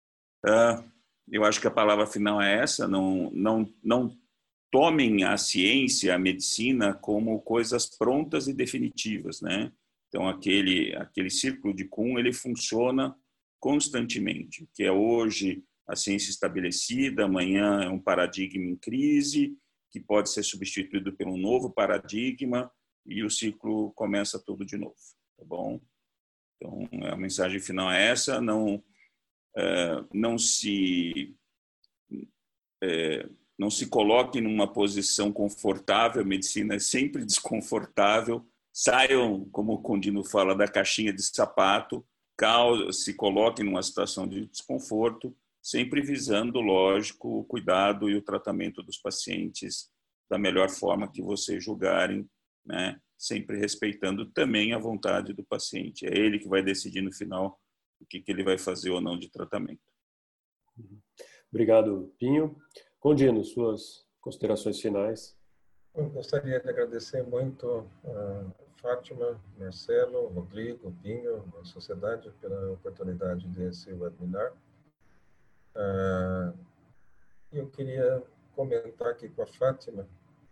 uh, eu acho que a palavra final é essa, não, não, não tomem a ciência, a medicina como coisas prontas e definitivas, né? Então, aquele, aquele círculo de Kuhn, ele funciona constantemente, que é hoje a ciência estabelecida, amanhã é um paradigma em crise, que pode ser substituído por um novo paradigma, e o ciclo começa tudo de novo, tá bom? Então, a mensagem final é essa, não, é, não se... É, não se coloquem numa posição confortável, a medicina é sempre desconfortável, saiam, como o Condino fala, da caixinha de sapato, se coloquem numa situação de desconforto, sempre visando, lógico, o cuidado e o tratamento dos pacientes da melhor forma que vocês julgarem, né? Sempre respeitando também a vontade do paciente. É ele que vai decidir no final o que, que ele vai fazer ou não de tratamento. Obrigado, Pinho. Condino, suas considerações finais. Eu gostaria de agradecer muito a Fátima, Marcelo, Rodrigo, Pinho, a sociedade pela oportunidade desse webinar. Eu queria comentar aqui com a Fátima,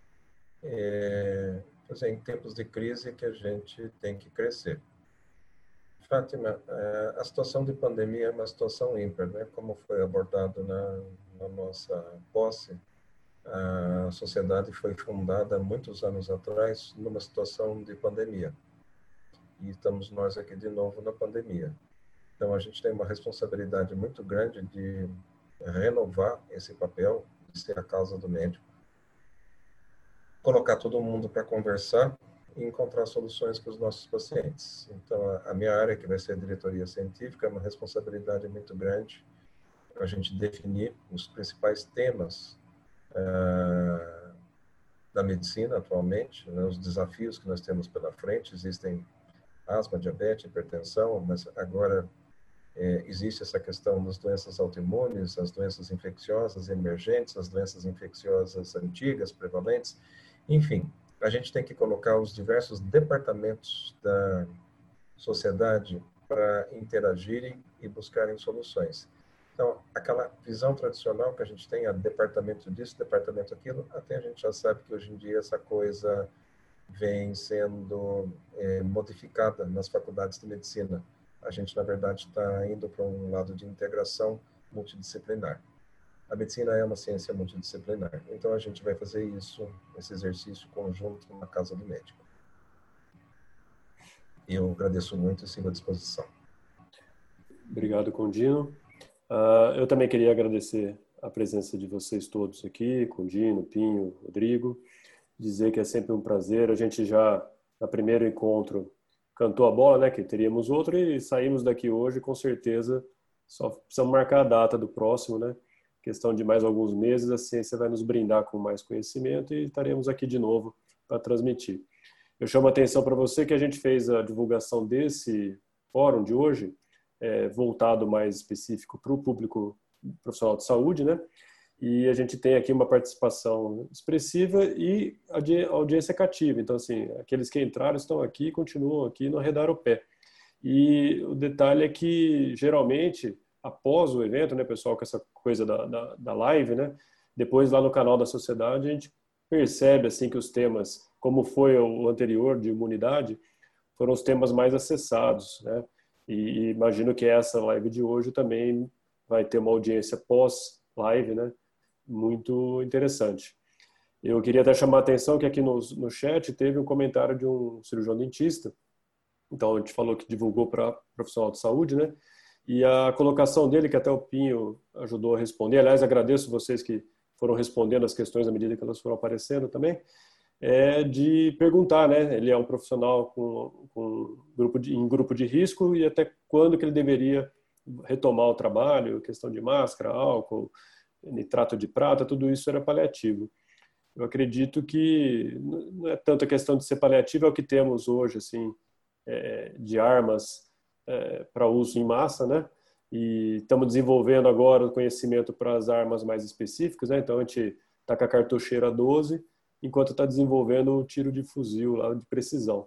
é, fazer em tempos de crise que a gente tem que crescer. Fátima, a situação de pandemia é uma situação ímpar, né? Como foi abordado na, na nossa posse, a sociedade foi fundada muitos anos atrás numa situação de pandemia. E estamos nós aqui de novo na pandemia. Então, a gente tem uma responsabilidade muito grande de renovar esse papel, de ser a causa do médico, colocar todo mundo para conversar e encontrar soluções para os nossos pacientes. Então, a minha área, que vai ser a diretoria científica, é uma responsabilidade muito grande para a gente definir os principais temas uh, da medicina atualmente, né, os desafios que nós temos pela frente. Existem asma, diabetes, hipertensão, mas agora é, existe essa questão das doenças autoimunes, as doenças infecciosas emergentes, as doenças infecciosas antigas, prevalentes, enfim. A gente tem que colocar os diversos departamentos da sociedade para interagirem e buscarem soluções. Então, aquela visão tradicional que a gente tem, a departamento disso, departamento aquilo, até a gente já sabe que hoje em dia essa coisa vem sendo é, modificada nas faculdades de medicina. A gente, na verdade, está indo para um lado de integração multidisciplinar. A medicina é uma ciência multidisciplinar. Então, a gente vai fazer isso, esse exercício conjunto na casa do médico. Eu agradeço muito e sigo à disposição. Obrigado, Condino. Uh, eu também queria agradecer a presença de vocês todos aqui, Condino, Pinho, Rodrigo, dizer que é sempre um prazer. A gente já, no primeiro encontro, cantou a bola, né, que teríamos outro, e saímos daqui hoje, com certeza, só precisamos marcar a data do próximo, né? Questão de mais alguns meses, a ciência vai nos brindar com mais conhecimento e estaremos aqui de novo para transmitir. Eu chamo a atenção para você que a gente fez a divulgação desse fórum de hoje, é, voltado mais específico para o público profissional de saúde, né? E a gente tem aqui uma participação expressiva e audiência cativa. Então, assim, aqueles que entraram estão aqui e continuam aqui, não arredaram o pé. E o detalhe é que, geralmente, após o evento, né, pessoal, com essa coisa da, da, da live, né, depois lá no canal da sociedade, a gente percebe, assim, que os temas, como foi o anterior de imunidade, foram os temas mais acessados, né? E, e imagino que essa live de hoje também vai ter uma audiência pós-live, né? Muito interessante. Eu queria até chamar a atenção que aqui no, no chat teve um comentário de um cirurgião dentista. Então, a gente falou que divulgou para profissional de saúde, né? E a colocação dele, que até o Pinho ajudou a responder, aliás, agradeço vocês que foram respondendo as questões à medida que elas foram aparecendo também, é de perguntar, né? Ele é um profissional com, com grupo de, em grupo de risco e até quando que ele deveria retomar o trabalho, questão de máscara, álcool, nitrato de prata, tudo isso era paliativo. Eu acredito que não é tanto a questão de ser paliativo, é o que temos hoje, assim, é, de armas é, para uso em massa, né? E estamos desenvolvendo agora o conhecimento para as armas mais específicas, né? Então a gente está com a cartucheira doze, enquanto está desenvolvendo o tiro de fuzil lá de precisão.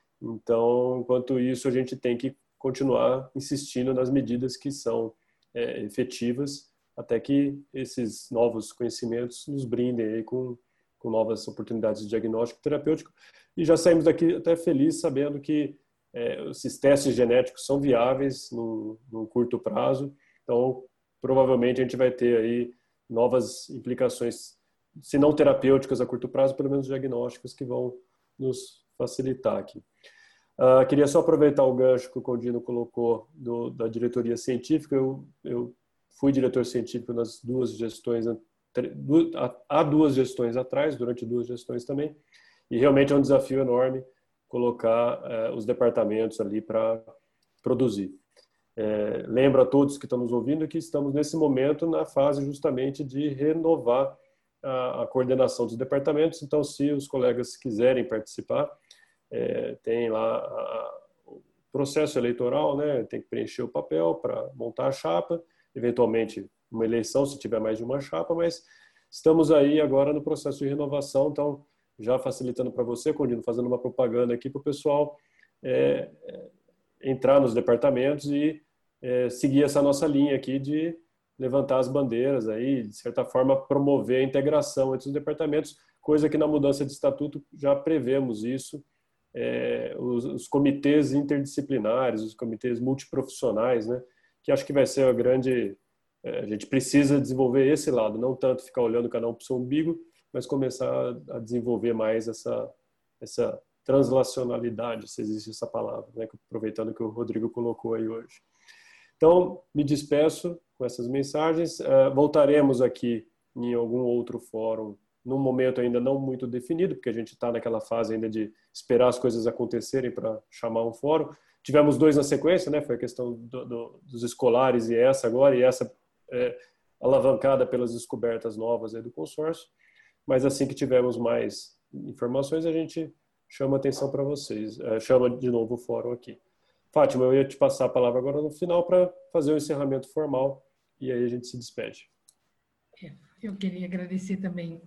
Então, enquanto isso, a gente tem que continuar insistindo nas medidas que são é, efetivas, até que esses novos conhecimentos nos brindem aí com, com novas oportunidades de diagnóstico terapêutico. E já saímos daqui até felizes sabendo que é, esses testes genéticos são viáveis no, no curto prazo. Então, provavelmente a gente vai ter aí novas implicações, se não terapêuticas a curto prazo, pelo menos diagnósticas que vão nos facilitar aqui. Uh, queria só aproveitar o gancho que o Condino colocou do, da diretoria científica. Eu, eu fui diretor científico nas duas gestões, há duas gestões atrás, durante duas gestões também, e realmente é um desafio enorme colocar uh, os departamentos ali para produzir. É, lembro a todos que estão nos ouvindo que estamos nesse momento na fase justamente de renovar a, a coordenação dos departamentos. Então, se os colegas quiserem participar, é, tem lá a, o processo eleitoral, né? Tem que preencher o papel para montar a chapa, eventualmente uma eleição se tiver mais de uma chapa, mas estamos aí agora no processo de renovação. Então, já facilitando para você, Condino, fazendo uma propaganda aqui para o pessoal é, é, entrar nos departamentos e é, seguir essa nossa linha aqui de levantar as bandeiras aí, de certa forma promover a integração entre os departamentos, coisa que na mudança de estatuto já prevemos isso. É, os, os comitês interdisciplinares, os comitês multiprofissionais, né, que acho que vai ser a grande... É, a gente precisa desenvolver esse lado, não tanto ficar olhando cada um para o seu umbigo, mas começar a desenvolver mais essa, essa translacionalidade, se existe essa palavra, né? Aproveitando que o Rodrigo colocou aí hoje. Então, me despeço com essas mensagens. Uh, voltaremos aqui em algum outro fórum, num momento ainda não muito definido, porque a gente está naquela fase ainda de esperar as coisas acontecerem para chamar um fórum. Tivemos dois na sequência, né? Foi a questão do, do, dos escolares e essa agora, e essa é, alavancada pelas descobertas novas aí do consórcio. Mas assim que tivermos mais informações, a gente chama atenção para vocês. É, chama de novo o fórum aqui. Fátima, eu ia te passar a palavra agora no final para fazer o encerramento formal e aí a gente se despede. Eu queria agradecer também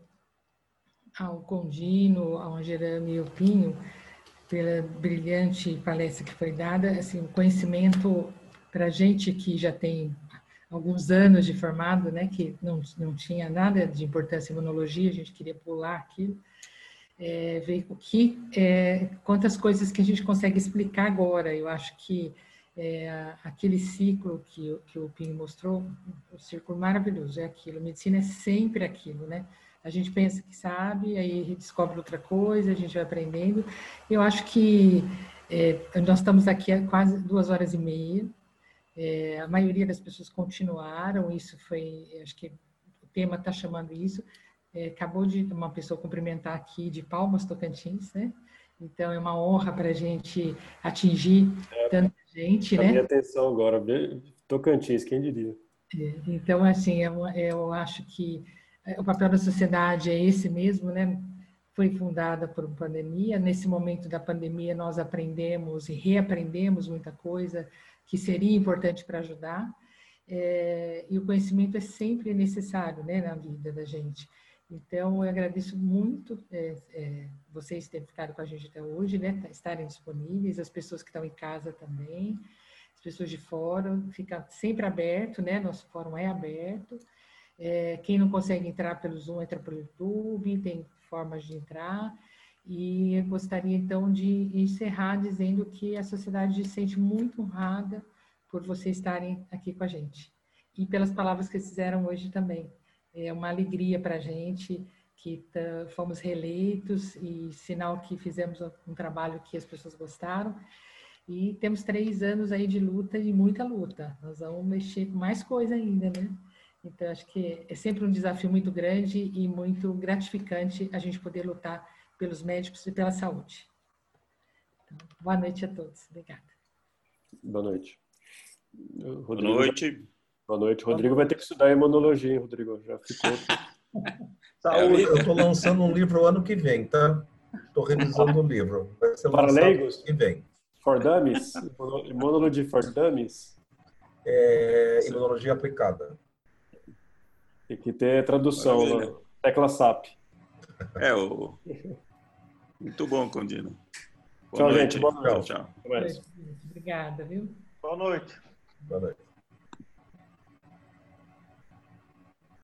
ao Condino, ao Angerame e ao Pinho pela brilhante palestra que foi dada. Assim, o conhecimento para a gente que já tem alguns anos de formado, né, que não, não tinha nada de importância em imunologia, a gente queria pular aquilo, é, ver o que, é, quantas coisas que a gente consegue explicar agora. Eu acho que é, aquele ciclo que, que o Pinho mostrou, o círculo maravilhoso, é aquilo. Medicina é sempre aquilo, né? A gente pensa que sabe, aí descobre outra coisa, a gente vai aprendendo. Eu acho que é, nós estamos aqui há quase duas horas e meia. É, a maioria das pessoas continuaram, isso foi, acho que o tema está chamando isso. É, acabou de uma pessoa cumprimentar aqui de Palmas, Tocantins, né? Então, é uma honra para a gente atingir é, tanta gente, né? A minha atenção agora, Tocantins, quem diria? É, então, assim, eu, eu acho que o papel da sociedade é esse mesmo, né? Foi fundada por uma pandemia. Nesse momento da pandemia, nós aprendemos e reaprendemos muita coisa que seria importante para ajudar. É, e o conhecimento é sempre necessário, né, na vida da gente. Então, eu agradeço muito é, é, vocês terem ficado com a gente até hoje, né, estarem disponíveis, as pessoas que estão em casa também, as pessoas de fora, fica sempre aberto, né, nosso fórum é aberto. É, quem não consegue entrar pelo Zoom, entra pelo YouTube, tem formas de entrar. E eu gostaria, então, de encerrar dizendo que a sociedade se sente muito honrada por vocês estarem aqui com a gente. E pelas palavras que vocês fizeram hoje também. É uma alegria para a gente que fomos reeleitos e sinal que fizemos um trabalho que as pessoas gostaram. E temos três anos aí de luta e muita luta. Nós vamos mexer com mais coisa ainda, né? Então, acho que é sempre um desafio muito grande e muito gratificante a gente poder lutar pelos médicos e pela saúde. Então, boa noite a todos. Obrigada. Boa noite. Rodrigo, boa noite. Vai... Boa noite. Rodrigo vai ter que estudar imunologia, hein, Rodrigo? Já ficou. Saúde, eu estou lançando um livro ano que vem, tá? Estou revisando o livro. Vai ser para leigos? Ano que vem. For Dummies? Imunologia for Dummies? É, imunologia aplicada. Tem que ter tradução na tecla S A P. É, o... Muito bom, Condino. Boa tchau, noite. gente. Boa noite. Tchau, tchau. Obrigada, viu? Boa noite. Boa noite.